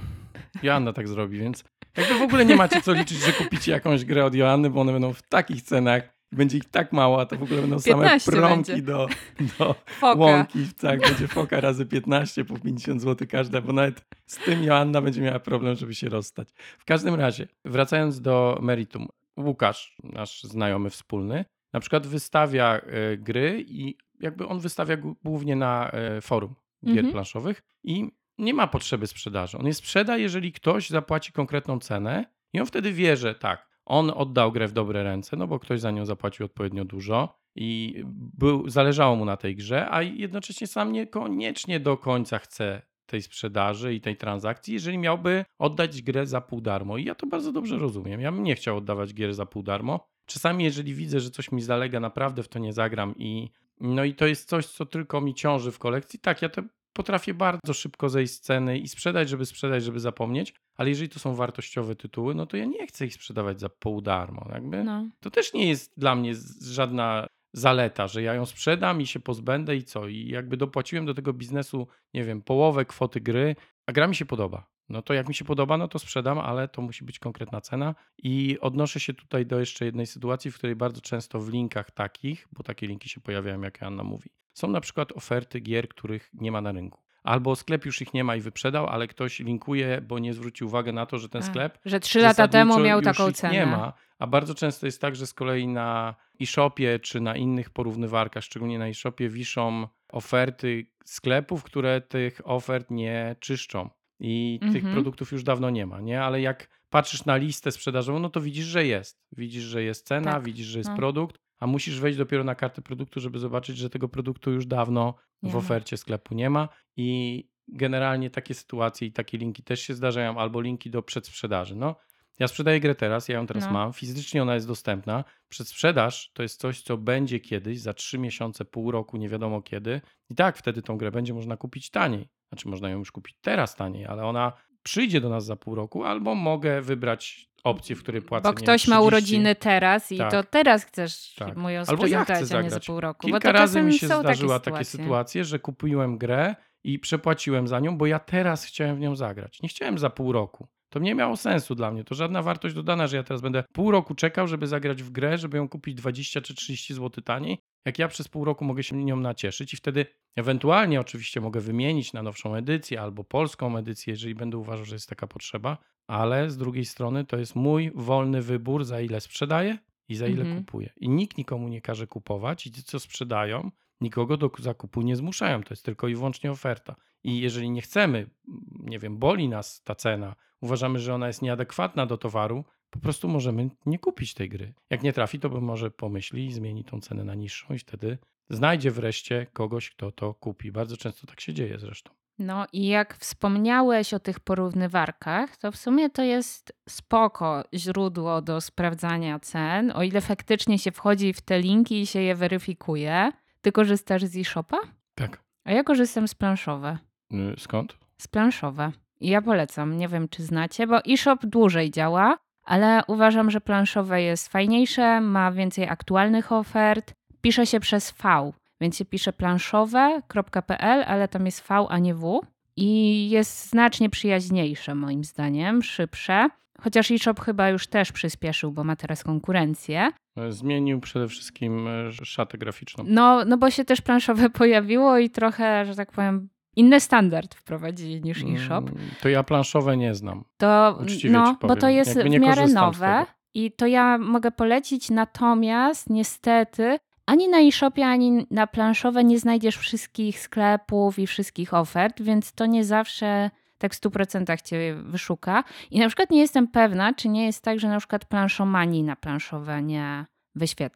A: Joanna tak zrobi, więc jakby w ogóle nie macie co liczyć, że kupicie jakąś grę od Joanny, bo one będą w takich cenach, będzie ich tak mało, a to w ogóle będą same
B: piętnaście
A: promki
B: będzie.
A: do, do
B: Foka.
A: łąki. Tak, będzie foka razy piętnaście po pięćdziesiąt złotych każda, bo nawet z tym Joanna będzie miała problem, żeby się rozstać. W każdym razie, wracając do meritum, Łukasz, nasz znajomy wspólny, na przykład wystawia y, gry i jakby on wystawia g- głównie na y, forum gier
B: Mhm.
A: planszowych i nie ma potrzeby sprzedaży. On je sprzeda, jeżeli ktoś zapłaci konkretną cenę i on wtedy wie, że tak, on oddał grę w dobre ręce, no bo ktoś za nią zapłacił odpowiednio dużo i był, zależało mu na tej grze, a jednocześnie sam niekoniecznie do końca chce tej sprzedaży i tej transakcji, jeżeli miałby oddać grę za pół darmo. I ja to bardzo dobrze rozumiem. Ja bym nie chciał oddawać gier za pół darmo. Czasami, jeżeli widzę, że coś mi zalega, naprawdę w to nie zagram i no i to jest coś, co tylko mi ciąży w kolekcji, tak, ja to potrafię bardzo szybko zejść z ceny i sprzedać, żeby sprzedać, żeby zapomnieć, ale jeżeli to są wartościowe tytuły, no to ja nie chcę ich sprzedawać za pół darmo. Jakby
B: No.
A: to też nie jest dla mnie z- żadna zaleta, że ja ją sprzedam i się pozbędę i co? I jakby dopłaciłem do tego biznesu, nie wiem, połowę kwoty gry, a gra mi się podoba. No to jak mi się podoba, no to sprzedam, ale to musi być konkretna cena. I odnoszę się tutaj do jeszcze jednej sytuacji, w której bardzo często w linkach takich, bo takie linki się pojawiają, jak Anna mówi, są na przykład oferty gier, których nie ma na rynku. Albo sklep już ich nie ma i wyprzedał, ale ktoś linkuje, bo nie zwrócił uwagi na to, że ten
B: A,
A: sklep
B: że trzy lata temu
A: zasadniczo
B: miał
A: już
B: taką
A: ich
B: cenę.
A: nie ma. A bardzo często jest tak, że z kolei na e-shopie czy na innych porównywarkach, szczególnie na e-shopie, wiszą oferty sklepów, które tych ofert nie czyszczą. I tych
B: Mhm.
A: produktów już dawno nie ma, nie? Ale jak patrzysz na listę sprzedażową, no to widzisz, że jest. Widzisz, że jest cena,
B: Tak,
A: widzisz, że jest
B: no.
A: produkt, a musisz wejść dopiero na kartę produktu, żeby zobaczyć, że tego produktu już dawno
B: Nie
A: w
B: ma.
A: ofercie sklepu nie ma. I generalnie takie sytuacje i takie linki też się zdarzają, albo linki do przedsprzedaży. No, ja sprzedaję grę teraz, ja ją teraz
B: No.
A: mam, fizycznie ona jest dostępna. Przedsprzedaż to jest coś, co będzie kiedyś, za trzy miesiące, pół roku, nie wiadomo kiedy. I tak, wtedy tą grę będzie można kupić taniej. Znaczy można ją już kupić teraz taniej, ale ona przyjdzie do nas za pół roku, albo mogę wybrać opcję, w której płacę,
B: Bo
A: nie wiem,
B: ktoś ma
A: trzydzieści.
B: urodziny teraz i
A: Tak.
B: to teraz chcesz
A: Tak.
B: mu ją
A: Albo ja
B: sprezentować,
A: chcę
B: a nie za
A: zagrać.
B: pół roku.
A: Kilka
B: Bo to
A: razy
B: czasem
A: mi się
B: są
A: zdarzyła
B: takie
A: takie
B: sytuacje.
A: sytuacje, że kupiłem grę i przepłaciłem za nią, bo ja teraz chciałem w nią zagrać. Nie chciałem za pół roku. To nie miało sensu dla mnie. To żadna wartość dodana, że ja teraz będę pół roku czekał, żeby zagrać w grę, żeby ją kupić dwadzieścia czy trzydzieści złotych taniej, jak ja przez pół roku mogę się nią nacieszyć i wtedy ewentualnie oczywiście mogę wymienić na nowszą edycję albo polską edycję, jeżeli będę uważał, że jest taka potrzeba, ale z drugiej strony to jest mój wolny wybór, za ile sprzedaję i za ile
B: Mhm.
A: kupuję. I nikt nikomu nie każe kupować i ci, co sprzedają, nikogo do zakupu nie zmuszają. To jest tylko i wyłącznie oferta. I jeżeli nie chcemy, nie wiem, boli nas ta cena, uważamy, że ona jest nieadekwatna do towaru, po prostu możemy nie kupić tej gry. Jak nie trafi, to by może pomyśli i zmieni tą cenę na niższą i wtedy znajdzie wreszcie kogoś, kto to kupi. Bardzo często tak się dzieje zresztą.
B: No i jak wspomniałeś o tych porównywarkach, to w sumie to jest spoko źródło do sprawdzania cen, o ile faktycznie się wchodzi w te linki i się je weryfikuje. Ty korzystasz z e-shopa?
A: Tak.
B: A ja korzystam z planszowe.
A: Y, Skąd?
B: Z planszowe. I ja polecam, nie wiem czy znacie, bo e-shop dłużej działa, ale uważam, że planszowe jest fajniejsze, ma więcej aktualnych ofert. Pisze się przez V, więc się pisze planszowe kropka p l, ale tam jest V, a nie W. I jest znacznie przyjaźniejsze moim zdaniem, szybsze. Chociaż e-shop chyba już też przyspieszył, bo ma teraz konkurencję.
A: Y, Zmienił przede wszystkim y, szatę graficzną.
B: No, no bo się też planszowe pojawiło i trochę, że tak powiem, inny standard wprowadzili niż e-shop.
A: Mm, To ja planszowe nie znam.
B: To,
A: Uczciwie
B: no,
A: ci
B: bo
A: powiem.
B: to jest
A: Jakby nie
B: w miarę
A: korzystam z
B: nowe
A: tego.
B: i to ja mogę polecić, natomiast niestety ani na e-shopie, ani na planszowe nie znajdziesz wszystkich sklepów i wszystkich ofert, więc to nie zawsze tak w stu procentach cię wyszuka. I na przykład nie jestem pewna, czy nie jest tak, że na przykład planszomanii na planszowe nie wyświetla.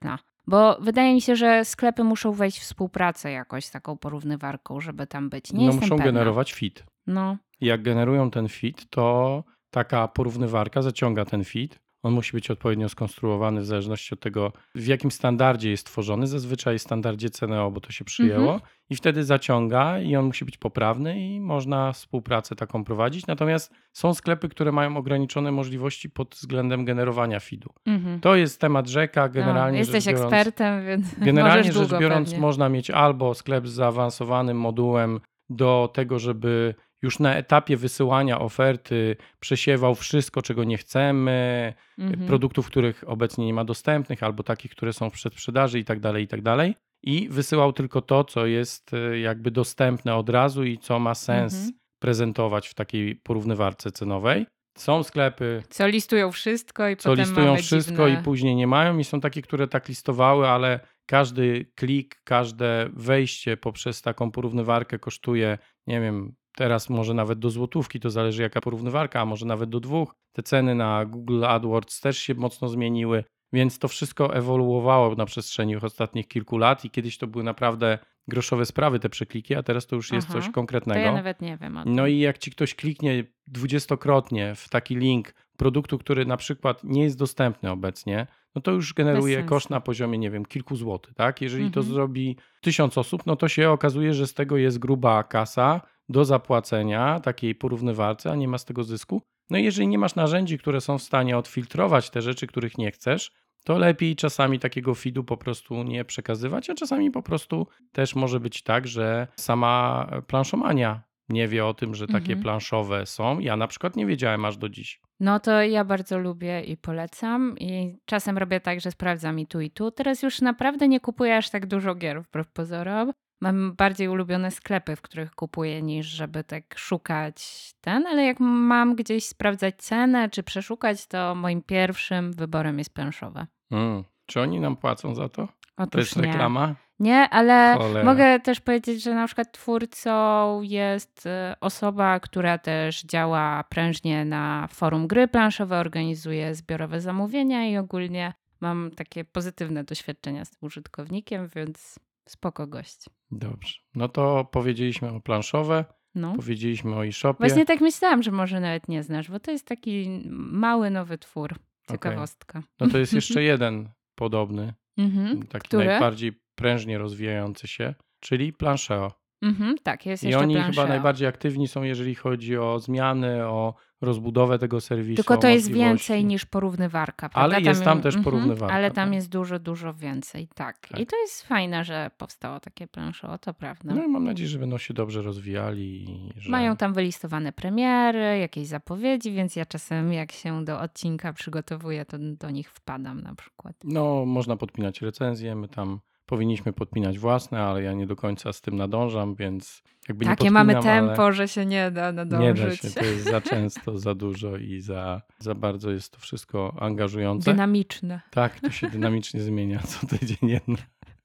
B: Bo wydaje mi się, że sklepy muszą wejść w współpracę jakoś z taką porównywarką, żeby tam być. Nie
A: No
B: jestem
A: muszą
B: pewna.
A: generować feed.
B: No.
A: I jak generują ten feed, to taka porównywarka zaciąga ten feed. On musi być odpowiednio skonstruowany w zależności od tego, w jakim standardzie jest tworzony. Zazwyczaj w standardzie C N O, bo to się przyjęło.
B: Mhm.
A: I wtedy zaciąga i on musi być poprawny i można współpracę taką prowadzić. Natomiast są sklepy, które mają ograniczone możliwości pod względem generowania feedu.
B: Mhm.
A: To jest temat rzeka. Generalnie
B: No, jesteś
A: rzecz biorąc,
B: ekspertem, więc
A: Generalnie
B: możesz
A: rzecz
B: długo
A: biorąc,
B: pewnie.
A: można mieć albo sklep z zaawansowanym modułem do tego, żeby już na etapie wysyłania oferty przesiewał wszystko, czego nie chcemy,
B: Mhm.
A: produktów, których obecnie nie ma dostępnych, albo takich, które są w przedsprzedaży i tak dalej, i tak dalej. I wysyłał tylko to, co jest y, jakby dostępne od razu i co ma sens
B: Mhm.
A: prezentować w takiej porównywarce cenowej. Są sklepy,
B: Co listują wszystko i
A: co
B: potem
A: listują
B: mamy
A: wszystko
B: dziwne...
A: i później nie mają i są takie, które tak listowały, ale każdy klik, każde wejście poprzez taką porównywarkę kosztuje, nie wiem, teraz może nawet do złotówki, to zależy jaka porównywarka, a może nawet do dwóch. Te ceny na Google AdWords też się mocno zmieniły, więc to wszystko ewoluowało na przestrzeni ostatnich kilku lat i kiedyś to były naprawdę groszowe sprawy te przekliki, a teraz to już jest
B: Aha.
A: coś
B: To
A: konkretnego.
B: ja nawet nie wiem o tym.
A: No i jak ci ktoś kliknie dwudziestokrotnie w taki link produktu, który na przykład nie jest dostępny obecnie, no to już generuje
B: sensu.
A: koszt na poziomie, nie wiem, kilku złotych, tak? Jeżeli to
B: Mhm.
A: zrobi tysiąc osób, no to się okazuje, że z tego jest gruba kasa do zapłacenia takiej porównywarce, a nie ma z tego zysku. No i jeżeli nie masz narzędzi, które są w stanie odfiltrować te rzeczy, których nie chcesz, to lepiej czasami takiego feedu po prostu nie przekazywać, a czasami po prostu też może być tak, że sama planszomania nie wie o tym, że takie
B: Mhm.
A: planszowe są. Ja na przykład nie wiedziałem aż do dziś.
B: No to ja bardzo lubię i polecam i czasem robię tak, że sprawdzam i tu i tu. Teraz już naprawdę nie kupuję aż tak dużo gier wbrew pozorom. Mam bardziej ulubione sklepy, w których kupuję, niż żeby tak szukać ten, ale jak mam gdzieś sprawdzać cenę czy przeszukać, to moim pierwszym wyborem jest planszowe.
A: Mm. Czy oni nam płacą za to? To
B: Otóż
A: jest
B: nie.
A: reklama?
B: Nie, ale
A: Cholera.
B: mogę też powiedzieć, że na przykład twórcą jest y, osoba, która też działa prężnie na forum gry planszowe, organizuje zbiorowe zamówienia i ogólnie mam takie pozytywne doświadczenia z tym użytkownikiem, więc spoko gość.
A: Dobrze. No to powiedzieliśmy o planszowe,
B: No.
A: powiedzieliśmy o e-shopie.
B: Właśnie tak myślałam, że może nawet nie znasz, bo to jest taki mały, nowy twór. Ciekawostka.
A: No to jest jeszcze jeden podobny,
B: Mhm.
A: taki
B: Który?
A: najbardziej prężnie rozwijający się, czyli Plancheo.
B: Mhm, tak, jest
A: I
B: jeszcze
A: oni chyba
B: Plancheo.
A: najbardziej aktywni są, jeżeli chodzi o zmiany, o rozbudowę tego serwisu.
B: Tylko to
A: o
B: jest
A: możliwości.
B: więcej niż porównywarka.
A: Ale
B: prawda?
A: jest tam też
B: mhm,
A: porównywarka,
B: Ale tam
A: tak.
B: jest dużo, dużo więcej, tak.
A: Tak.
B: I to jest fajne, że powstało takie plansze, to prawda.
A: No i mam nadzieję, że będą się dobrze rozwijali. I że...
B: Mają tam wylistowane premiery, jakieś zapowiedzi, więc ja czasem jak się do odcinka przygotowuję, to do nich wpadam na przykład.
A: No, można podpinać recenzje, my tam powinniśmy podpinać własne, ale ja nie do końca z tym nadążam, więc jakby nie
B: Takie
A: podpinam,
B: mamy tempo,
A: ale
B: że się nie da
A: nie
B: nadążyć.
A: da się, to jest za często, za dużo i za, za bardzo jest to wszystko angażujące.
B: Dynamiczne.
A: Tak, to się dynamicznie zmienia co tydzień jedna.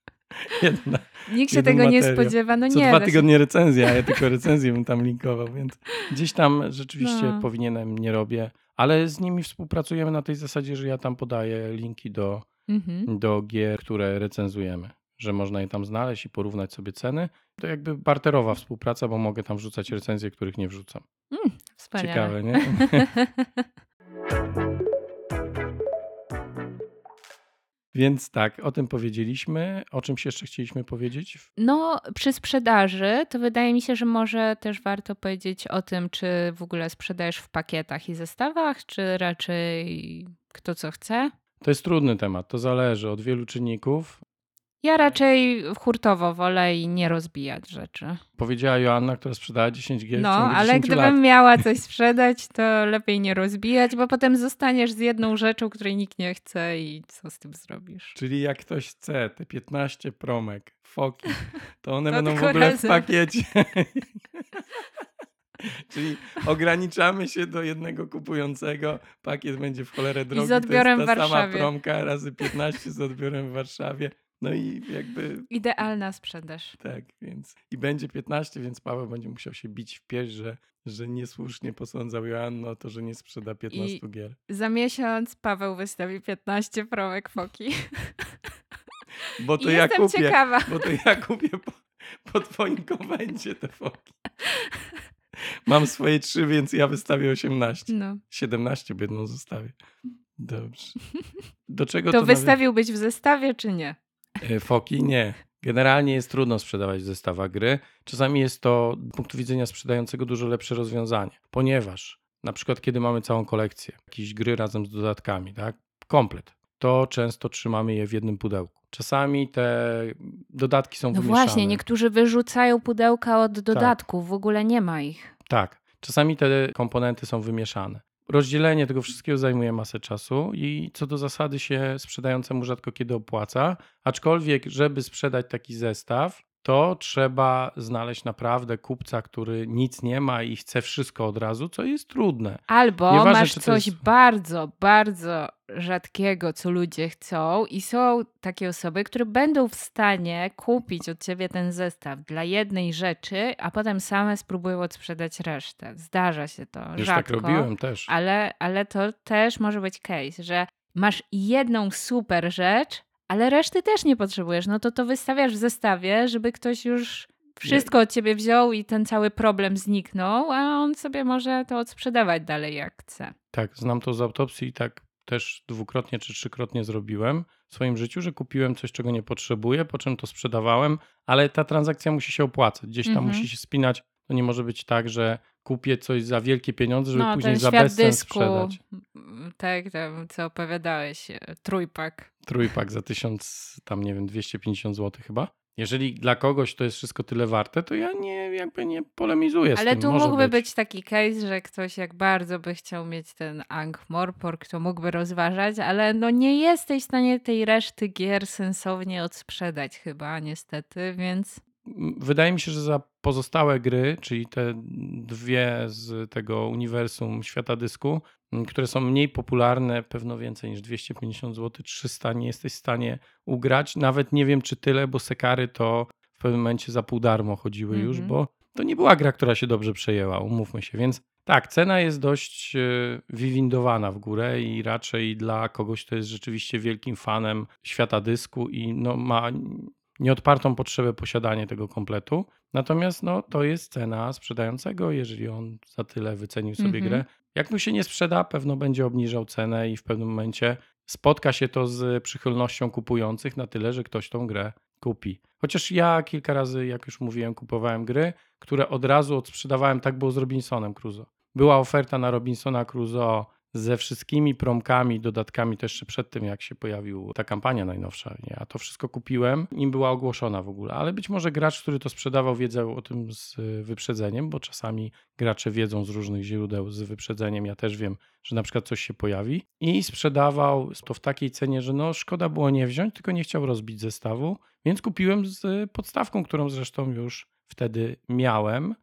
A: jedna
B: Nikt się
A: jeden
B: tego nie
A: materiał.
B: spodziewa, no
A: Co
B: nie
A: dwa
B: da się.
A: tygodnie recenzja, a ja tylko recenzję bym tam linkował, więc gdzieś tam rzeczywiście
B: No.
A: powinienem, nie robię, ale z nimi współpracujemy na tej zasadzie, że ja tam podaję linki do,
B: Mhm.
A: do gier, które recenzujemy, że można je tam znaleźć i porównać sobie ceny. To jakby barterowa współpraca, bo mogę tam wrzucać recenzje, których nie wrzucam.
B: Mm, wspaniale.
A: Ciekawe, nie? Więc tak, o tym powiedzieliśmy. O czymś jeszcze chcieliśmy powiedzieć?
B: No, przy sprzedaży to wydaje mi się, że może też warto powiedzieć o tym, czy w ogóle sprzedajesz w pakietach i zestawach, czy raczej kto co chce.
A: To jest trudny temat, to zależy od wielu czynników.
B: Ja raczej hurtowo wolę i nie rozbijać rzeczy.
A: Powiedziała Joanna, która sprzedała dziesięć gier w
B: No,
A: ciągu
B: ale
A: dziesięć
B: gdybym
A: lat.
B: miała coś sprzedać, to lepiej nie rozbijać, bo potem zostaniesz z jedną rzeczą, której nikt nie chce i co z tym zrobisz?
A: Czyli jak ktoś chce te piętnaście promek, foki, to one
B: To
A: będą w
B: tylko
A: ogóle
B: razem.
A: w pakiecie. Czyli ograniczamy się do jednego kupującego, pakiet będzie w cholerę drogi,
B: z odbiorem
A: to jest ta
B: w Warszawie.
A: sama promka razy piętnaście z odbiorem w Warszawie. No i jakby
B: Idealna sprzedaż.
A: tak, więc i będzie piętnaście, więc Paweł będzie musiał się bić w pierś, że, że niesłusznie posądzał Joannę o to, że nie sprzeda piętnastu gier.
B: Za miesiąc Paweł wystawi piętnaście promek foki.
A: Bo
B: I
A: to ja
B: jestem
A: kupię,
B: ciekawa.
A: bo to ja kupię po, po twoim komendzie te foki. Mam swoje trzy, więc ja wystawię osiemnaście.
B: No.
A: siedemnaście biedną zostawię. Dobrze. Do czego
B: To
A: to nawi-
B: wystawiłbyś w zestawie, czy nie?
A: E, Foki? Nie. Generalnie jest trudno sprzedawać w zestawach gry. Czasami jest to z punktu widzenia sprzedającego dużo lepsze rozwiązanie, ponieważ na przykład kiedy mamy całą kolekcję jakiejś gry razem z dodatkami, tak? Komplet, to często trzymamy je w jednym pudełku. Czasami te dodatki są
B: No
A: wymieszane.
B: właśnie, niektórzy wyrzucają pudełka od dodatków, w ogóle nie ma ich.
A: Tak, czasami te komponenty są wymieszane. Rozdzielenie tego wszystkiego zajmuje masę czasu i co do zasady się sprzedającemu rzadko kiedy opłaca, aczkolwiek żeby sprzedać taki zestaw, to trzeba znaleźć naprawdę kupca, który nic nie ma i chce wszystko od razu, co jest trudne.
B: Albo
A: Nieważne,
B: masz
A: czy to
B: coś
A: jest-
B: bardzo, bardzo rzadkiego, co ludzie chcą i są takie osoby, które będą w stanie kupić od ciebie ten zestaw dla jednej rzeczy, a potem same spróbują odsprzedać resztę. Zdarza się to
A: Już
B: rzadko.
A: tak robiłem też.
B: Ale, ale to też może być case, że masz jedną super rzecz, ale reszty też nie potrzebujesz. No to to wystawiasz w zestawie, żeby ktoś już wszystko od ciebie wziął i ten cały problem zniknął, a on sobie może to odsprzedawać dalej jak chce.
A: Tak, znam to z autopsji i tak też dwukrotnie czy trzykrotnie zrobiłem w swoim życiu, że kupiłem coś, czego nie potrzebuję, po czym to sprzedawałem, ale ta transakcja musi się opłacać, gdzieś tam
B: Mhm.
A: musi się spinać. To nie może być tak, że kupię coś za wielkie pieniądze, żeby
B: No,
A: później
B: ten
A: za
B: świat
A: bezcen
B: dysku,
A: sprzedać.
B: m, tak, tam, co opowiadałeś, e, trójpak.
A: Trójpak za tysiąc, tam nie wiem, dwieście pięćdziesiąt złotych chyba. Jeżeli dla kogoś to jest wszystko tyle warte, to ja nie, jakby nie polemizuję z
B: Ale
A: tym.
B: tu
A: Może
B: mógłby
A: być.
B: być taki case, że ktoś jak bardzo by chciał mieć ten Ankh-Morpork, to mógłby rozważać, ale no nie jesteś w stanie tej reszty gier sensownie odsprzedać chyba, niestety, więc
A: Wydaje mi się, że za pozostałe gry, czyli te dwie z tego uniwersum świata dysku, m, które są mniej popularne, pewno więcej niż dwieście pięćdziesiąt złotych, trzysta nie jesteś w stanie ugrać. Nawet nie wiem, czy tyle, bo Sekary to w pewnym momencie za pół darmo chodziły już,
B: Mhm.
A: bo to nie była gra, która się dobrze przejęła, umówmy się. Więc tak, cena jest dość e, wywindowana w górę i raczej dla kogoś, kto jest rzeczywiście wielkim fanem świata dysku i no, ma nieodpartą potrzebę posiadania tego kompletu. Natomiast no, to jest cena sprzedającego, jeżeli on za tyle wycenił sobie
B: Mhm.
A: grę. Jak mu się nie sprzeda, pewno będzie obniżał cenę i w pewnym momencie spotka się to z przychylnością kupujących na tyle, że ktoś tą grę kupi. Chociaż ja kilka razy, jak już mówiłem, kupowałem gry, które od razu odsprzedawałem. Tak było z Robinsonem Crusoe. Była oferta na Robinsona Crusoe ze wszystkimi promkami, dodatkami, to jeszcze przed tym, jak się pojawiła ta kampania najnowsza. Ja to wszystko kupiłem, im była ogłoszona w ogóle, ale być może gracz, który to sprzedawał, wiedział o tym z wyprzedzeniem, bo czasami gracze wiedzą z różnych źródeł z wyprzedzeniem. Ja też wiem, że na przykład coś się pojawi i sprzedawał to w takiej cenie, że no szkoda było nie wziąć, tylko nie chciał rozbić zestawu, więc kupiłem z podstawką, którą zresztą już wtedy miałem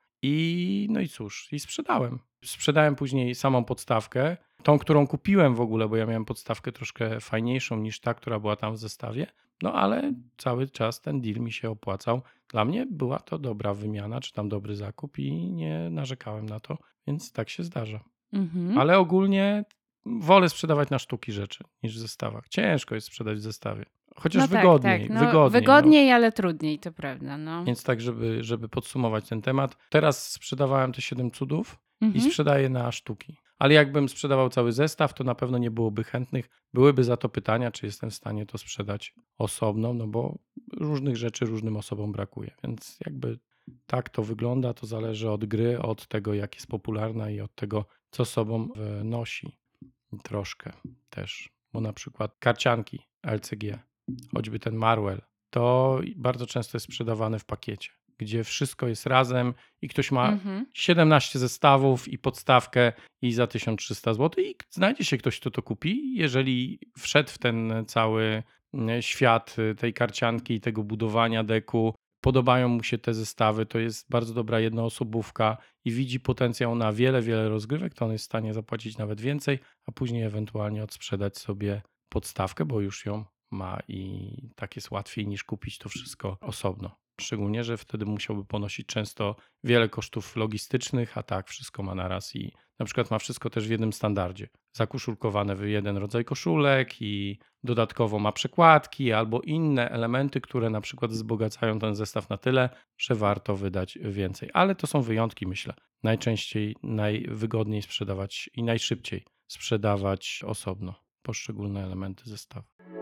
A: i no i cóż, i sprzedałem. Sprzedałem później samą podstawkę, tą, którą kupiłem w ogóle, bo ja miałem podstawkę troszkę fajniejszą niż ta, która była tam w zestawie, no ale cały czas ten deal mi się opłacał. Dla mnie była to dobra wymiana, czy tam dobry zakup i nie narzekałem na to, więc tak się zdarza.
B: Mhm.
A: Ale ogólnie wolę sprzedawać na sztuki rzeczy niż w zestawach. Ciężko jest sprzedać w zestawie. Chociaż
B: No tak,
A: wygodniej,
B: tak. No,
A: wygodniej.
B: wygodniej, ale trudniej, to prawda. No.
A: No. Więc tak, żeby, żeby podsumować ten temat. Teraz sprzedawałem te siedem cudów i
B: Mhm.
A: sprzedaję na sztuki. Ale jakbym sprzedawał cały zestaw, to na pewno nie byłoby chętnych. Byłyby za to pytania, czy jestem w stanie to sprzedać osobno, no bo różnych rzeczy różnym osobom brakuje. Więc jakby tak to wygląda, to zależy od gry, od tego, jak jest popularna i od tego, co sobą wnosi. Troszkę też. Bo na przykład karcianki L C G, choćby ten Marwell, to bardzo często jest sprzedawane w pakiecie, gdzie wszystko jest razem i ktoś ma
B: Mhm.
A: siedemnaście zestawów i podstawkę i za tysiąc trzysta złotych i znajdzie się ktoś, kto to kupi, jeżeli wszedł w ten cały świat tej karcianki i tego budowania deku, podobają mu się te zestawy, to jest bardzo dobra jednoosobówka i widzi potencjał na wiele, wiele rozgrywek, to on jest w stanie zapłacić nawet więcej, a później ewentualnie odsprzedać sobie podstawkę, bo już ją ma i tak jest łatwiej niż kupić to wszystko osobno. Szczególnie, że wtedy musiałby ponosić często wiele kosztów logistycznych, a tak wszystko ma naraz i na przykład ma wszystko też w jednym standardzie. Zakoszulkowane w jeden rodzaj koszulek i dodatkowo ma przekładki albo inne elementy, które na przykład wzbogacają ten zestaw na tyle, że warto wydać więcej. Ale to są wyjątki, myślę. Najczęściej, najwygodniej sprzedawać i najszybciej sprzedawać osobno poszczególne elementy zestawu.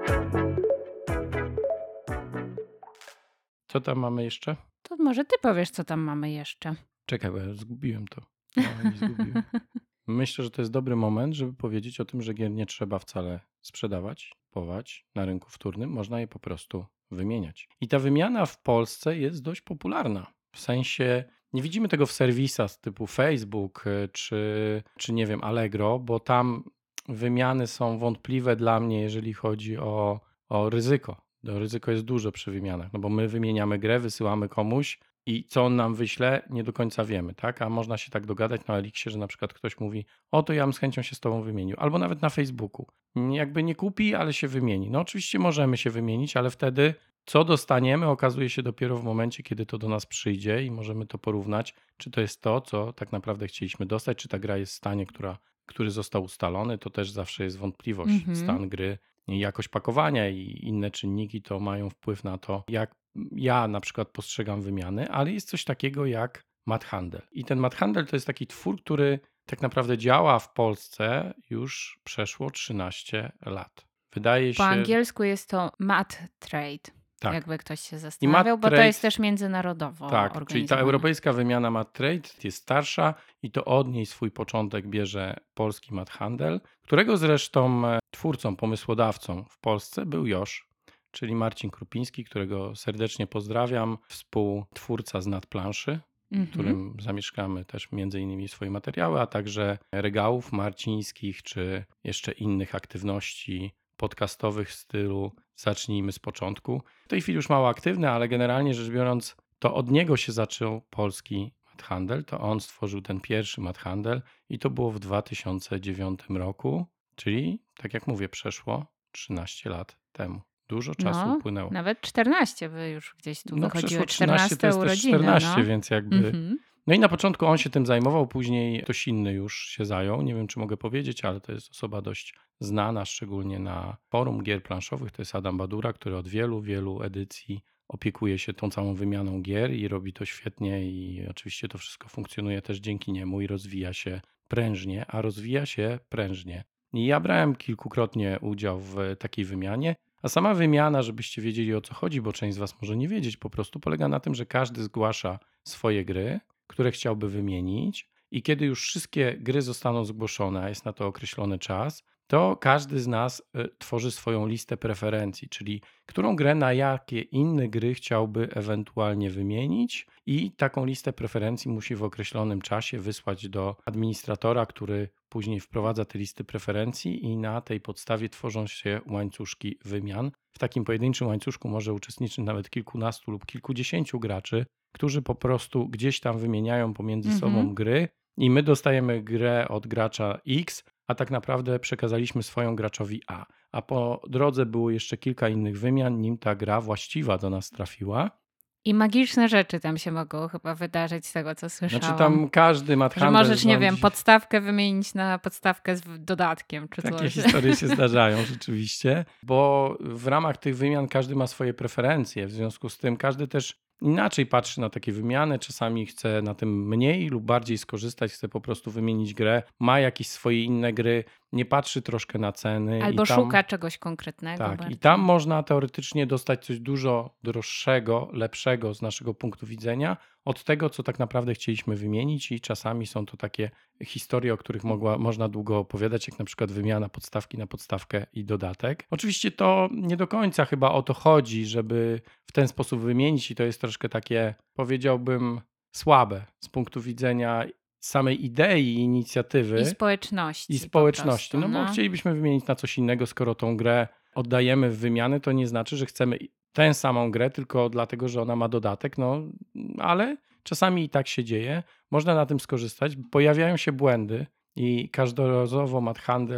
A: Co tam mamy jeszcze?
B: To może ty powiesz, co tam mamy jeszcze.
A: Czekaj, bo ja zgubiłem to. No, nie zgubiłem. Myślę, że to jest dobry moment, żeby powiedzieć o tym, że gier nie trzeba wcale sprzedawać, kupować na rynku wtórnym. Można je po prostu wymieniać. I ta wymiana w Polsce jest dość popularna. W sensie nie widzimy tego w serwisach typu Facebook czy, czy nie wiem, Allegro, bo tam wymiany są wątpliwe dla mnie, jeżeli chodzi o, o ryzyko. To ryzyko jest duże przy wymianach, no bo my wymieniamy grę, wysyłamy komuś i co on nam wyśle, nie do końca wiemy, tak? A można się tak dogadać na Elixie, że na przykład ktoś mówi, o to ja bym z chęcią się z tobą wymienił. Albo nawet na Facebooku. Jakby nie kupi, ale się wymieni. No oczywiście możemy się wymienić, ale wtedy co dostaniemy okazuje się dopiero w momencie, kiedy to do nas przyjdzie i możemy to porównać, czy to jest to, co tak naprawdę chcieliśmy dostać, czy ta gra jest w stanie, która, który został ustalony. To też zawsze jest wątpliwość.
B: Mhm.
A: Stan gry, jakość pakowania i inne czynniki to mają wpływ na to, jak ja na przykład postrzegam wymiany, ale jest coś takiego jak Mad Handel. I ten Mad Handel to jest taki twór, który tak naprawdę działa w Polsce już przeszło trzynaście lat. Wydaje
B: Po
A: się...
B: angielsku jest to Mad Trade.
A: Tak.
B: Jakby ktoś się
A: I
B: zastanawiał,
A: Mad
B: bo to
A: Trade-
B: jest też międzynarodowo
A: Tak, czyli ta
B: organizowane.
A: europejska wymiana Mad Trade jest starsza i to od niej swój początek bierze polski Mad Handel, którego zresztą e, twórcą, pomysłodawcą w Polsce był Josz, czyli Marcin Krupiński, którego serdecznie pozdrawiam, współtwórca z Nadplanszy, w
B: Mhm.
A: którym zamieszkamy też między innymi swoje materiały, a także regałów marcińskich, czy jeszcze innych aktywności podcastowych w stylu Zacznijmy z początku. W tej chwili już mało aktywny, ale generalnie rzecz biorąc, to od niego się zaczął polski Mad Handel. To on stworzył ten pierwszy Mad Handel i to było w dwa tysiące dziewiątym roku, czyli tak jak mówię, przeszło trzynaście lat temu. Dużo czasu
B: No,
A: upłynęło.
B: Nawet czternaście by już gdzieś tu
A: No
B: wychodziły.
A: przeszło trzynaście, to jest też
B: urodziny.
A: czternaście,
B: no.
A: więc jakby...
B: Mhm.
A: No i na początku on się tym zajmował, później ktoś inny już się zajął. Nie wiem, czy mogę powiedzieć, ale to jest osoba dość znana, szczególnie na forum gier planszowych. To jest Adam Badura, który od wielu, wielu edycji opiekuje się tą całą wymianą gier i robi to świetnie i oczywiście to wszystko funkcjonuje też dzięki niemu i rozwija się prężnie, a rozwija się prężnie. I ja brałem kilkukrotnie udział w takiej wymianie, a sama wymiana, żebyście wiedzieli o co chodzi, bo część z was może nie wiedzieć, po prostu polega na tym, że każdy zgłasza swoje gry, które chciałby wymienić i kiedy już wszystkie gry zostaną zgłoszone, a jest na to określony czas, to każdy z nas y, tworzy swoją listę preferencji, czyli którą grę na jakie inne gry chciałby ewentualnie wymienić i taką listę preferencji musi w określonym czasie wysłać do administratora, który później wprowadza te listy preferencji i na tej podstawie tworzą się łańcuszki wymian. W takim pojedynczym łańcuszku może uczestniczyć nawet kilkunastu lub kilkudziesięciu graczy, którzy po prostu gdzieś tam wymieniają pomiędzy
B: Mhm.
A: sobą gry i my dostajemy grę od gracza X, a tak naprawdę przekazaliśmy swoją graczowi A. A po drodze było jeszcze kilka innych wymian, nim ta gra właściwa do nas trafiła.
B: I magiczne rzeczy tam się mogą chyba wydarzyć z tego, co słyszałam.
A: Znaczy tam każdy Mad
B: Że
A: Handel
B: możesz, nie wiem,
A: rządzi-
B: podstawkę wymienić na podstawkę z dodatkiem czy
A: Takie
B: coś.
A: historie się zdarzają rzeczywiście, bo w ramach tych wymian każdy ma swoje preferencje, w związku z tym każdy też inaczej patrzy na takie wymiany, czasami chce na tym mniej lub bardziej skorzystać, chce po prostu wymienić grę, ma jakieś swoje inne gry, nie patrzy troszkę na ceny.
B: Albo
A: i tam,
B: szuka czegoś konkretnego.
A: Tak,
B: bardziej.
A: i tam można teoretycznie dostać coś dużo droższego, lepszego z naszego punktu widzenia od tego, co tak naprawdę chcieliśmy wymienić i czasami są to takie historie, o których mogła, można długo opowiadać, jak na przykład wymiana podstawki na podstawkę i dodatek. Oczywiście to nie do końca chyba o to chodzi, żeby w ten sposób wymienić i to jest troszkę takie, powiedziałbym, słabe z punktu widzenia samej idei i inicjatywy.
B: I społeczności.
A: I
B: po
A: społeczności.
B: prostu,
A: No bo chcielibyśmy wymienić na coś innego, skoro tą grę oddajemy w wymiany, to nie znaczy, że chcemy tę samą grę tylko dlatego, że ona ma dodatek, no ale czasami i tak się dzieje. Można na tym skorzystać. Pojawiają się błędy i każdorazowo Mad Handel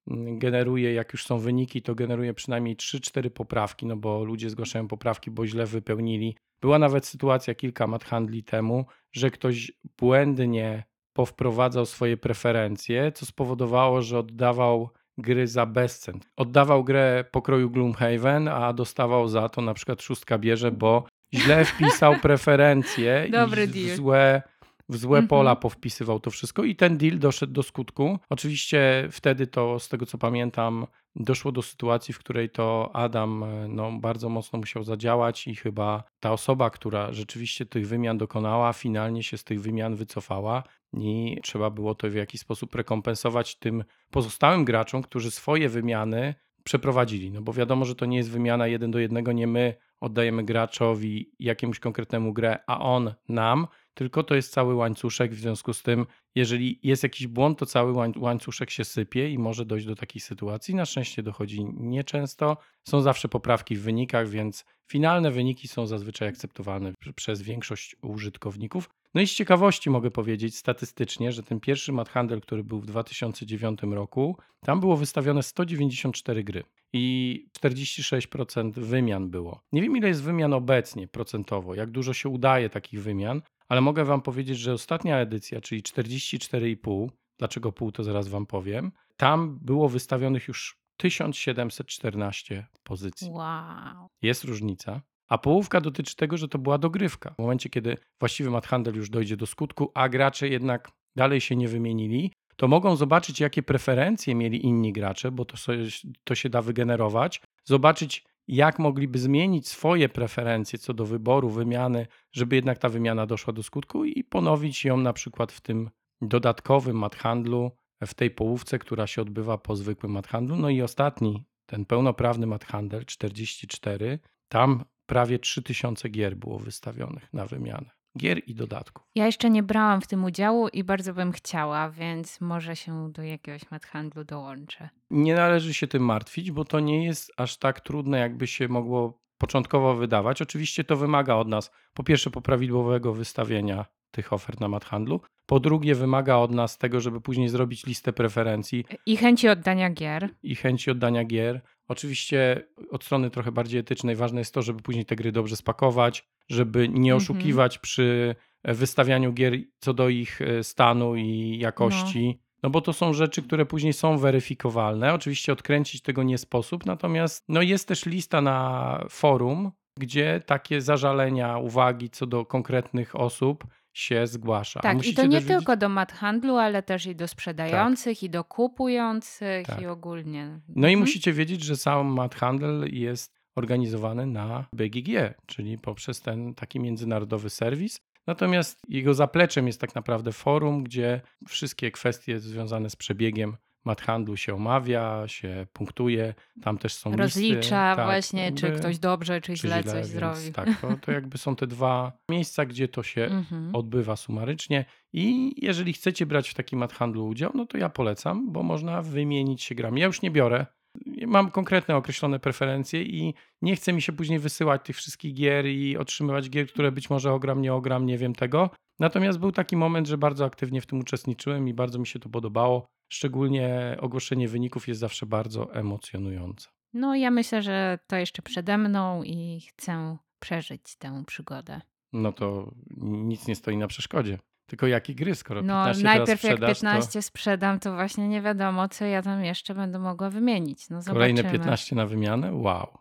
A: generuje, jak już są wyniki, to generuje przynajmniej trzy cztery poprawki, no bo ludzie zgłaszają poprawki, bo źle wypełnili. Była nawet sytuacja kilka mat handli temu, że ktoś błędnie powprowadzał swoje preferencje, co spowodowało, że oddawał gry za bezcen. Oddawał grę pokroju Gloomhaven, a dostawał za to na przykład szóstka bierze, bo źle wpisał preferencje
B: Dobry
A: i w
B: deal.
A: złe, w złe
B: Mhm.
A: pola powpisywał to wszystko i ten deal doszedł do skutku. Oczywiście wtedy to, z tego co pamiętam, doszło do sytuacji, w której to Adam no, bardzo mocno musiał zadziałać i chyba ta osoba, która rzeczywiście tych wymian dokonała, finalnie się z tych wymian wycofała i trzeba było to w jakiś sposób rekompensować tym pozostałym graczom, którzy swoje wymiany przeprowadzili. No bo wiadomo, że to nie jest wymiana jeden do jednego, nie my oddajemy graczowi jakiemuś konkretnemu grę, a on nam, tylko to jest cały łańcuszek, w związku z tym, jeżeli jest jakiś błąd, to cały łańcuszek się sypie i może dojść do takiej sytuacji. Na szczęście dochodzi nieczęsto, są zawsze poprawki w wynikach, więc finalne wyniki są zazwyczaj akceptowalne przez większość użytkowników. No i z ciekawości mogę powiedzieć statystycznie, że ten pierwszy mat handel, który był w dwa tysiące dziewiątym roku, tam było wystawione sto dziewięćdziesiąt cztery gry i czterdzieści sześć procent wymian było. Nie wiem, ile jest wymian obecnie procentowo, jak dużo się udaje takich wymian, ale mogę wam powiedzieć, że ostatnia edycja, czyli czterdzieści cztery i pół, dlaczego pół to zaraz wam powiem, tam było wystawionych już tysiąc siedemset czternaście pozycji.
B: Wow.
A: Jest różnica. A połówka dotyczy tego, że to była dogrywka. W momencie, kiedy właściwy mat handel już dojdzie do skutku, a gracze jednak dalej się nie wymienili, to mogą zobaczyć, jakie preferencje mieli inni gracze, bo to, sobie, to się da wygenerować, zobaczyć, jak mogliby zmienić swoje preferencje co do wyboru, wymiany, żeby jednak ta wymiana doszła do skutku i ponowić ją na przykład w tym dodatkowym mat handlu, w tej połówce, która się odbywa po zwykłym mat handlu. No i ostatni, ten pełnoprawny mat handel, czterdzieści cztery, tam prawie trzy tysiące gier było wystawionych na wymianę. Gier i dodatków.
B: Ja jeszcze nie brałam w tym udziału i bardzo bym chciała, więc może się do jakiegoś mat handlu dołączę.
A: Nie należy się tym martwić, bo to nie jest aż tak trudne, jakby się mogło początkowo wydawać. Oczywiście to wymaga od nas, po pierwsze, poprawidłowego wystawienia tych ofert na mat handlu. Po drugie, wymaga od nas tego, żeby później zrobić listę preferencji.
B: I chęci oddania gier.
A: I chęci oddania gier. Oczywiście od strony trochę bardziej etycznej ważne jest to, żeby później te gry dobrze spakować, żeby nie oszukiwać mhm. przy wystawianiu gier co do ich stanu i jakości. No. no bo to są rzeczy, które później są weryfikowalne. Oczywiście odkręcić tego nie sposób, natomiast no jest też lista na forum, gdzie takie zażalenia, uwagi co do konkretnych osób się zgłasza.
B: Tak, i to nie tylko wiedzieć... do mat handlu, ale też i do sprzedających, tak. i do kupujących, tak. i ogólnie.
A: No mhm. i musicie wiedzieć, że sam mat handel jest organizowany na B G G, czyli poprzez ten taki międzynarodowy serwis. Natomiast jego zapleczem jest tak naprawdę forum, gdzie wszystkie kwestie związane z przebiegiem mat handlu się omawia, się punktuje, tam też są
B: Rozlicza
A: listy. Tak,
B: właśnie, jakby, czy ktoś dobrze, czy, czy źle, źle coś zrobił.
A: Tak, to, to jakby są te dwa miejsca, gdzie to się mhm. odbywa sumarycznie i jeżeli chcecie brać w takim mat handlu udział, no to ja polecam, bo można wymienić się grami. Ja już nie biorę, mam konkretne określone preferencje i nie chce mi się później wysyłać tych wszystkich gier i otrzymywać gier, które być może ogram, nie ogram, nie wiem tego. Natomiast był taki moment, że bardzo aktywnie w tym uczestniczyłem i bardzo mi się to podobało. Szczególnie ogłoszenie wyników jest zawsze bardzo emocjonujące.
B: No ja myślę, że to jeszcze przede mną i chcę przeżyć tę przygodę.
A: No to nic nie stoi na przeszkodzie. Tylko jakie gry, skoro
B: no,
A: piętnaście
B: najpierw
A: teraz
B: jak piętnaście
A: to...
B: sprzedam, to właśnie nie wiadomo, co ja tam jeszcze będę mogła wymienić. No,
A: Kolejne piętnaście na wymianę? Wow.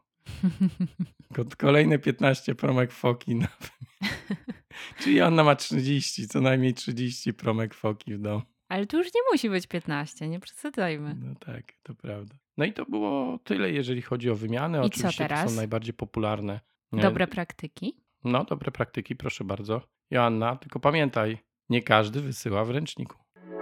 A: Kolejne piętnaście promek foki na wymianę. Czyli ona ma trzydzieści, co najmniej trzydzieści promek foki w domu.
B: Ale tu już nie musi być piętnaście, nie przesadzajmy.
A: No tak, to prawda. No i to było tyle, jeżeli chodzi o wymiany.
B: I
A: Oczywiście
B: co teraz?
A: To są najbardziej popularne.
B: Dobre praktyki?
A: No, dobre praktyki, proszę bardzo. Joanna, tylko pamiętaj, nie każdy wysyła w ręczniku.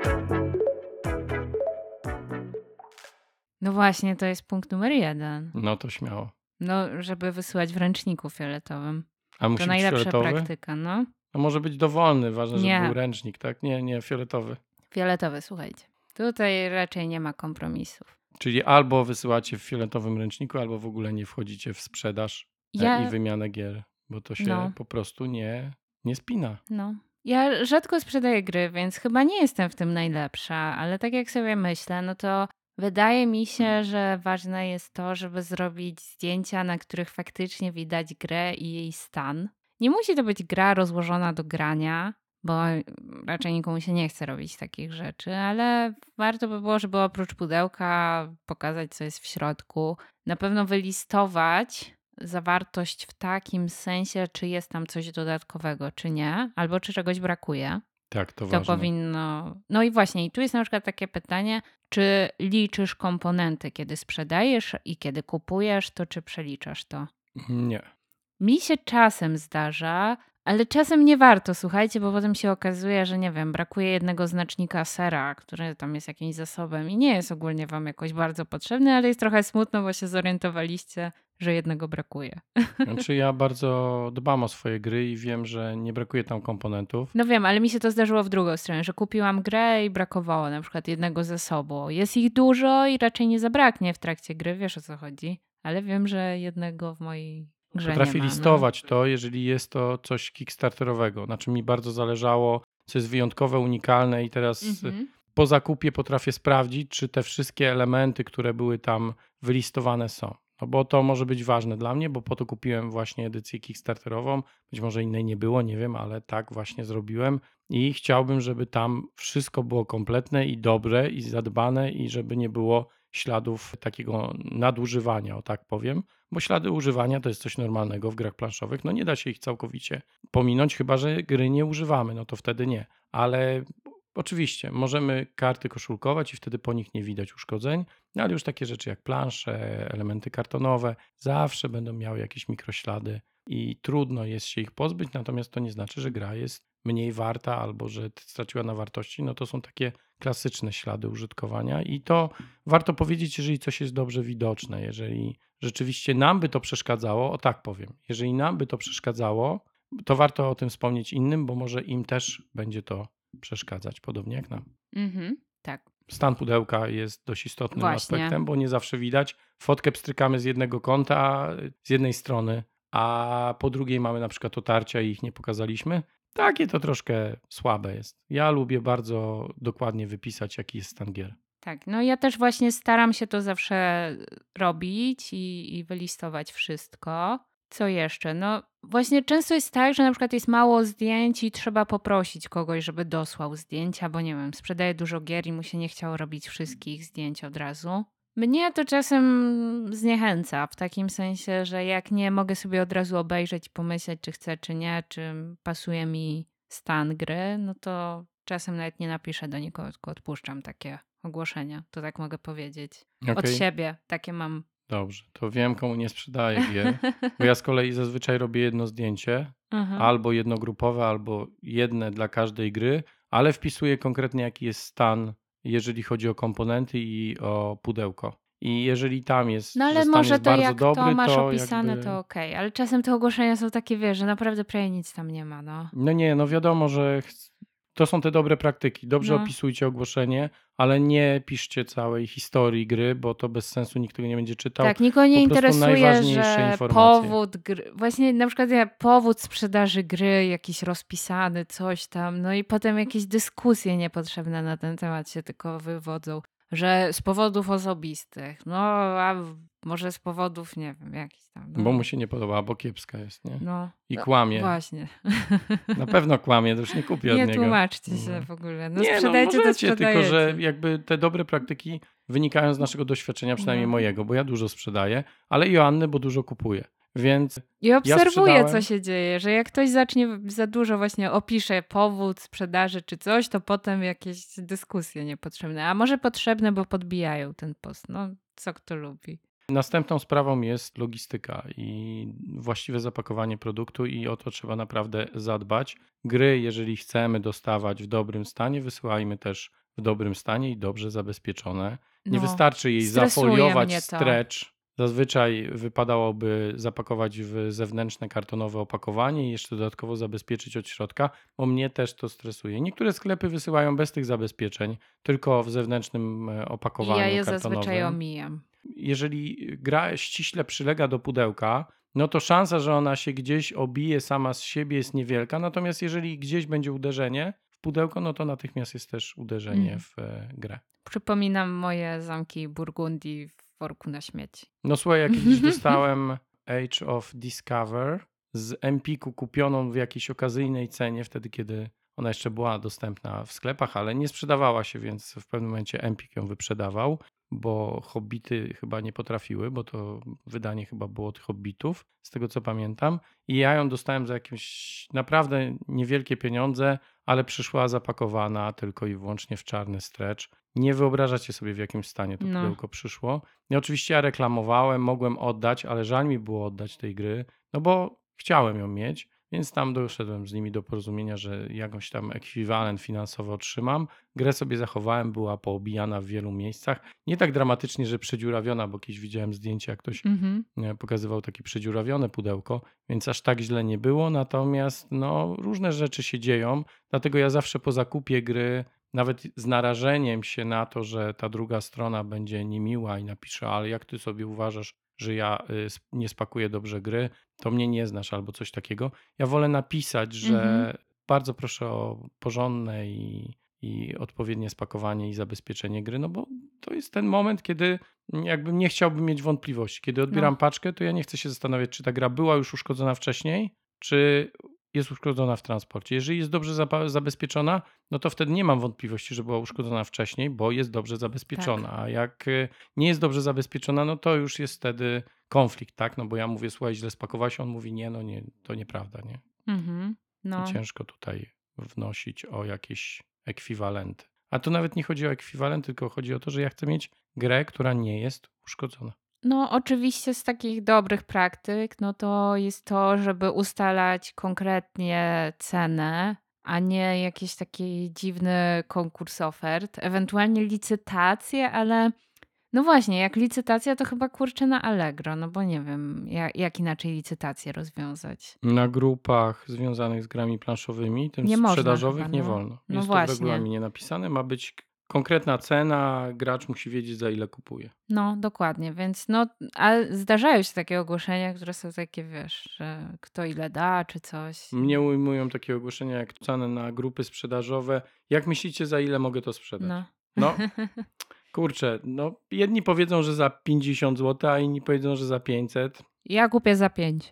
B: No właśnie, to jest punkt numer jeden.
A: No to śmiało.
B: No, żeby wysyłać w ręczniku fioletowym.
A: A musi
B: to
A: być
B: najlepsza
A: fioletowy?
B: praktyka, no.
A: No może być dowolny, ważne,
B: nie.
A: żeby był ręcznik, tak? Nie, nie, fioletowy.
B: Fioletowy, słuchajcie. Tutaj raczej nie ma kompromisów.
A: Czyli albo wysyłacie w fioletowym ręczniku, albo w ogóle nie wchodzicie w sprzedaż ja... i wymianę gier, bo to się no. po prostu nie, nie spina.
B: No. Ja rzadko sprzedaję gry, więc chyba nie jestem w tym najlepsza, ale tak jak sobie myślę, no to Wydaje mi się, że ważne jest to, żeby zrobić zdjęcia, na których faktycznie widać grę i jej stan. Nie musi to być gra rozłożona do grania, bo raczej nikomu się nie chce robić takich rzeczy, ale warto by było, żeby oprócz pudełka pokazać, co jest w środku. Na pewno wylistować zawartość w takim sensie, czy jest tam coś dodatkowego, czy nie, albo czy czegoś brakuje.
A: Tak, to
B: To
A: ważne.
B: powinno. No i właśnie, i tu jest na przykład takie pytanie, czy liczysz komponenty, kiedy sprzedajesz i kiedy kupujesz, to czy przeliczasz to?
A: Nie.
B: Mi się czasem zdarza, ale czasem nie warto, słuchajcie, bo potem się okazuje, że nie wiem, brakuje jednego znacznika sera, który tam jest jakimś zasobem i nie jest ogólnie wam jakoś bardzo potrzebny, ale jest trochę smutno, bo się zorientowaliście, że jednego brakuje.
A: Znaczy ja bardzo dbam o swoje gry i wiem, że nie brakuje tam komponentów.
B: No wiem, ale mi się to zdarzyło w drugą stronę, że kupiłam grę i brakowało na przykład jednego zasobu. Jest ich dużo i raczej nie zabraknie w trakcie gry, wiesz o co chodzi, ale wiem, że jednego w mojej grze
A: Potrafię
B: nie ma. No.
A: listować to, jeżeli jest to coś kickstarterowego. Znaczy mi bardzo zależało, co jest wyjątkowe, unikalne i teraz
B: Mhm.
A: po zakupie potrafię sprawdzić, czy te wszystkie elementy, które były tam wylistowane są. No bo to może być ważne dla mnie, bo po to kupiłem właśnie edycję kickstarterową. Być może innej nie było, nie wiem, ale tak właśnie zrobiłem i chciałbym, żeby tam wszystko było kompletne i dobre i zadbane i żeby nie było śladów takiego nadużywania, o tak powiem, bo ślady używania to jest coś normalnego w grach planszowych. No nie da się ich całkowicie pominąć, chyba że gry nie używamy, no to wtedy nie. Ale oczywiście możemy karty koszulkować i wtedy po nich nie widać uszkodzeń, no ale już takie rzeczy jak plansze, elementy kartonowe zawsze będą miały jakieś mikroślady i trudno jest się ich pozbyć, natomiast to nie znaczy, że gra jest mniej warta albo że straciła na wartości. No to są takie klasyczne ślady użytkowania i to warto powiedzieć, jeżeli coś jest dobrze widoczne, jeżeli rzeczywiście nam by to przeszkadzało, o tak powiem, jeżeli nam by to przeszkadzało, to warto o tym wspomnieć innym, bo może im też będzie to przeszkadzać, podobnie jak nam.
B: Mhm. Tak.
A: Stan pudełka jest dość istotnym
B: Właśnie.
A: aspektem, bo nie zawsze widać. Fotkę pstrykamy z jednego kąta, z jednej strony, a po drugiej mamy na przykład otarcia i ich nie pokazaliśmy. Takie to troszkę słabe jest. Ja lubię bardzo dokładnie wypisać, jaki jest stan gier.
B: Tak, no ja też właśnie staram się to zawsze robić i, i wylistować wszystko. Co jeszcze? No właśnie często jest tak, że na przykład jest mało zdjęć i trzeba poprosić kogoś, żeby dosłał zdjęcia, bo nie wiem, sprzedaje dużo gier i mu się nie chciało robić wszystkich zdjęć od razu. Mnie to czasem zniechęca w takim sensie, że jak nie mogę sobie od razu obejrzeć i pomyśleć, czy chcę, czy nie, czy pasuje mi stan gry, no to czasem nawet nie napiszę do nikogo, tylko odpuszczam takie ogłoszenia. To tak mogę powiedzieć. Od
A: Okej.
B: siebie takie mam.
A: Dobrze, to wiem, komu nie sprzedaję gier, bo ja z kolei zazwyczaj robię jedno zdjęcie,
B: Aha.
A: albo jednogrupowe, albo jedne dla każdej gry, ale wpisuję konkretnie, jaki jest stan, jeżeli chodzi o komponenty i o pudełko. I jeżeli tam jest,
B: No
A: że
B: ale
A: stan
B: może
A: jest
B: to
A: bardzo
B: jak
A: dobry,
B: to masz
A: to
B: opisane,
A: jakby...
B: to okej. Ale czasem te ogłoszenia są takie, wiesz, że naprawdę prawie nic tam nie ma, no.
A: No nie, no wiadomo, że chc- to są te dobre praktyki. Dobrze
B: No.
A: opisujcie ogłoszenie, ale nie piszcie całej historii gry, bo to bez sensu, nikt tego nie będzie czytał.
B: Tak, nikogo nie
A: po prostu
B: interesuje,
A: najważniejsze
B: że
A: informacje.
B: powód gry, właśnie na przykład ja, powód sprzedaży gry, jakiś rozpisany, coś tam, no i potem jakieś dyskusje niepotrzebne na ten temat się tylko wywodzą, że z powodów osobistych, no a w- może z powodów, nie wiem, jakichś tam. No,
A: Bo mu się nie podoba, bo kiepska jest, nie?
B: no.
A: I
B: No,
A: kłamie.
B: właśnie.
A: Na pewno kłamie, to już nie kupię od
B: Nie
A: niego.
B: tłumaczcie się
A: No.
B: w ogóle. No
A: Nie, no
B: sprzedajcie, to
A: możecie, tylko że
B: sprzedajecie.
A: jakby te dobre praktyki wynikają z naszego doświadczenia, przynajmniej
B: No.
A: mojego, bo ja dużo sprzedaję, ale i Joanny, bo dużo kupuję. Więc
B: I obserwuję, co
A: sprzedałem-
B: się dzieje, że jak ktoś zacznie za dużo właśnie opisze powód sprzedaży czy coś, to potem jakieś dyskusje niepotrzebne. A może potrzebne, bo podbijają ten post. No, co kto lubi.
A: następną sprawą jest logistyka i właściwe zapakowanie produktu i o to trzeba naprawdę zadbać. Gry, jeżeli chcemy dostawać w dobrym stanie, wysyłajmy też w dobrym stanie i dobrze zabezpieczone. Nie
B: No,
A: wystarczy jej
B: stresuje
A: zafoliować
B: mnie to.
A: stretch. Zazwyczaj wypadałoby zapakować w zewnętrzne kartonowe opakowanie i jeszcze dodatkowo zabezpieczyć od środka, bo mnie też to stresuje. Niektóre sklepy wysyłają bez tych zabezpieczeń, tylko w zewnętrznym e,
B: I
A: opakowaniu
B: ja je
A: kartonowym.
B: zazwyczaj omijam.
A: Jeżeli gra ściśle przylega do pudełka, no to szansa, że ona się gdzieś obije sama z siebie jest niewielka, natomiast jeżeli gdzieś będzie uderzenie w pudełko, no to natychmiast jest też uderzenie
B: Mhm.
A: w e, grę.
B: Przypominam moje zamki Burgundii w worku na śmieci.
A: No słuchaj, jak kiedyś dostałem Age of Discover z Empiku kupioną w jakiejś okazyjnej cenie, wtedy kiedy ona jeszcze była dostępna w sklepach, ale nie sprzedawała się, więc w pewnym momencie Empik ją wyprzedawał, bo Hobbity chyba nie potrafiły, bo to wydanie chyba było tych Hobbitów, z tego co pamiętam. I ja ją dostałem za jakieś naprawdę niewielkie pieniądze, ale przyszła zapakowana tylko i wyłącznie w czarny stretch. Nie wyobrażacie sobie, w jakim stanie to
B: No.
A: pudełko przyszło. I oczywiście ja reklamowałem, mogłem oddać, ale żal mi było oddać tej gry, no bo chciałem ją mieć, więc tam doszedłem z nimi do porozumienia, że jakąś tam ekwiwalent finansowy otrzymam. Grę sobie zachowałem, była poobijana w wielu miejscach. Nie tak dramatycznie, że przedziurawiona, bo kiedyś widziałem zdjęcie, jak ktoś
B: Mhm.
A: e, pokazywał takie przedziurawione pudełko, więc aż tak źle nie było, natomiast no, różne rzeczy się dzieją, dlatego ja zawsze po zakupie gry, nawet z narażeniem się na to, że ta druga strona będzie niemiła i napisze, ale jak ty sobie uważasz, że ja y, sp- nie spakuję dobrze gry, to mnie nie znasz albo coś takiego. Ja wolę napisać, że
B: Mhm.
A: bardzo proszę o porządne i, i odpowiednie spakowanie i zabezpieczenie gry, no bo to jest ten moment, kiedy jakbym nie chciałbym mieć wątpliwości. Kiedy odbieram
B: No.
A: paczkę, to ja nie chcę się zastanawiać, czy ta gra była już uszkodzona wcześniej, czy jest uszkodzona w transporcie. Jeżeli jest dobrze zapa- zabezpieczona, no to wtedy nie mam wątpliwości, że była uszkodzona wcześniej, bo jest dobrze zabezpieczona.
B: Tak.
A: A jak y, nie jest dobrze zabezpieczona, no to już jest wtedy konflikt, tak? No bo ja mówię, słuchaj, źle spakowałeś, on mówi, nie, no nie, to nieprawda, nie?
B: Mhm.
A: I
B: No.
A: ciężko tutaj wnosić o jakieś ekwiwalenty. A tu nawet nie chodzi o ekwiwalent, tylko chodzi o to, że ja chcę mieć grę, która nie jest uszkodzona.
B: No, oczywiście z takich dobrych praktyk, no to jest to, żeby ustalać konkretnie cenę, a nie jakiś taki dziwny konkurs ofert, ewentualnie licytacje, ale no właśnie, jak licytacja, to chyba kurczę na Allegro, no bo nie wiem, jak, jak inaczej licytację rozwiązać.
A: Na grupach związanych z grami planszowymi, tym
B: Nie można
A: sprzedażowych,
B: chyba,
A: nie
B: no.
A: wolno.
B: No
A: Jest to w
B: właśnie.
A: regulaminie napisane, ma być k- konkretna cena, gracz musi wiedzieć, za ile kupuje.
B: No, dokładnie, więc no, ale zdarzają się takie ogłoszenia, które są takie, wiesz, że kto ile da, czy coś.
A: Mnie ujmują takie ogłoszenia jak ceny na grupy sprzedażowe. Jak myślicie, za ile mogę to sprzedać?
B: No.
A: No, kurczę, no jedni powiedzą, że za pięćdziesiąt złotych, a inni powiedzą, że za pięćset.
B: Ja kupię za pięć.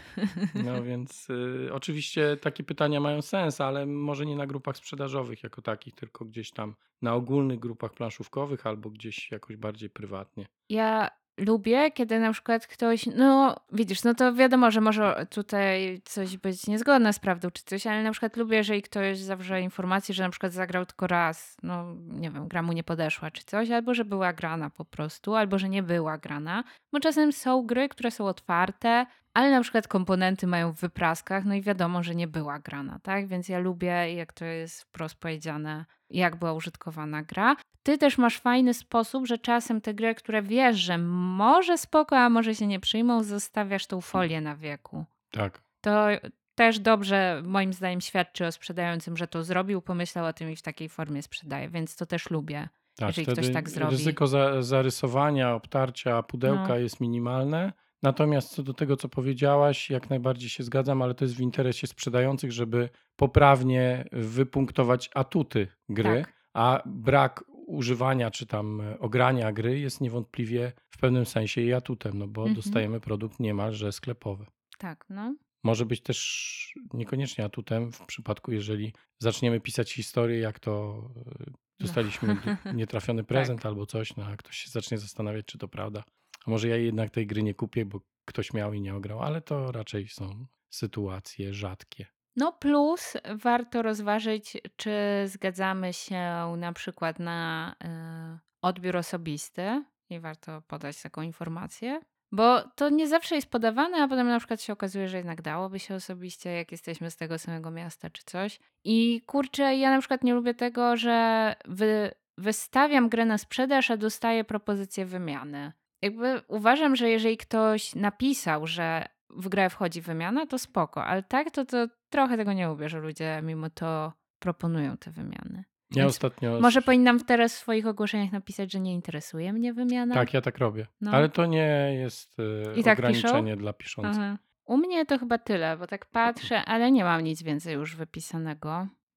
A: No więc y, oczywiście takie pytania mają sens, ale może nie na grupach sprzedażowych jako takich, tylko gdzieś tam na ogólnych grupach planszówkowych albo gdzieś jakoś bardziej prywatnie.
B: Ja lubię, kiedy na przykład ktoś, no widzisz, no to wiadomo, że może tutaj coś być niezgodne z prawdą czy coś, ale na przykład lubię, jeżeli ktoś zawrze informację, że na przykład zagrał tylko raz, no nie wiem, gra mu nie podeszła czy coś, albo że była grana po prostu, albo że nie była grana, bo czasem są gry, które są otwarte, ale na przykład komponenty mają w wypraskach, no i wiadomo, że nie była grana, tak? Więc ja lubię, jak to jest wprost powiedziane, jak była użytkowana gra. Ty też masz fajny sposób, że czasem te gry, które wiesz, że może spoko, a może się nie przyjmą, zostawiasz tą folię na wieku.
A: Tak.
B: To też dobrze, moim zdaniem, świadczy o sprzedającym, że to zrobił, pomyślał o tym i w takiej formie sprzedaje, więc to też lubię,
A: Tak,
B: jeżeli
A: wtedy
B: ktoś tak zrobi.
A: ryzyko za, zarysowania, obtarcia pudełka
B: No.
A: jest minimalne. Natomiast co do tego, co powiedziałaś, jak najbardziej się zgadzam, ale to jest w interesie sprzedających, żeby poprawnie wypunktować atuty gry,
B: Tak.
A: a brak używania czy tam ogrania gry jest niewątpliwie w pewnym sensie jej atutem, no bo
B: Mhm.
A: dostajemy produkt niemalże sklepowy.
B: Tak, no.
A: Może być też niekoniecznie atutem w przypadku, jeżeli zaczniemy pisać historię, jak to y, dostaliśmy d- nietrafiony prezent albo coś, no a ktoś się zacznie zastanawiać, czy to prawda. A może ja jednak tej gry nie kupię, bo ktoś miał i nie ograł, ale to raczej są sytuacje rzadkie.
B: No plus warto rozważyć, czy zgadzamy się na przykład na y, odbiór osobisty i warto podać taką informację, bo to nie zawsze jest podawane, a potem na przykład się okazuje, że jednak dałoby się osobiście, jak jesteśmy z tego samego miasta czy coś. I kurczę, ja na przykład nie lubię tego, że wy, wystawiam grę na sprzedaż, a dostaję propozycję wymiany. Jakby uważam, że jeżeli ktoś napisał, że w grę wchodzi wymiana, to spoko, ale tak to, to trochę tego nie lubię, że ludzie mimo to proponują te wymiany.
A: Ja
B: Więc
A: ostatnio...
B: może powinnam teraz w swoich ogłoszeniach napisać, że nie interesuje mnie wymiana?
A: Tak, ja tak robię.
B: No.
A: Ale to nie jest y,
B: I tak
A: ograniczenie
B: piszą?
A: dla piszących.
B: Aha. U mnie to chyba tyle, bo tak patrzę, ale nie mam nic więcej już wypisanego.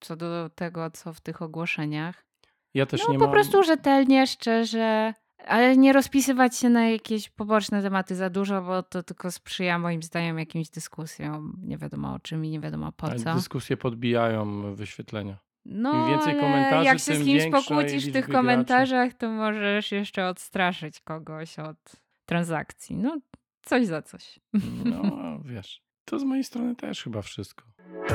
B: co do tego, co w tych ogłoszeniach.
A: Ja też
B: No
A: nie
B: po
A: mam...
B: prostu rzetelnie, szczerze, ale nie rozpisywać się na jakieś poboczne tematy za dużo, bo to tylko sprzyja moim zdaniem jakimś dyskusjom, nie wiadomo o czym i nie wiadomo po
A: Ale
B: co.
A: dyskusje podbijają wyświetlenia.
B: No
A: Im więcej
B: ale
A: komentarzy,
B: jak się z
A: tym
B: kimś
A: większej
B: pokłócisz w tych
A: liczby graczy.
B: komentarzach, to możesz jeszcze odstraszyć kogoś od transakcji. No coś za coś.
A: No wiesz, to z mojej strony też chyba wszystko.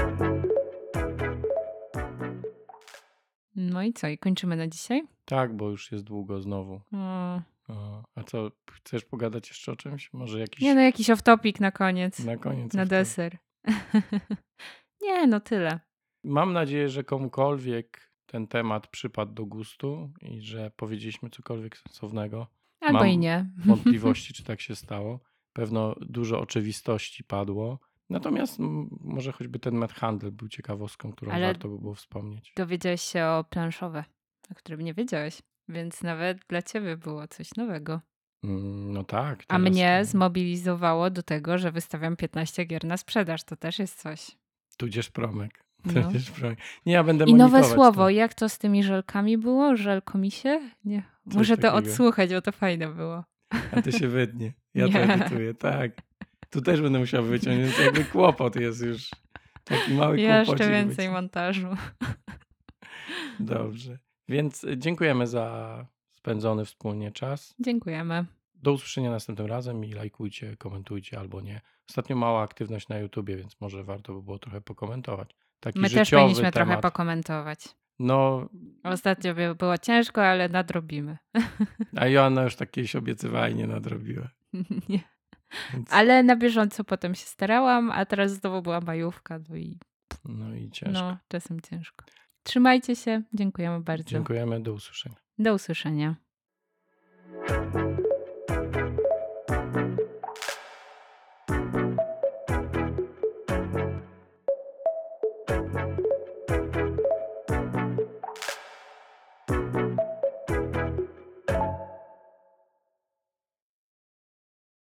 B: No i co? I kończymy na dzisiaj?
A: Tak, bo już jest długo znowu.
B: O,
A: O, a co, chcesz pogadać jeszcze o czymś? Może jakiś
B: nie no, jakiś off-topic na koniec,
A: na koniec?
B: na
A: of to-
B: deser. Nie, no tyle.
A: Mam nadzieję, że komukolwiek ten temat przypadł do gustu i że powiedzieliśmy cokolwiek sensownego.
B: Albo
A: Mam
B: i nie.
A: wątpliwości, czy tak się stało. Pewno dużo oczywistości padło. Natomiast m, może choćby ten Mad Handel był ciekawostką, którą
B: Ale-
A: warto by było wspomnieć.
B: Dowiedziałeś się o planszowe, o którym nie wiedziałeś, więc nawet dla ciebie było coś nowego.
A: Mm, No tak.
B: A
A: teraz
B: mnie
A: to-
B: zmobilizowało do tego, że wystawiam piętnaście gier na sprzedaż. To też jest coś.
A: Tudzież promek.
B: No.
A: Tudzież promek. Nie, ja będę
B: I nowe
A: monitorować
B: słowo,
A: to.
B: jak to z tymi żelkami było? Żelkomisie? Nie.
A: Coś
B: Muszę to
A: takiego.
B: odsłuchać, bo to fajne było.
A: A to się wydnie. Ja to
B: Nie.
A: edytuję, tak. Tu też będę musiał wyciąć, więc jakby kłopot jest już. Taki mały
B: Jeszcze
A: kłopocik
B: więcej
A: być.
B: montażu.
A: Dobrze. Więc dziękujemy za spędzony wspólnie czas.
B: Dziękujemy.
A: Do usłyszenia następnym razem i lajkujcie, komentujcie albo nie. Ostatnio mała aktywność na YouTubie, więc może warto by było trochę pokomentować. Taki
B: My też
A: życiowy
B: powinniśmy
A: temat.
B: trochę pokomentować.
A: No,
B: Ostatnio by- było ciężko, ale nadrobimy.
A: a Joanna już tak kiedyś obiecywała i nie nadrobiła.
B: Nie.
A: Więc,
B: Ale na bieżąco potem się starałam, a teraz znowu była majówka, no i
A: no i ciężko.
B: no, czasem ciężko. Trzymajcie się. Dziękujemy bardzo.
A: Dziękujemy, do usłyszenia.
B: Do usłyszenia.